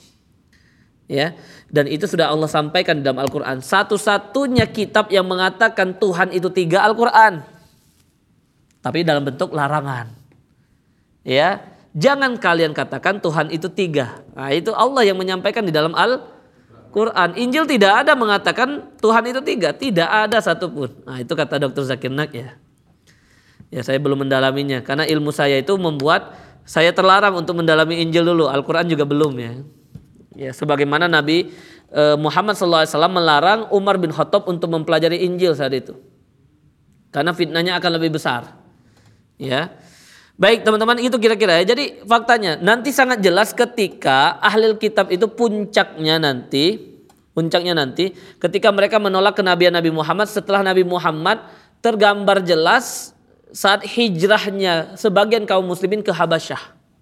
Ya, dan itu sudah Allah sampaikan dalam Al-Quran. Satu-satunya kitab yang mengatakan Tuhan itu tiga Al-Quran, tapi dalam bentuk larangan. Ya, jangan kalian katakan Tuhan itu tiga. Nah, itu Allah yang menyampaikan di dalam Al-Quran. Injil tidak ada mengatakan Tuhan itu tiga, tidak ada satupun. Nah, itu kata dokter Zakir Naik ya. Ya, saya belum mendalaminya karena ilmu saya itu membuat saya terlarang untuk mendalami Injil dulu. Al-Quran juga belum ya. Ya, sebagaimana Nabi eh, Muhammad shallallahu alaihi wasallam melarang Umar bin Khattab untuk mempelajari Injil saat itu, karena fitnahnya akan lebih besar. Ya, baik teman-teman, itu kira-kira ya. Jadi faktanya nanti sangat jelas ketika ahli kitab itu puncaknya nanti, puncaknya nanti ketika mereka menolak kenabian Nabi Muhammad setelah Nabi Muhammad tergambar jelas saat hijrahnya sebagian kaum muslimin ke Habasyah.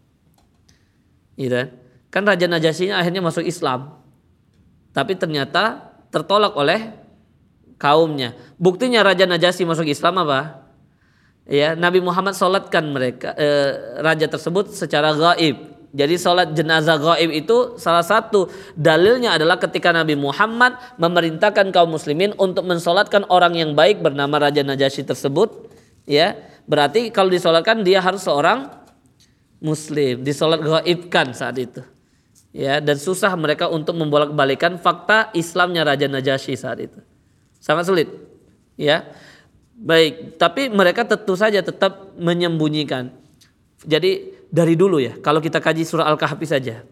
Gitu. Kan Raja Najashinya akhirnya masuk Islam, tapi ternyata tertolak oleh kaumnya. Buktinya Raja Najasyi masuk Islam apa? Ya, Nabi Muhammad sholatkan mereka eh, raja tersebut secara gaib. Jadi sholat jenazah gaib itu salah satu dalilnya adalah ketika Nabi Muhammad memerintahkan kaum muslimin untuk mensolatkan orang yang baik bernama Raja Najasyi tersebut. Ya, berarti kalau disolatkan dia harus seorang Muslim, disolat gaibkan saat itu. Ya, dan susah mereka untuk membolak-balikan fakta Islamnya Raja Najasyi saat itu. Sangat sulit. Ya. Baik, tapi mereka tentu saja tetap menyembunyikan. Jadi dari dulu ya, kalau kita kaji surah Al-Kahfi saja,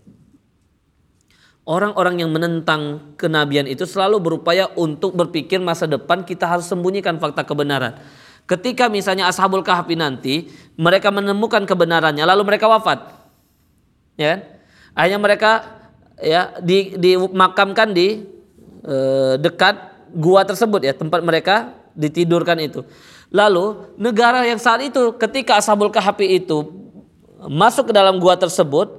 orang-orang yang menentang kenabian itu selalu berupaya untuk berpikir masa depan kita harus sembunyikan fakta kebenaran. Ketika misalnya Ashabul Kahfi nanti mereka menemukan kebenarannya lalu mereka wafat. Ya kan? Akhirnya mereka ya di, dimakamkan di eh, dekat gua tersebut ya, tempat mereka ditidurkan itu. Lalu negara yang saat itu ketika Ashabul Kahfi itu masuk ke dalam gua tersebut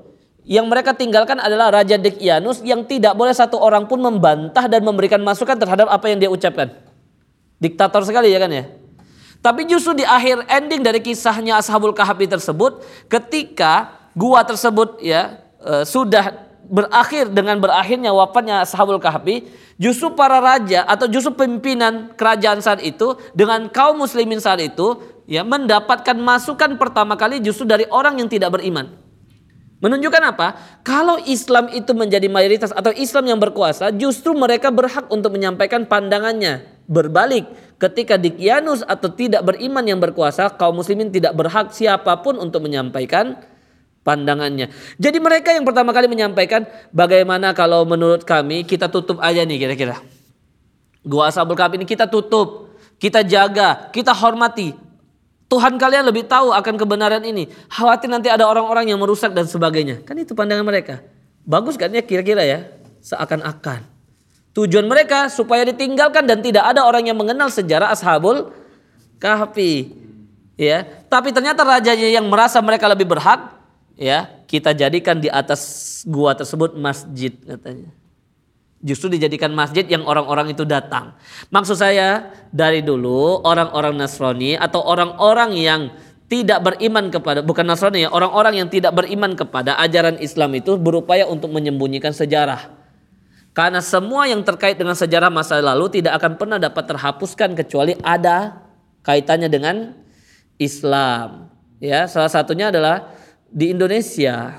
yang mereka tinggalkan adalah Raja Daqyanus yang tidak boleh satu orang pun membantah dan memberikan masukan terhadap apa yang dia ucapkan. Diktator sekali ya kan ya. Tapi justru di akhir ending dari kisahnya Ashabul Kahfi tersebut, ketika gua tersebut ya e, sudah berakhir dengan berakhirnya wafatnya Ashabul Kahfi, justru para raja atau justru pimpinan kerajaan saat itu dengan kaum muslimin saat itu ya mendapatkan masukan pertama kali justru dari orang yang tidak beriman. Menunjukkan apa? Kalau Islam itu menjadi mayoritas atau Islam yang berkuasa, justru mereka berhak untuk menyampaikan pandangannya. Berbalik, ketika Daqyanus atau tidak beriman yang berkuasa, kaum muslimin tidak berhak siapapun untuk menyampaikan pandangannya. Jadi mereka yang pertama kali menyampaikan, bagaimana kalau menurut kami kita tutup aja nih kira-kira. Gua Ashabul Kahfi ini kita tutup, kita jaga, kita hormati. Tuhan kalian lebih tahu akan kebenaran ini. Khawatir nanti ada orang-orang yang merusak dan sebagainya. Kan itu pandangan mereka. Bagus kan ya kira-kira ya. Seakan-akan. Tujuan mereka supaya ditinggalkan dan tidak ada orang yang mengenal sejarah Ashabul Kahfi. Ya, tapi ternyata rajanya yang merasa mereka lebih berhak, ya, kita jadikan di atas gua tersebut masjid katanya. Justru dijadikan masjid yang orang-orang itu datang. Maksud saya dari dulu orang-orang Nasrani atau orang-orang yang tidak beriman kepada, bukan Nasrani ya, orang-orang yang tidak beriman kepada ajaran Islam itu berupaya untuk menyembunyikan sejarah. Karena semua yang terkait dengan sejarah masa lalu tidak akan pernah dapat terhapuskan kecuali ada kaitannya dengan Islam. Ya, salah satunya adalah di Indonesia.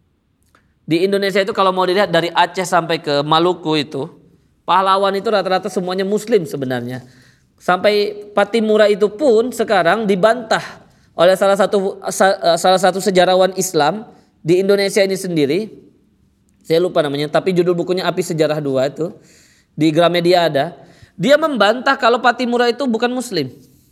Di Indonesia itu kalau mau dilihat dari Aceh sampai ke Maluku itu, pahlawan itu rata-rata semuanya muslim sebenarnya. Sampai Patimura itu pun sekarang dibantah oleh salah satu salah satu sejarawan Islam di Indonesia ini sendiri. Saya lupa namanya, tapi judul bukunya Api Sejarah dua itu di Gramedia ada. Dia membantah kalau Patimura itu bukan muslim.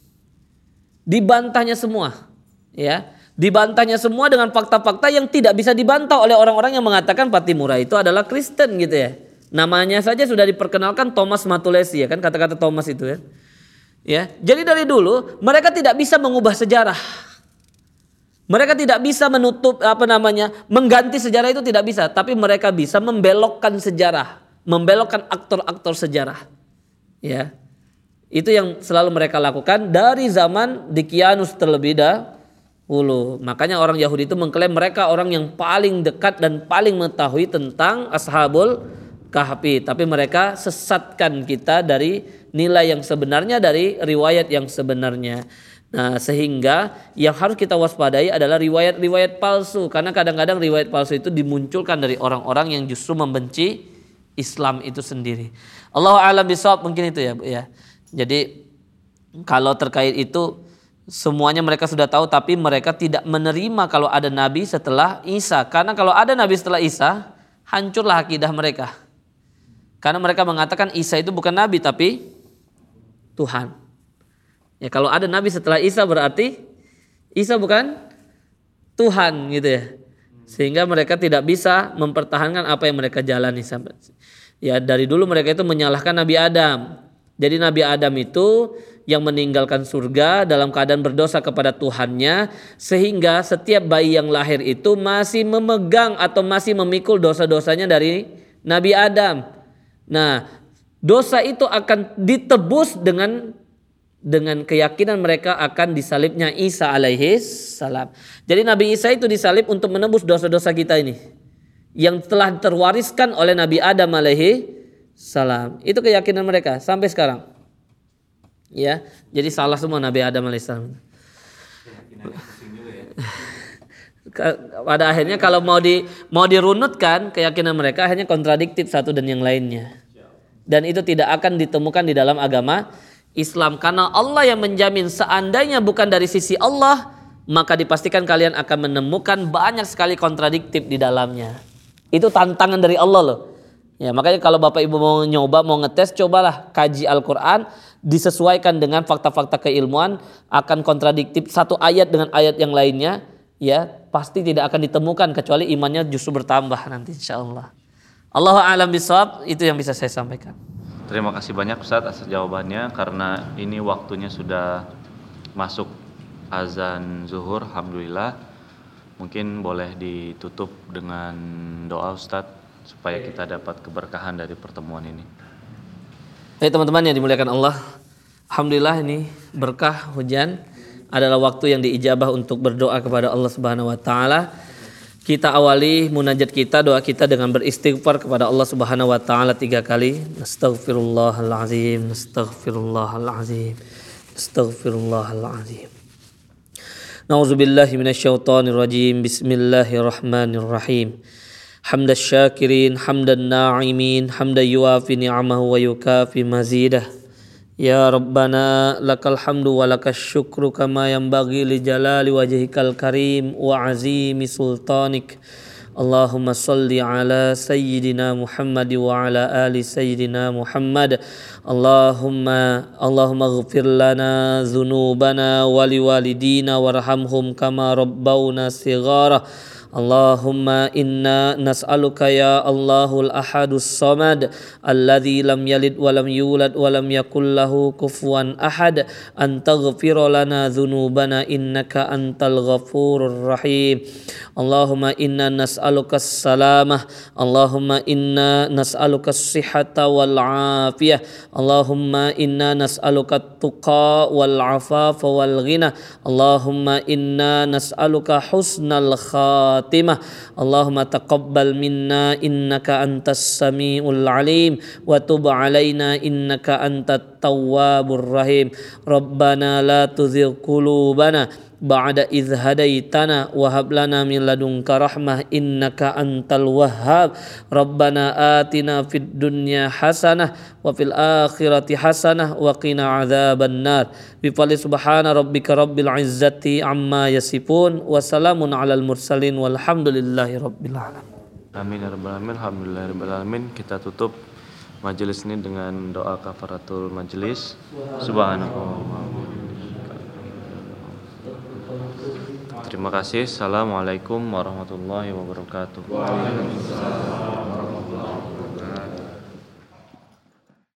Dibantahnya semua, ya. Dibantahnya semua dengan fakta-fakta yang tidak bisa dibantah oleh orang-orang yang mengatakan Patimura itu adalah Kristen gitu ya. Namanya saja sudah diperkenalkan Thomas Matulesi ya kan, kata-kata Thomas itu ya. Ya, jadi dari dulu mereka tidak bisa mengubah sejarah. Mereka tidak bisa menutup apa namanya, mengganti sejarah itu tidak bisa, tapi mereka bisa membelokkan sejarah, membelokkan aktor-aktor sejarah. Ya. Itu yang selalu mereka lakukan dari zaman Daqyanus terlebih dahulu. Ulu. Makanya orang Yahudi itu mengklaim mereka orang yang paling dekat dan paling mengetahui tentang Ashabul Kahfi. Tapi mereka sesatkan kita dari nilai yang sebenarnya, dari riwayat yang sebenarnya. Nah, sehingga yang harus kita waspadai adalah riwayat-riwayat palsu. Karena kadang-kadang riwayat palsu itu dimunculkan dari orang-orang yang justru membenci Islam itu sendiri. Allahu a'lam bishawab, mungkin itu ya, Bu ya. Jadi kalau terkait itu semuanya mereka sudah tahu, tapi mereka tidak menerima kalau ada nabi setelah Isa. Karena kalau ada nabi setelah Isa, hancurlah akidah mereka. Karena mereka mengatakan Isa itu bukan nabi tapi Tuhan. Ya, kalau ada nabi setelah Isa berarti Isa bukan Tuhan gitu ya. Sehingga mereka tidak bisa mempertahankan apa yang mereka jalani sampai. Ya, dari dulu mereka itu menyalahkan Nabi Adam. Jadi Nabi Adam itu yang meninggalkan surga dalam keadaan berdosa kepada Tuhannya, sehingga setiap bayi yang lahir itu masih memegang atau masih memikul dosa-dosanya dari Nabi Adam. Nah, dosa itu akan ditebus dengan dengan keyakinan mereka akan disalibnya Isa alaihi salam. Jadi Nabi Isa itu disalib untuk menebus dosa-dosa kita ini yang telah terwariskan oleh Nabi Adam alaihi salam. Itu keyakinan mereka sampai sekarang. Ya, jadi salah semua Nabi Adam alaihissalam. Pada akhirnya kalau mau di mau dirunutkan keyakinan mereka akhirnya kontradiktif satu dan yang lainnya. Dan itu tidak akan ditemukan di dalam agama Islam, karena Allah yang menjamin seandainya bukan dari sisi Allah, maka dipastikan kalian akan menemukan banyak sekali kontradiktif di dalamnya. Itu tantangan dari Allah loh. Ya, makanya kalau Bapak Ibu mau nyoba, mau ngetes, cobalah kaji Al-Quran, disesuaikan dengan fakta-fakta keilmuan, akan kontradiktif satu ayat dengan ayat yang lainnya, ya pasti tidak akan ditemukan kecuali imannya justru bertambah nanti insyaallah. Allahu a'lam bishawab, itu yang bisa saya sampaikan. Terima kasih banyak Ustaz atas jawabannya, karena ini waktunya sudah masuk azan zuhur, alhamdulillah. Mungkin boleh ditutup dengan doa Ustadz supaya kita dapat keberkahan dari pertemuan ini. Baik teman-teman yang dimuliakan Allah, alhamdulillah ini berkah hujan adalah waktu yang diijabah untuk berdoa kepada Allah Subhanahu wa taala. Kita awali munajat kita, doa kita dengan beristighfar kepada Allah Subhanahu wa taala tiga kali. Astaghfirullahalazim, astaghfirullahalazim, astaghfirullahalazim. Nauzubillahi minasyaitonir rajim. Bismillahirrahmanirrahim. Hamdas syakirin, hamdan na'imin, hamdan yuafi ni'amahu wa yukafi mazidah. Ya Rabbana lakal hamdu wa lakas syukru kama yanbaghi li jalali wajhikal karim wa azimi sultanik. Allahumma salli ala sayyidina Muhammad wa ala ali sayyidina Muhammad. Allahumma Allahumma ighfir lana dhunubana wa liwalidina warhamhum kama rabbawna shighara. Allahumma inna nas'aluka ya Allahul ahadus samad alladzi lam yalid wa lam yulad wa lam yakul lahu kufuwan ahad an taghfira lana dhunubana innaka antal ghafurur rahim. Allahumma inna nas'aluka as-salamah. Allahumma inna nas'aluka as-sihhata wal afiyah. Allahumma inna nas'aluka at-tuqa wal afafa wal ghina. Allahumma inna nas'aluka husnal khatimah. Allahumma taqabbal minna innaka antas samiul alim wa tub alaina innaka antat tawwabur rahim. Rabbana la tuzigh qulubana ba'da idh hadaitana wa hab lana min ladunka rahmah innaka antal wahhab. Rabbana atina fid dunya hasanah wa fil akhirati hasanah wa qina adzaban nar. Bi fadli subhana rabbika rabbil izzati amma yasifun wa salamun alal mursalin walhamdulillahi rabbil alamin. Amin ya rabbal alamin. Alhamdulillahirabbil alamin. Kita tutup majelis ini dengan doa kafaratul majelis. Subhanallah. Terima kasih. Assalamualaikum warahmatullahi wabarakatuh.